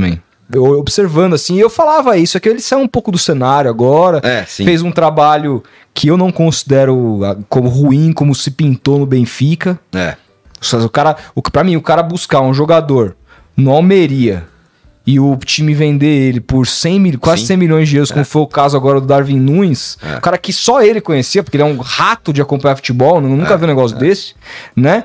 Eu observando assim, eu falava isso, é que ele saiu um pouco do cenário agora, Sim. fez um trabalho que eu não considero como ruim, como se pintou no Benfica. Pra mim, o cara buscar um jogador no Almeria e o time vender ele por quase 100 milhões de euros, como foi o caso agora do Darwin Nunes, o cara que só ele conhecia, porque ele é um rato de acompanhar futebol, nunca viu um negócio desse, né?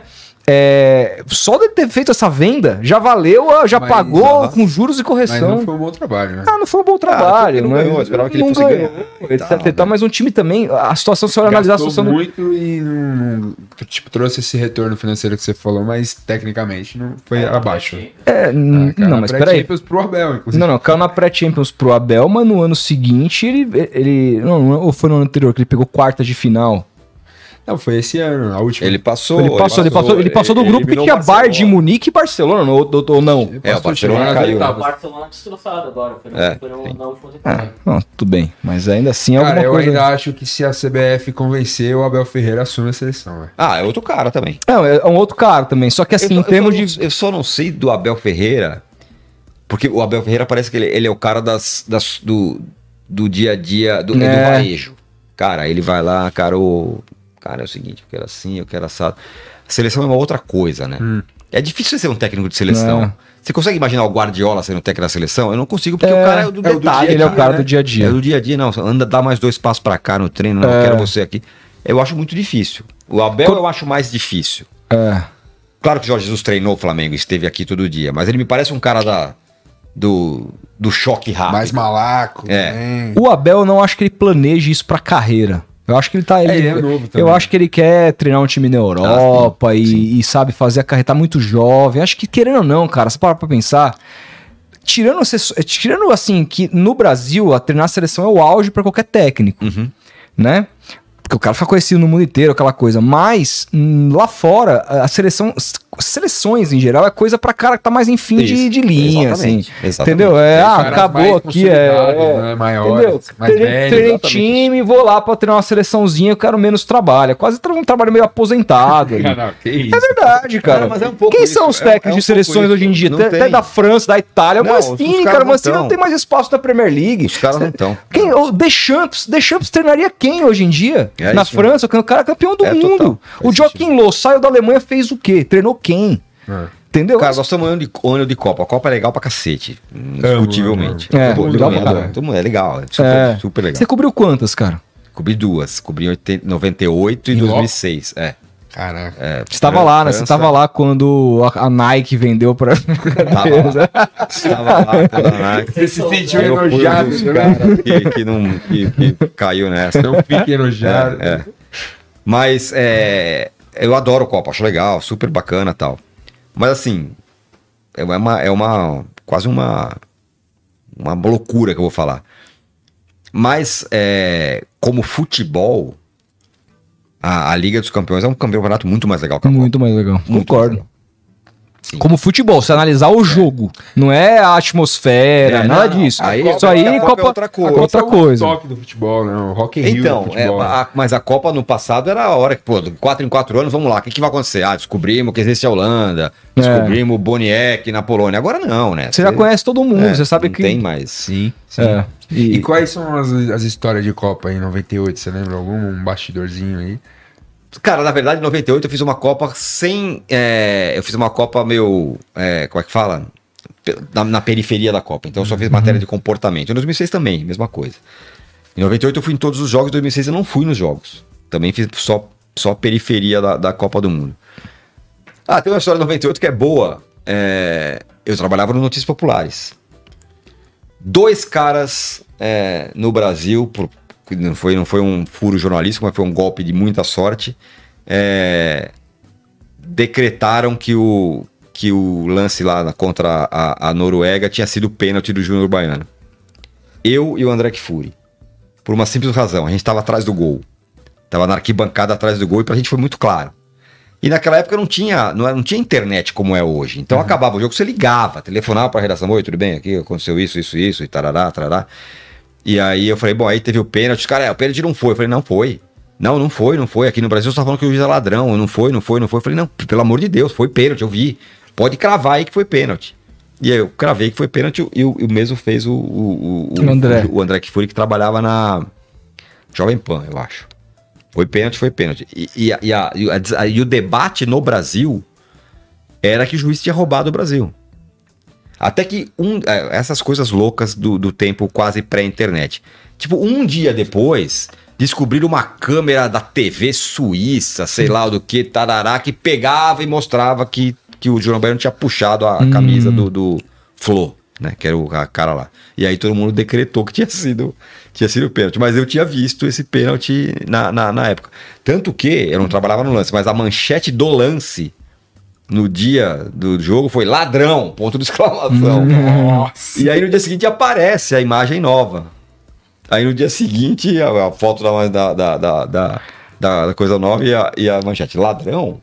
Só de ter feito essa venda já valeu, já pagou com juros e correção. Mas não foi um bom trabalho, né? Não foi um bom trabalho. Não ganhou, eu esperava que ele fosse ganhar. Mas um time também, a situação, se você analisar a situação muito e não, tipo, trouxe esse retorno financeiro que você falou, mas tecnicamente não foi abaixo. Não, mas peraí. Champions pro Abel, inclusive. Não, caiu na pré-Champions pro Abel, mas no ano seguinte ou foi no ano anterior que ele pegou quartas de final? Não, foi esse ano, a última. Ele passou do grupo que tinha Bayern de Munique e Barcelona, ou não? O Barcelona caiu. O Barcelona destroçado agora, foi na última temporada. Tudo bem, mas ainda assim é alguma coisa. Eu ainda acho que se a CBF convencer, o Abel Ferreira assume a seleção. Véio. É outro cara também. É um outro cara também, só que assim, em termos de... Eu só não sei do Abel Ferreira, porque o Abel Ferreira parece que ele é o cara do dia a dia, do varejo. Cara, ele vai lá, cara, é o seguinte, eu quero assim, eu quero assado. A seleção é uma outra coisa, né? É difícil ser um técnico de seleção. Você consegue imaginar o Guardiola sendo um técnico da seleção? Eu não consigo, porque o cara é do detalhe. Ele é o cara do dia a dia. É do dia a dia, não. Dá mais 2 passos pra cá no treino, não, eu quero você aqui. Eu acho muito difícil. O Abel eu acho mais difícil. Claro que o Jorge Jesus treinou o Flamengo, esteve aqui todo dia, mas ele me parece um cara do choque rápido. Mais malaco. O Abel, eu não acho que ele planeje isso pra carreira. Eu acho que ele tá. Ele é novo também. Eu acho que ele quer treinar um time na Europa e sabe fazer a carreira. Tá muito jovem. Acho que, querendo ou não, cara, você para pra pensar. Tirando assim, que no Brasil, treinar a seleção é o auge pra qualquer técnico. Né? Porque o cara fica conhecido no mundo inteiro, aquela coisa. Mas lá fora, a seleções em geral é coisa pra cara que tá mais em fim de linha, assim. Entendeu? Acabou aqui, né, maiores, mais velhos. Treinei time, vou lá pra treinar uma seleçãozinha, eu quero menos trabalho. É quase um trabalho meio aposentado. Que isso? É verdade, cara. Mas é um pouco Quem isso, são os técnicos de seleções hoje em dia? Até da França, da Itália. O Mancini, cara. O Mancini não tem mais espaço na Premier League. Os caras não estão. O Deschamps treinaria quem hoje em dia? Na França, o cara é campeão do mundo. O Joaquim Low saiu da Alemanha, fez o quê? Treinou quem? Entendeu? Cara, nós estamos ano de Copa. A Copa é legal pra cacete. Indiscutivelmente. Legal pra caralho. É legal. Super legal. Você cobriu quantas, cara? Cobri 2. Cobri em 98 e 2006. Caraca. Você tava lá, né? Você tava lá quando a Nike vendeu pra... Estava lá quando a Nike... Você se sentiu enojado, que caiu nessa. Não fique enojado. Mas eu adoro Copa, acho legal, super bacana e tal. Mas assim, quase uma loucura que eu vou falar. Mas como futebol, a Liga dos Campeões é um campeonato muito mais legal que a Copa. Muito mais legal, concordo. Mais legal. Como futebol, se analisar o jogo, não é a atmosfera, nada disso. Isso aí, Copa é outra coisa. O toque do futebol, né? O Rock in Rio do futebol. Mas a Copa no passado era a hora que, 4 em 4 anos, vamos lá, o que vai acontecer? Descobrimos que existe a Holanda, descobrimos o Boniek na Polônia. Agora não, né? Você já conhece todo mundo, você sabe que... tem mais. Sim. E quais são as histórias de Copa em 98? Você lembra algum? Um bastidorzinho aí? Cara, na verdade, em 98 eu fiz uma Copa eu fiz uma Copa meio... como é que fala? Na periferia da Copa. Então eu só fiz matéria de comportamento. Em 2006 também, mesma coisa. Em 98 eu fui em todos os jogos. Em 2006 eu não fui nos jogos. Também fiz só periferia da Copa do Mundo. Tem uma história de 98 que é boa. Eu trabalhava no Notícias Populares. 2 caras no Brasil... Não foi um furo jornalístico, mas foi um golpe de muita sorte. Decretaram que o lance lá contra a Noruega tinha sido pênalti do Júnior Baiano. Eu e o André Kfouri. Por uma simples razão. A gente estava atrás do gol. Estava na arquibancada atrás do gol e pra gente foi muito claro. E naquela época não tinha internet como é hoje. Então acabava o jogo, você ligava, telefonava pra redação. Oi, tudo bem? Aqui aconteceu isso, e tarará, tarará. E aí eu falei, aí teve o pênalti. Cara, o pênalti não foi. Eu falei, não foi. Não foi. Aqui no Brasil você tá falando que o juiz é ladrão. Não foi. Eu falei, não, pelo amor de Deus, foi pênalti, eu vi. Pode cravar aí que foi pênalti. E aí eu cravei que foi pênalti e o mesmo fez o André Kfouri, que trabalhava na Jovem Pan, eu acho. Foi pênalti, foi pênalti. E o debate no Brasil era que o juiz tinha roubado o Brasil. Até que essas coisas loucas do tempo quase pré-internet. Tipo, um dia depois, descobriram uma câmera da TV suíça, sei lá do que, tarará, que pegava e mostrava que o João Baiano tinha puxado a camisa do Flo, né? Que era o cara lá. E aí todo mundo decretou que tinha sido pênalti. Mas eu tinha visto esse pênalti na época. Tanto que eu não trabalhava no lance, mas a manchete do lance no dia do jogo foi ladrão, ponto de exclamação. Nossa. E aí no dia seguinte aparece a imagem nova. Aí no dia seguinte a foto da coisa nova e a manchete, ladrão?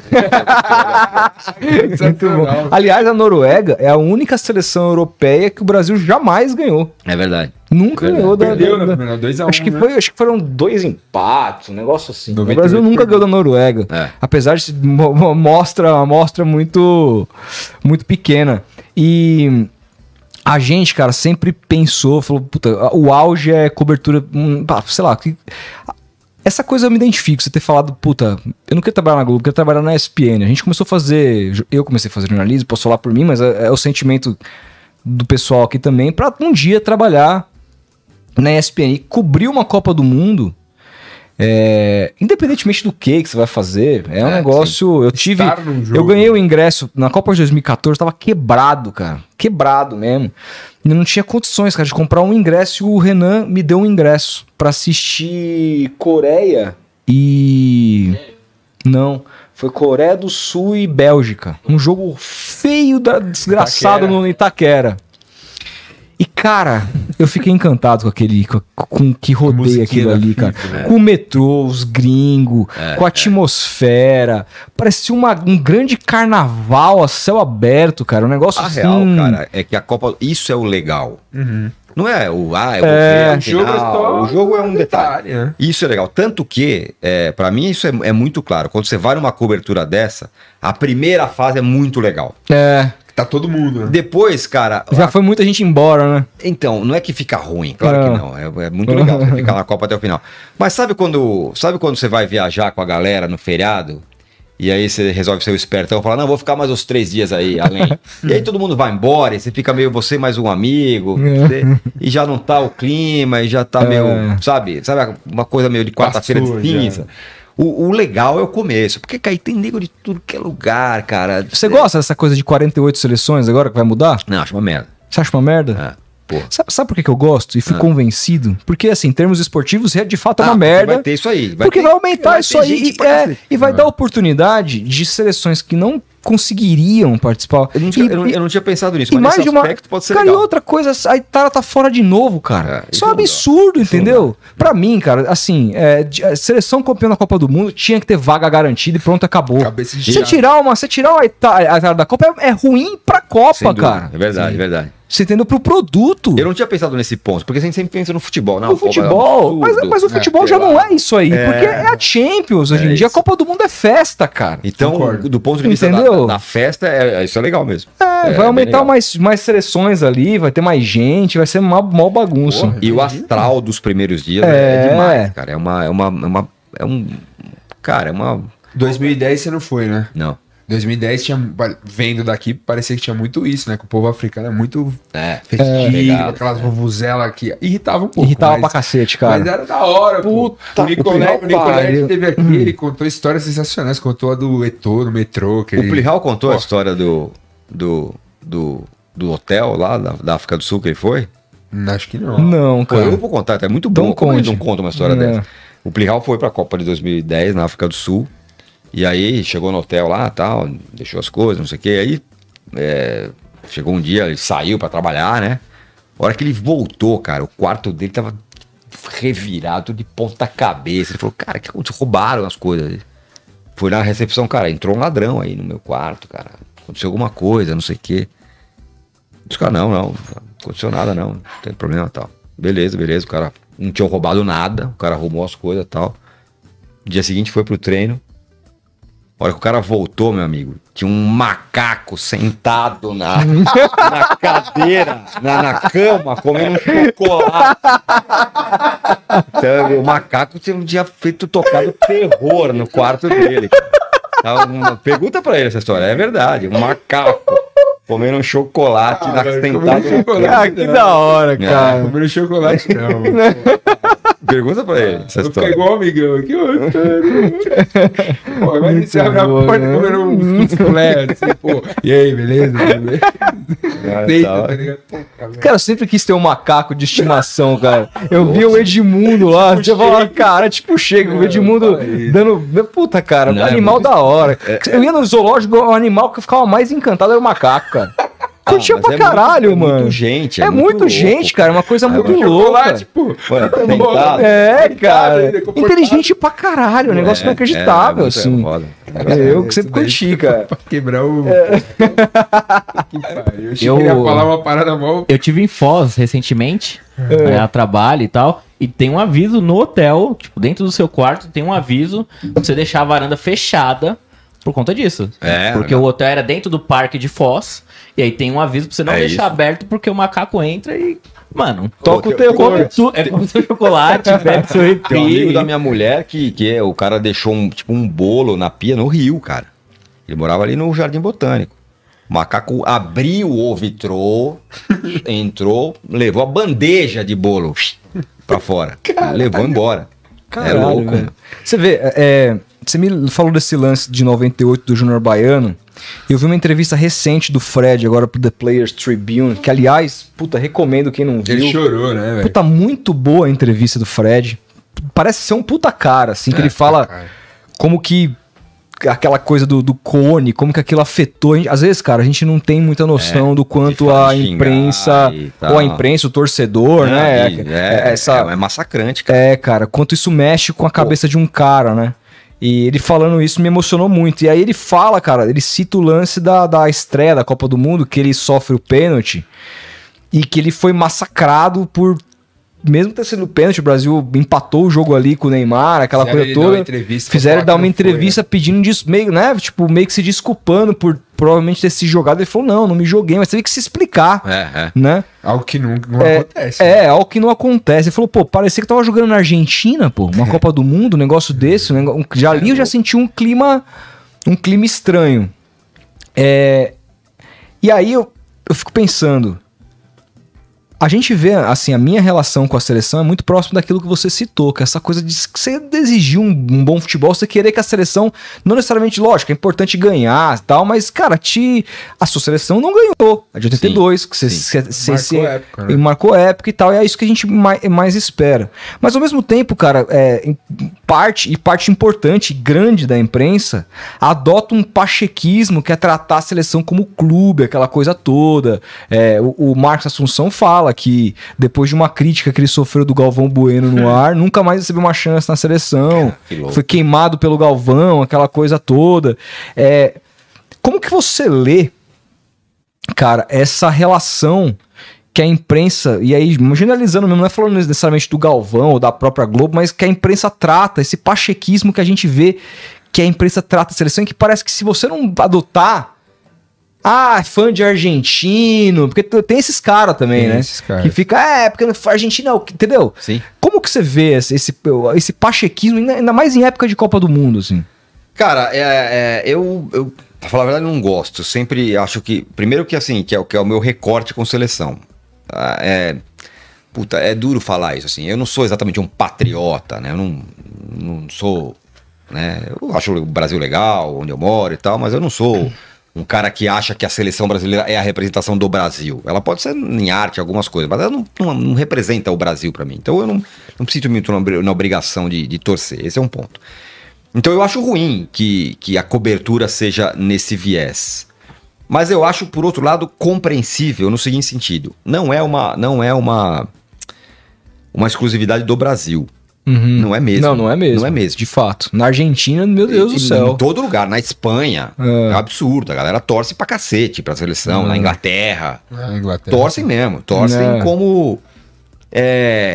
Muito bom. Aliás, a Noruega é a única seleção europeia que o Brasil jamais ganhou. É verdade. Nunca ganhou Perdeu na primeira, 2-1, acho que né? acho que foram 2 empates, um negócio assim. 98 O Brasil nunca perdeu. ganhou da Noruega. É. Apesar de uma amostra muito, muito pequena. E a gente, cara, sempre pensou, falou, puta, o auge é cobertura, sei lá, essa coisa eu me identifico, você ter falado, puta, eu não queria trabalhar na Globo, eu queria trabalhar na ESPN. A gente começou a fazer, eu comecei a fazer jornalismo, posso falar por mim, mas é o sentimento do pessoal aqui também, pra um dia trabalhar na ESPN e cobrir uma Copa do Mundo, independentemente do que você vai fazer, é um negócio. Eu ganhei o ingresso na Copa de 2014, tava quebrado, cara, quebrado mesmo. Eu não tinha condições, cara, de comprar um ingresso e o Renan me deu um ingresso pra assistir Coreia e não, foi Coreia do Sul e Bélgica, um jogo feio desgraçado no Itaquera. E, cara, eu fiquei encantado com o que rodeia aquilo ali, cara. FIFA, né? Com o metrô, os gringos, com a atmosfera. Parecia um grande carnaval a céu aberto, cara. Um negócio A assim... real, cara, é que a Copa... Isso é o legal. Não é o... eu vou ver a final. O jogo é um detalhe. né? Isso é legal. Tanto que, pra mim, isso é muito claro. Quando você vai numa cobertura dessa, a primeira fase é muito legal. Tá todo mundo, né? Depois, cara... Já foi muita gente embora, né? Então, não é que fica ruim, claro que não. É muito legal você ficar na Copa até o final. Mas sabe quando você vai viajar com a galera no feriado? E aí você resolve ser o espertão e fala, não, vou ficar mais uns 3 dias aí, além. E aí todo mundo vai embora, e você fica meio você mais um amigo, e já não tá o clima, e já tá meio, sabe uma coisa meio de quarta-feira de cinza. O legal é o começo, porque aí tem nego de tudo que é lugar, cara. Você gosta dessa coisa de 48 seleções agora que vai mudar? Não, acho uma merda. Você acha uma merda? Porra. Sabe por que eu gosto? E fui convencido? Porque, assim, em termos esportivos, de fato é uma porque merda. vai ter isso aí. Porque vai aumentar isso ter aí. gente pra cacete. E vai dar oportunidade de seleções que não conseguiriam participar. Eu não tinha pensado nisso, E mas mais nesse de uma. aspecto pode ser Cara, legal. e outra coisa, a Itália tá fora de novo, cara. Isso é um não dá. absurdo, entendeu? Pra mim, cara, assim, a seleção campeã da Copa do Mundo tinha que ter vaga garantida e pronto, acabou. Cabeça de Você tirar a Itália da Copa é ruim pra Sem Copa, dúvida. cara. É verdade, é verdade. Você entendeu? Pro produto. Eu não tinha pensado nesse ponto, porque a gente sempre pensa no futebol. Não, O futebol, mas o futebol já não é isso aí, porque é a Champions hoje em dia. A Copa do Mundo é festa, cara. Então, Concordo. do ponto de vista Entendeu? da festa, isso é legal mesmo. Vai aumentar bem legal. mais seleções ali, vai ter mais gente, vai ser uma mó bagunça. Porra. E o astral dos primeiros dias é demais, cara. Cara, é uma... 2010 você não foi, né? Não. 2010 vendo daqui, parecia que tinha muito isso, né? Que o povo africano é muito legal. festivo, aquelas vuvuzelas que irritava um pouco. Irritava mas, pra cacete, cara. Mas era da hora, Puta pô. O Nicolé que pariu. esteve aqui, ele contou histórias sensacionais. Contou a do Eto'o no metrô. Que O ele... Plihal contou a história do hotel lá da África do Sul que ele foi? Acho que não. Não, Pô, cara. eu vou contar, é muito Então bom. Como ele conte. não conta uma história dessa? O Plihal foi pra Copa de 2010 na África do Sul. E aí chegou no hotel lá, tal, deixou as coisas, não sei o que. Aí chegou um dia, ele saiu pra trabalhar, né? A hora que ele voltou, cara, o quarto dele tava revirado de ponta cabeça. Ele falou, cara, que aconteceu? Roubaram as coisas. Fui na recepção, cara, entrou um ladrão aí no meu quarto, cara. Aconteceu alguma coisa, não sei o que. Disse, cara, não aconteceu nada, não tem problema, tal. Beleza, o cara não tinha roubado nada, o cara arrumou as coisas, tal. No dia seguinte foi pro treino. A hora que o cara voltou, meu amigo, tinha um macaco sentado na cadeira, na cama, comendo um chocolate. Então, o macaco tinha tocado terror no quarto dele. Pergunta pra ele essa história, é verdade. Um macaco comendo um chocolate sentado na cama. Ah, que da hora, cara. Comendo chocolate não. Pergunta pra ele essa Vou história. ficar igual o amigão aqui. Pô, mas você abre a porta comendo um filé, assim, pô. E aí, beleza? Deita, tá ligado? Cara, eu sempre quis ter um macaco de estimação, cara. Eu vi o Edmundo lá, você fala, cara, tipo, chega o Edmundo dando... Puta, cara, Não, animal da hora. Eu ia no zoológico, o animal que eu ficava mais encantado era o macaco, cara. Curtia pra caralho, mano. Muito gente. É muito gente, cara. É uma coisa muito louca. Tipo, cara. Inteligente pra caralho. Um negócio inacreditável, assim. Eu que sempre curti, cara. Pra quebrar o... Eu queria falar uma parada mal. Eu tive em Foz recentemente, a trabalho e tal, e tem um aviso no hotel, tipo, dentro do seu quarto, tem um aviso pra você deixar a varanda fechada por conta disso. Porque o hotel era dentro do parque de Foz, e aí tem um aviso pra você não deixar aberto, porque o macaco entra e, mano, toca o teu come seu chocolate, bebe seu refri. Tem um amigo da minha mulher que o cara deixou um bolo na pia no Rio, cara. Ele morava ali no Jardim Botânico. O macaco abriu o vitrô, entrou, levou a bandeja de bolo pra fora. Levou embora. Caralho, é louco. velho. Você vê, você me falou desse lance de 98 do Júnior Baiano. Eu vi uma entrevista recente do Fred, agora pro The Players Tribune, que, aliás, puta, recomendo quem não viu. Ele chorou, né, velho? Puta, muito boa a entrevista do Fred. Parece ser um puta cara, assim, que ele fala como que aquela coisa do cone, como que aquilo afetou. Às vezes, cara, a gente não tem muita noção do quanto a imprensa, ou a imprensa, o torcedor, né? É massacrante, cara. Cara, quanto isso mexe com a cabeça de um cara, né? E ele falando isso me emocionou muito. E aí ele fala, cara, ele cita o lance da estreia da Copa do Mundo, que ele sofre o pênalti e que ele foi massacrado por... Mesmo ter sido pênalti, o Brasil empatou o jogo ali com o Neymar, aquela coisa toda. Fizeram ele dar uma entrevista pedindo meio, né? Tipo, meio que se desculpando por provavelmente ter se jogado. Ele falou: não me joguei, mas teve que se explicar. Né? Algo que não acontece. Algo que não acontece. Ele falou: pô, parecia que tava jogando na Argentina, pô, uma Copa do Mundo, um negócio desse. Eu já senti um clima estranho. E aí eu fico pensando. A gente vê, assim, a minha relação com a seleção é muito próximo daquilo que você citou, que é essa coisa de você exigir um bom futebol, você querer que a seleção, não necessariamente, lógico, é importante ganhar e tal, mas, cara, a sua seleção não ganhou, a de 82, que você marcou época e tal, e é isso que a gente mais espera. Mas, ao mesmo tempo, cara, parte importante, grande da imprensa, adota um pachequismo que é tratar a seleção como clube, aquela coisa toda. O Marcos Assunção fala que depois de uma crítica que ele sofreu do Galvão Bueno no ar, nunca mais recebeu uma chance na seleção, foi queimado pelo Galvão, aquela coisa toda. Como que você lê, cara, essa relação que a imprensa, e aí generalizando mesmo, não é falando necessariamente do Galvão ou da própria Globo, mas que a imprensa trata, esse pachequismo que a gente vê que a imprensa trata a seleção, e que parece que se você não adotar fã de argentino, porque tem esses caras também, né? Que fica, porque não foi argentino, entendeu? Sim. Como que você vê esse pachequismo, ainda mais em época de Copa do Mundo, assim? Cara, eu pra falar a verdade, não gosto. Eu sempre acho que, primeiro que assim, que é o meu recorte com seleção. É duro falar isso, assim. Eu não sou exatamente um patriota, né? Eu não sou, né? Eu acho o Brasil legal, onde eu moro e tal, mas eu não sou um cara que acha que a seleção brasileira é a representação do Brasil. Ela pode ser em arte, algumas coisas, mas ela não representa o Brasil pra mim. Então eu não me sinto muito na obrigação de torcer. Esse é um ponto. Então eu acho ruim que a cobertura seja nesse viés. Mas eu acho, por outro lado, compreensível no seguinte sentido. Não é uma exclusividade do Brasil. Uhum. Não é mesmo. Não é mesmo. Não é mesmo. De fato. Na Argentina, meu Deus do céu. Em todo lugar. Na Espanha, é um absurdo. A galera torce pra cacete pra seleção. Na Inglaterra. Torcem mesmo. Torcem como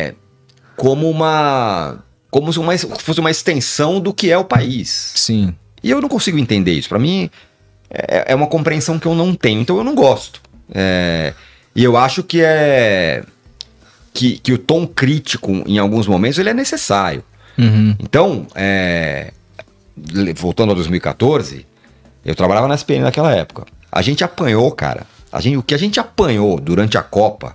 se fosse uma extensão do que é o país. Sim. E eu não consigo entender isso. Pra mim, é uma compreensão que eu não tenho, então eu não gosto. E eu acho que que o tom crítico, em alguns momentos, ele é necessário. Uhum. Então, voltando a 2014, eu trabalhava na SPN naquela época. A gente apanhou, cara. O que a gente apanhou durante a Copa,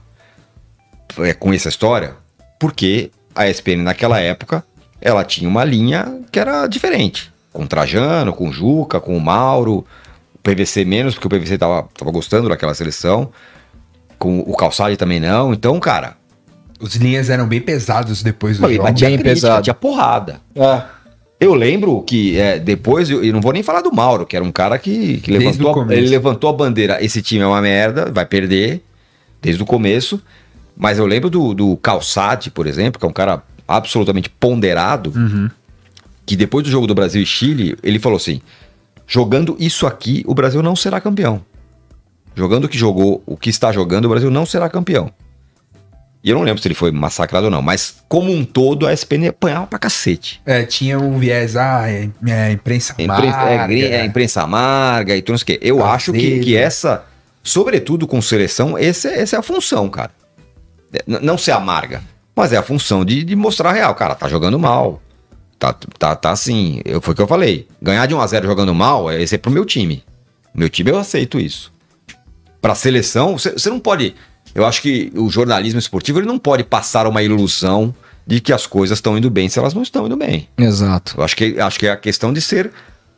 com essa história, porque a SPN naquela época, ela tinha uma linha que era diferente. Com o Trajano, com o Juca, com o Mauro, o PVC menos, porque o PVC tava gostando daquela seleção. Com o Calçade também não. Então, cara... Os linhas eram bem pesados depois do jogo. Mas tinha bem crítica, pesado. tinha porrada. Eu lembro que depois, eu não vou nem falar do Mauro, que era um cara que ele levantou a bandeira. Esse time é uma merda, vai perder, desde o começo. Mas eu lembro do Calçade, por exemplo, que é um cara absolutamente ponderado, que depois do jogo do Brasil e Chile, ele falou assim, jogando isso aqui, o Brasil não será campeão. Jogando o que está jogando, o Brasil não será campeão. E eu não lembro se ele foi massacrado ou não, mas como um todo a SPN apanhava pra cacete. Tinha um viés, imprensa amarga. Imprensa amarga e tudo isso que. Eu acho que essa, sobretudo com seleção, essa é a função, cara. Não ser amarga, mas é a função de mostrar a real. Cara, tá jogando mal. Tá assim, foi o que eu falei. Ganhar de 1-0 jogando mal, esse é pro meu time. Meu time eu aceito isso. Pra seleção, você não pode... Eu acho que o jornalismo esportivo ele não pode passar uma ilusão de que as coisas estão indo bem se elas não estão indo bem. Exato. Eu acho que é a questão de ser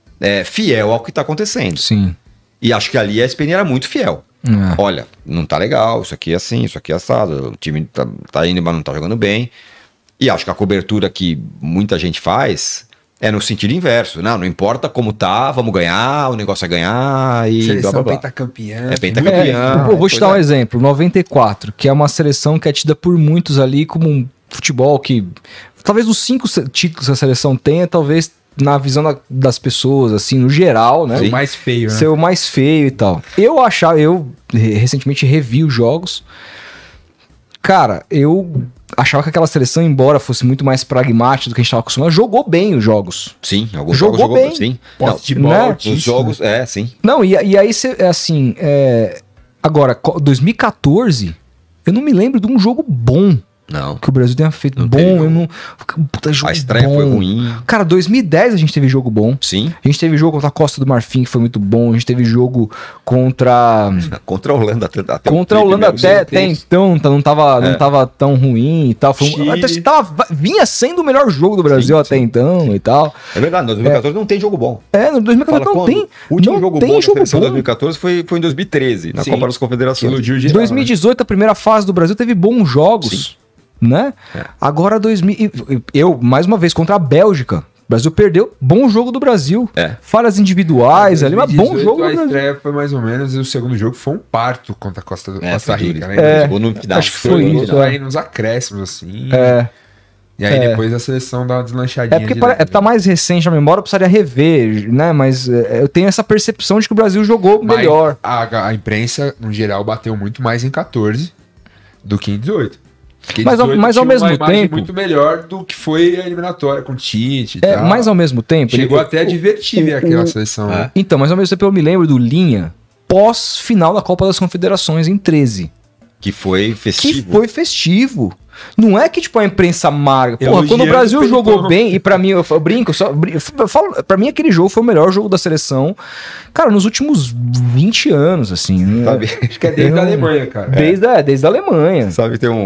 fiel ao que está acontecendo. Sim. E acho que ali a SPN era muito fiel. Olha, não tá legal, isso aqui é assim, isso aqui é assado, o time tá indo, mas não tá jogando bem. E acho que a cobertura que muita gente faz é no sentido inverso. Não importa como tá, vamos ganhar, o negócio é ganhar e seleção blá, blá, blá. pentacampeã. Pentacampeã. Vou te dar um exemplo. 94, que é uma seleção que é tida por muitos ali como um futebol que... Talvez os 5 títulos que a seleção tenha, talvez na visão das pessoas, assim, no geral, né? O mais feio, né? Ser o mais feio e tal. Eu recentemente revi os jogos. Cara, eu achava que aquela seleção, embora fosse muito mais pragmática do que a gente estava acostumado, jogou bem os jogos. Sim, alguns jogou jogos bem. Sim. Posse de bola, os jogos, sim. Não, e aí você, assim, agora, 2014, eu não me lembro de um jogo bom Não. que o Brasil tenha feito Não bom. teve, Eu não... Puta, jogo A estreia bom. foi ruim. Cara, 2010 a gente teve jogo bom. Sim. A gente teve jogo contra a Costa do Marfim, que foi muito bom. A gente teve jogo contra... Contra a Holanda até Contra a Holanda até então não tava tão ruim e tal. Vinha sendo o melhor jogo do Brasil até então e tal. É verdade, no 2014 não tem jogo bom. No 2014 não tem. O último jogo bom da seleção de bom. 2014 foi em 2013, na Copa das Confederações. Iludiu geral, 2018, a primeira fase do Brasil, teve bons jogos. Né? Agora, eu, mais uma vez, contra a Bélgica. O Brasil perdeu. Bom jogo do Brasil. Falhas individuais ali, mas bom jogo do a Brasil. estreia foi mais ou menos, e o segundo jogo foi um parto contra a Costa Rica, né? Acho que foi isso. Aí nos acréscimos, assim. E aí depois a seleção dá uma deslanchadinha. Porque tá mais recente a memória, eu precisaria rever, né? Mas eu tenho essa percepção de que o Brasil jogou melhor. A imprensa, no geral, bateu muito mais em 14 do que em 18. Mas ao mesmo tempo, muito melhor do que foi a eliminatória com o Tite e tal. Mas ao mesmo tempo... Chegou até a divertir ver aquela seleção. Então, mas ao mesmo tempo eu me lembro do Linha pós-final da Copa das Confederações em 13. Que foi festivo. Não é que, tipo, a imprensa amarga. Porra, quando o Brasil jogou bem, e pra mim, eu brinco, eu falo, pra mim aquele jogo foi o melhor jogo da seleção, cara, nos últimos 20 anos, assim. Acho que é desde a Alemanha, cara. Desde a Alemanha. Sabe, tem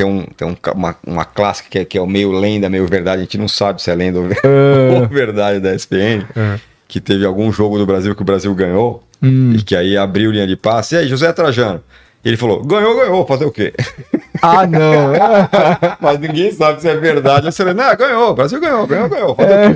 uma clássica que é o meio lenda, meio verdade, a gente não sabe se é lenda ou verdade da SPN, que teve algum jogo do Brasil que o Brasil ganhou, e que aí abriu linha de passe, e aí, José Trajano. E ele falou, ganhou, fazer o quê? Ah, não. Mas ninguém sabe se é verdade. Você não, ganhou, o Brasil ganhou, fazer o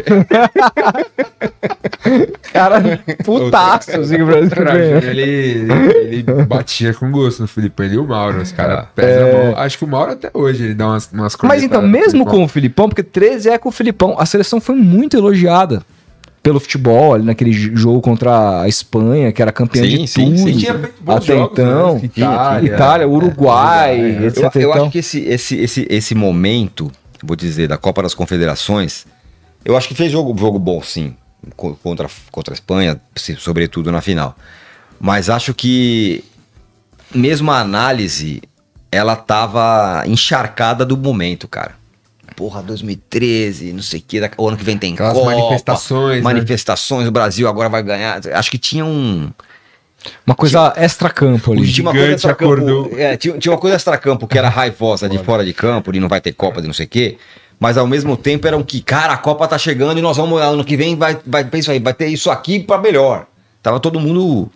quê? Cara, putaço, assim, que o Brasil ganhou. Ele batia com gosto no Filipão, ele e o Mauro, os caras pesam a mão. Acho que o Mauro até hoje, ele dá umas Mas então, mesmo com o Filipão, porque 13 é com o Filipão, a seleção foi muito elogiada pelo futebol, ali naquele jogo contra a Espanha, que era campeã de tudo. Sim. Tinha feito bons até jogos, então. Né? Itália, Uruguai, etc. Eu acho que esse momento, vou dizer, da Copa das Confederações, eu acho que fez jogo bom, sim. contra a Espanha, sobretudo na final. Mas acho que mesmo a análise, ela tava encharcada do momento, cara. Porra, 2013, não sei o que, o ano que vem tem aquelas Copa, manifestações, o Brasil agora vai ganhar. Acho que tinha uma coisa extra-campo ali. Tinha uma coisa extra-campo, tinha uma coisa extra-campo que era raivosa de fora de campo, de não vai ter Copa, de não sei o quê. Mas ao mesmo tempo era um que, cara, a Copa tá chegando e nós vamos, ano que vem vai ter isso aqui pra melhor. Tava todo mundo...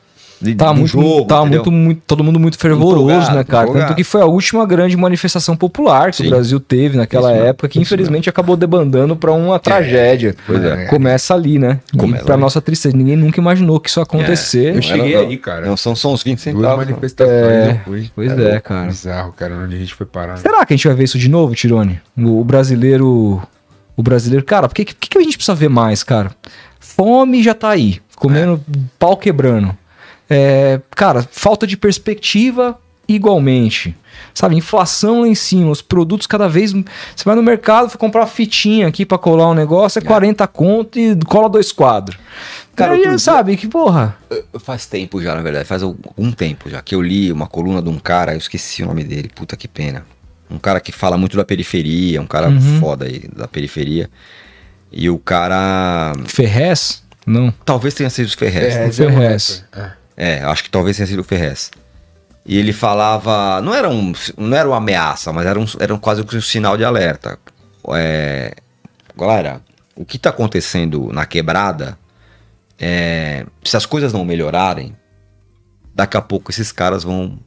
todo mundo muito fervoroso, né, cara? Tanto que foi a última grande manifestação popular que o Brasil teve naquela época, que infelizmente acabou debandando pra uma tragédia. Pois é. Começa ali, né? Pra nossa tristeza. Ninguém nunca imaginou que isso ia acontecer. Eu cheguei aí, cara. Não, são uns 20 Duas centavos. manifestações. Pois é, cara. Bizarro, cara, onde a gente foi parar. Será que a gente vai ver isso de novo, Tirone? O brasileiro... Cara, por que a gente precisa ver mais, cara? Fome já tá aí. Comendo pau quebrando. Cara, falta de perspectiva igualmente, sabe, inflação lá em cima, os produtos cada vez, você vai no mercado, for comprar uma fitinha aqui pra colar um negócio, 40 conto e cola 2 quadros, cara, e aí, sabe, que porra. Faz tempo já, na verdade, faz algum tempo já, que eu li uma coluna de um cara, eu esqueci o nome dele, puta que pena, um cara que fala muito da periferia, um cara foda aí da periferia, e o cara... Ferrez? Não. Talvez tenha sido o Ferrez. Ferrez. Acho que talvez tenha sido o Ferrez. E ele falava... Não era uma ameaça, mas era quase um sinal de alerta. Galera, o que tá acontecendo na quebrada, se as coisas não melhorarem, daqui a pouco esses caras vão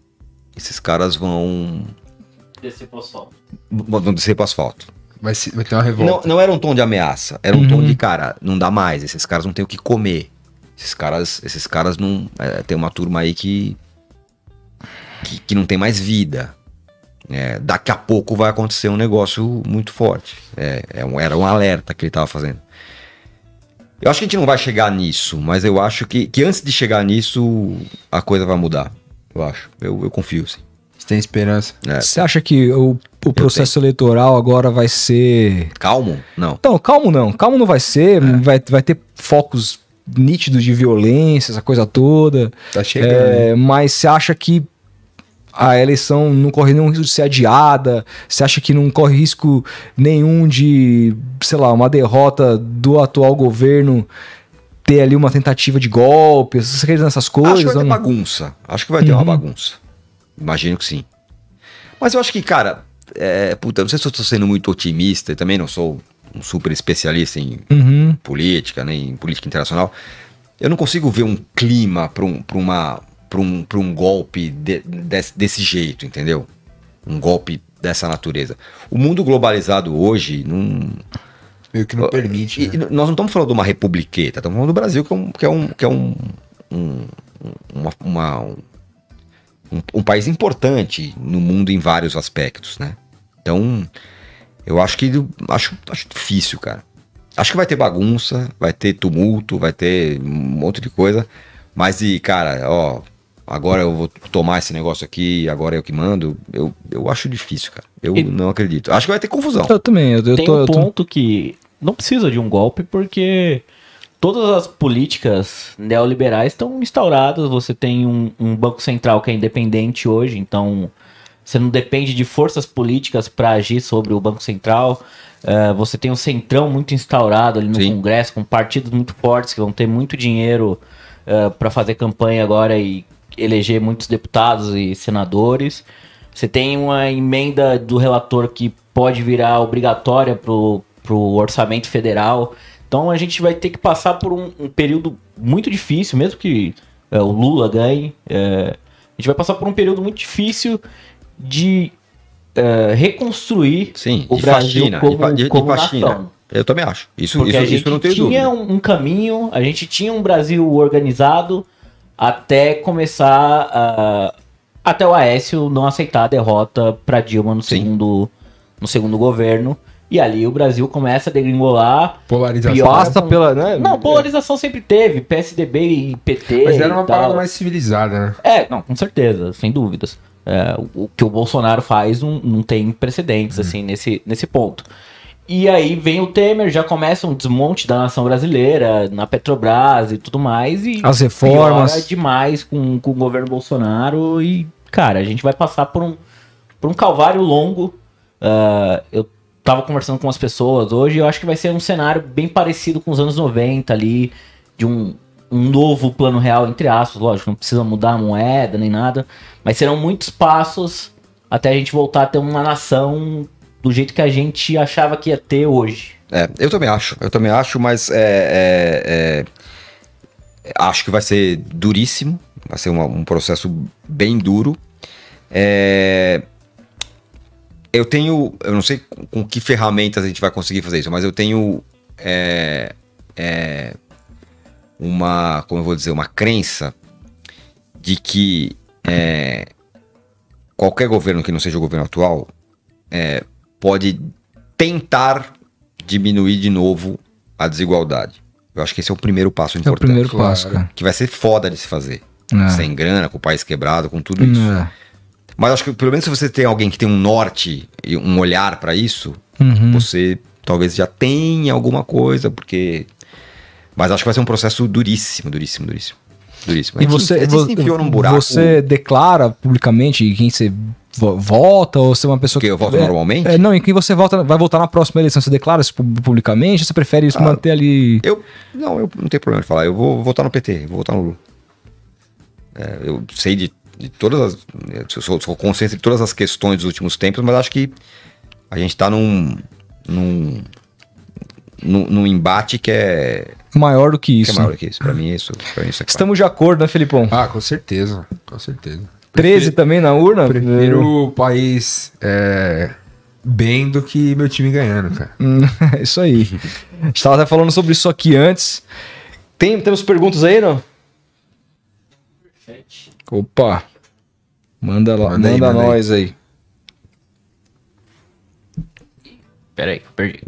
Descer pro asfalto. Vão descer pro asfalto. Vai ter uma revolta. Não era um tom de ameaça, era um tom de, cara, não dá mais, esses caras não têm o que comer. Esses caras não... tem uma turma aí que não tem mais vida. Daqui a pouco vai acontecer um negócio muito forte. Era um alerta que ele estava fazendo. Eu acho que a gente não vai chegar nisso, mas eu acho que antes de chegar nisso, a coisa vai mudar. Eu acho. Eu confio, sim. Você tem esperança? Você acha que o processo eleitoral agora vai ser... Calmo? Não. Então, calmo não. Calmo não vai ser. Vai ter focos nítidos de violência, essa coisa toda. Tá chegando. Mas você acha que a eleição não corre nenhum risco de ser adiada? Você acha que não corre risco nenhum de, sei lá, uma derrota do atual governo, ter ali uma tentativa de golpe, essas coisas? Acho que vai ter bagunça. Acho que vai ter uma bagunça. Imagino que sim. Mas eu acho que, cara, não sei se eu estou sendo muito otimista, e também não sou um super especialista em política, nem em política internacional. Eu não consigo ver um clima para um golpe desse jeito, entendeu? Um golpe dessa natureza. O mundo globalizado hoje não... Meio que não permite, né? Nós não estamos falando de uma republiqueta, estamos falando do Brasil, que é um país importante no mundo em vários aspectos, né? Então, eu acho acho difícil, cara. Acho que vai ter bagunça, vai ter tumulto, vai ter um monte de coisa, mas cara, agora eu vou tomar esse negócio aqui, agora eu que mando, eu acho difícil, cara. Eu não acredito. Acho que vai ter confusão. Eu também. Tem um ponto que não precisa de um golpe, porque todas as políticas neoliberais estão instauradas. Você tem um Banco Central que é independente hoje, então você não depende de forças políticas para agir sobre o Banco Central. Você tem um centrão muito instaurado ali no Congresso, com partidos muito fortes que vão ter muito dinheiro para fazer campanha agora e eleger muitos deputados e senadores. Você tem uma emenda do relator que pode virar obrigatória pro orçamento federal. Então a gente vai ter que passar por um período muito difícil, mesmo que o Lula ganhe. A gente vai passar por um período muito difícil de reconstruir o Brasil como nação. Eu também acho. Isso a gente eu não tenho tinha dúvida. um caminho, a gente tinha um Brasil organizado até começar até o Aécio não aceitar a derrota para Dilma no segundo governo. E ali o Brasil começa a degringolar. Polarização. Passa pela, né? Não, polarização sempre teve. PSDB e PT. Mas era uma parada mais civilizada, né? Não, com certeza, sem dúvidas. O que o Bolsonaro faz não tem precedentes, assim, nesse ponto. E aí vem o Temer, já começa um desmonte da nação brasileira, na Petrobras e tudo mais. E as reformas. piora demais com o governo Bolsonaro. E, cara, a gente vai passar por um calvário longo. Eu tava conversando com as pessoas hoje, eu acho que vai ser um cenário bem parecido com os anos 90 ali, de um novo plano real, entre aspas, lógico, não precisa mudar a moeda nem nada, mas serão muitos passos até a gente voltar a ter uma nação do jeito que a gente achava que ia ter hoje. Eu também acho, mas acho que vai ser duríssimo, vai ser um processo bem duro. Eu não sei com que ferramentas a gente vai conseguir fazer isso, mas eu tenho uma crença de que qualquer governo que não seja o governo atual pode tentar diminuir de novo a desigualdade. Eu acho que esse é o primeiro passo importante. É o primeiro passo, cara. Que vai ser foda de se fazer. Sem grana, com o país quebrado, com tudo isso. Mas acho que pelo menos se você tem alguém que tem um norte e um olhar pra isso, você talvez já tenha alguma coisa, porque... Mas acho que vai ser um processo duríssimo. E você se enfiou num buraco. Você declara publicamente em quem você vota, ou você é uma pessoa que eu voto normalmente? Não, em quem você vai votar na próxima eleição. Você declara isso publicamente ou você prefere isso manter ali? Eu não tenho problema de falar. Eu vou votar no PT, vou votar no Lula. Eu sei de todas as... Eu sou consciente de todas as questões dos últimos tempos, mas acho que a gente tá num embate que é... Maior do que isso. Maior do que isso. Pra mim isso é claro. Estamos de acordo, né, Felipão? Com certeza. 13 também na urna? Prefiro o país bem do que meu time ganhando, cara. Isso aí. A gente tava até falando sobre isso aqui antes. Temos perguntas aí, não? Opa. Manda nós aí. Pera aí, perdi.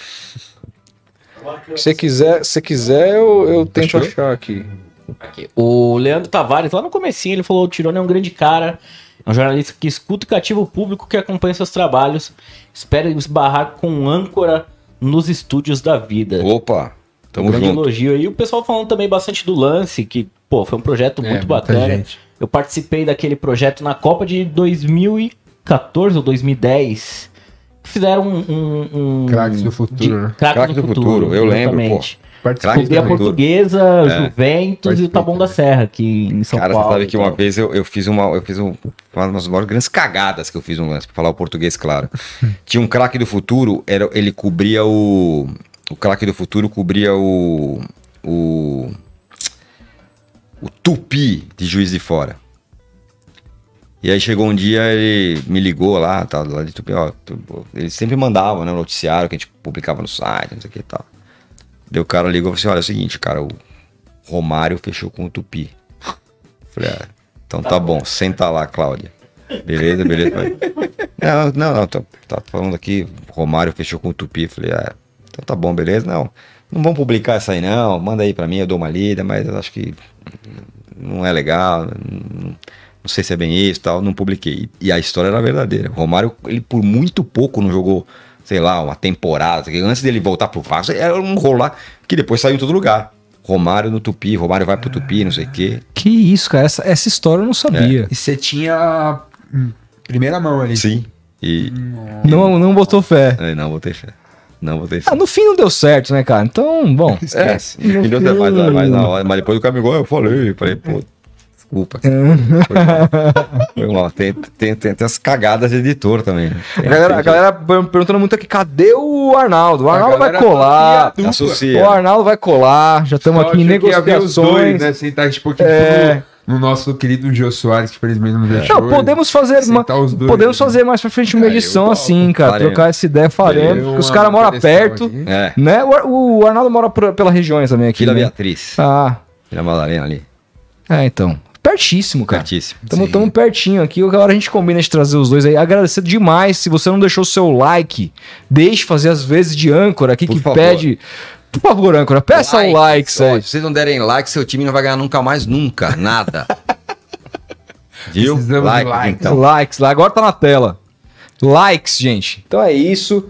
Se quiser eu tento achar aqui. O Leandro Tavares, lá no comecinho, ele falou: o Tirone é um grande cara, é um jornalista que escuta e cativa o público que acompanha seus trabalhos, espera esbarrar com um âncora nos estúdios da vida. Opa, tamo grande junto. Elogio aí. O pessoal falando também bastante do Lance, que, foi um projeto muito bacana. Gente. Eu participei daquele projeto na Copa de 2014 ou 2010. Fizeram um Craques do futuro, né? Craques do futuro, eu lembro, pô. Cobri a Portuguesa, Juventus e o Taboão da Serra, aqui em São Paulo. Cara, você sabe que uma vez eu fiz uma das maiores grandes cagadas que eu fiz no Lance, pra falar o português, claro. Tinha um craque do futuro, ele cobria o craque do futuro cobria o Tupi de Juiz de Fora. E aí chegou um dia, ele me ligou lá de Tupi, ele sempre mandava, né, o noticiário que a gente publicava no site, não sei o que e tal. Daí o cara ligou e falou assim: olha, é o seguinte, cara, o Romário fechou com o Tupi. Falei, então tá bom, senta lá, Cláudia. Beleza. Não, tá falando aqui, o Romário fechou com o Tupi. Falei, então tá bom, beleza. Não vamos publicar essa aí não, manda aí pra mim, eu dou uma lida, mas eu acho que não é legal, não sei se é bem isso e tal, não publiquei. E a história era verdadeira. O Romário, ele por muito pouco não jogou, sei lá, uma temporada. Antes dele voltar pro Vasco, era um rolo lá que depois saiu em todo lugar. Romário no Tupi, Romário vai pro Tupi, não sei o quê. Que isso, cara, essa história eu não sabia. E você tinha primeira mão ali. Sim. E... Não botou fé. Não botei fé. No fim não deu certo, né, cara? Então, bom. Esquece. Mas na hora. Mas depois do Camigol eu falei, pô, desculpa. Foi mal. Tem as cagadas de editor também. Né? A galera perguntando muito aqui, cadê o Arnaldo? O Arnaldo vai colar. O Arnaldo vai colar. Já estamos aqui em negociações. Dois, né? Sentar tipo aqui no nosso querido Jô Soares, que felizmente não deixou. Não, podemos fazer mais pra frente uma edição assim, cara. Trocar essa ideia, faremos. Porque os caras moram perto. Né? O Arnaldo mora pela região também aqui. Vila Beatriz. Vila Madalena ali. Então. Pertíssimo, cara. Pertíssimo. Estamos pertinho aqui. Agora a gente combina de trazer os dois aí. Agradecer demais. Se você não deixou o seu like, deixe fazer as vezes de âncora aqui, pede. Por favor, âncora, peça um like. Se vocês não derem like, seu time não vai ganhar nunca mais, nada. Viu? Precisamos de likes. Então. Likes, lá agora tá na tela. Likes, gente. Então é isso.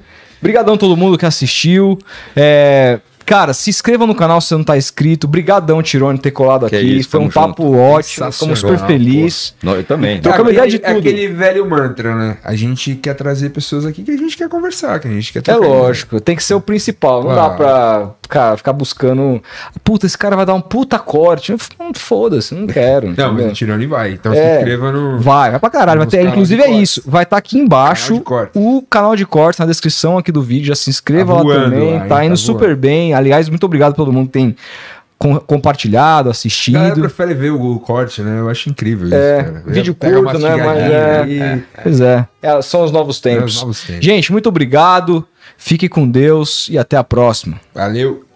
Brigadão todo mundo que assistiu. Cara, se inscreva no canal se você não tá inscrito. Brigadão, Tirone, ter colado Que aqui. isso, Foi um tamo papo ótimo. Ficamos super felizes. Eu também. Trocamos ideia de tudo. Aquele velho mantra, né? A gente quer trazer pessoas aqui que a gente quer conversar, que a gente quer É trocar ideia. lógico, tem que ser o principal. Não dá pra ficar buscando. Puta, esse cara vai dar um puta corte. Foda-se, não quero. Não, entendeu? mas o Tirone vai. Então se inscreva no... Vai pra caralho. Vai nos ter, canal inclusive de é cortes. isso. Vai estar aqui embaixo Canal de cortes. o canal de cortes na descrição aqui do vídeo. Já se inscreva Tá lá voando também. lá, hein? Tá Tá indo super voando. bem. Aliás, muito obrigado a todo mundo que tem compartilhado, A galera assistido. prefere ver o corte, né? Eu acho incrível isso, cara. Vídeo Pega curto, né? Mas mastigadinho Pois é. São os novos tempos. os novos tempos. Gente, muito obrigado. Fique com Deus e até a próxima. Valeu.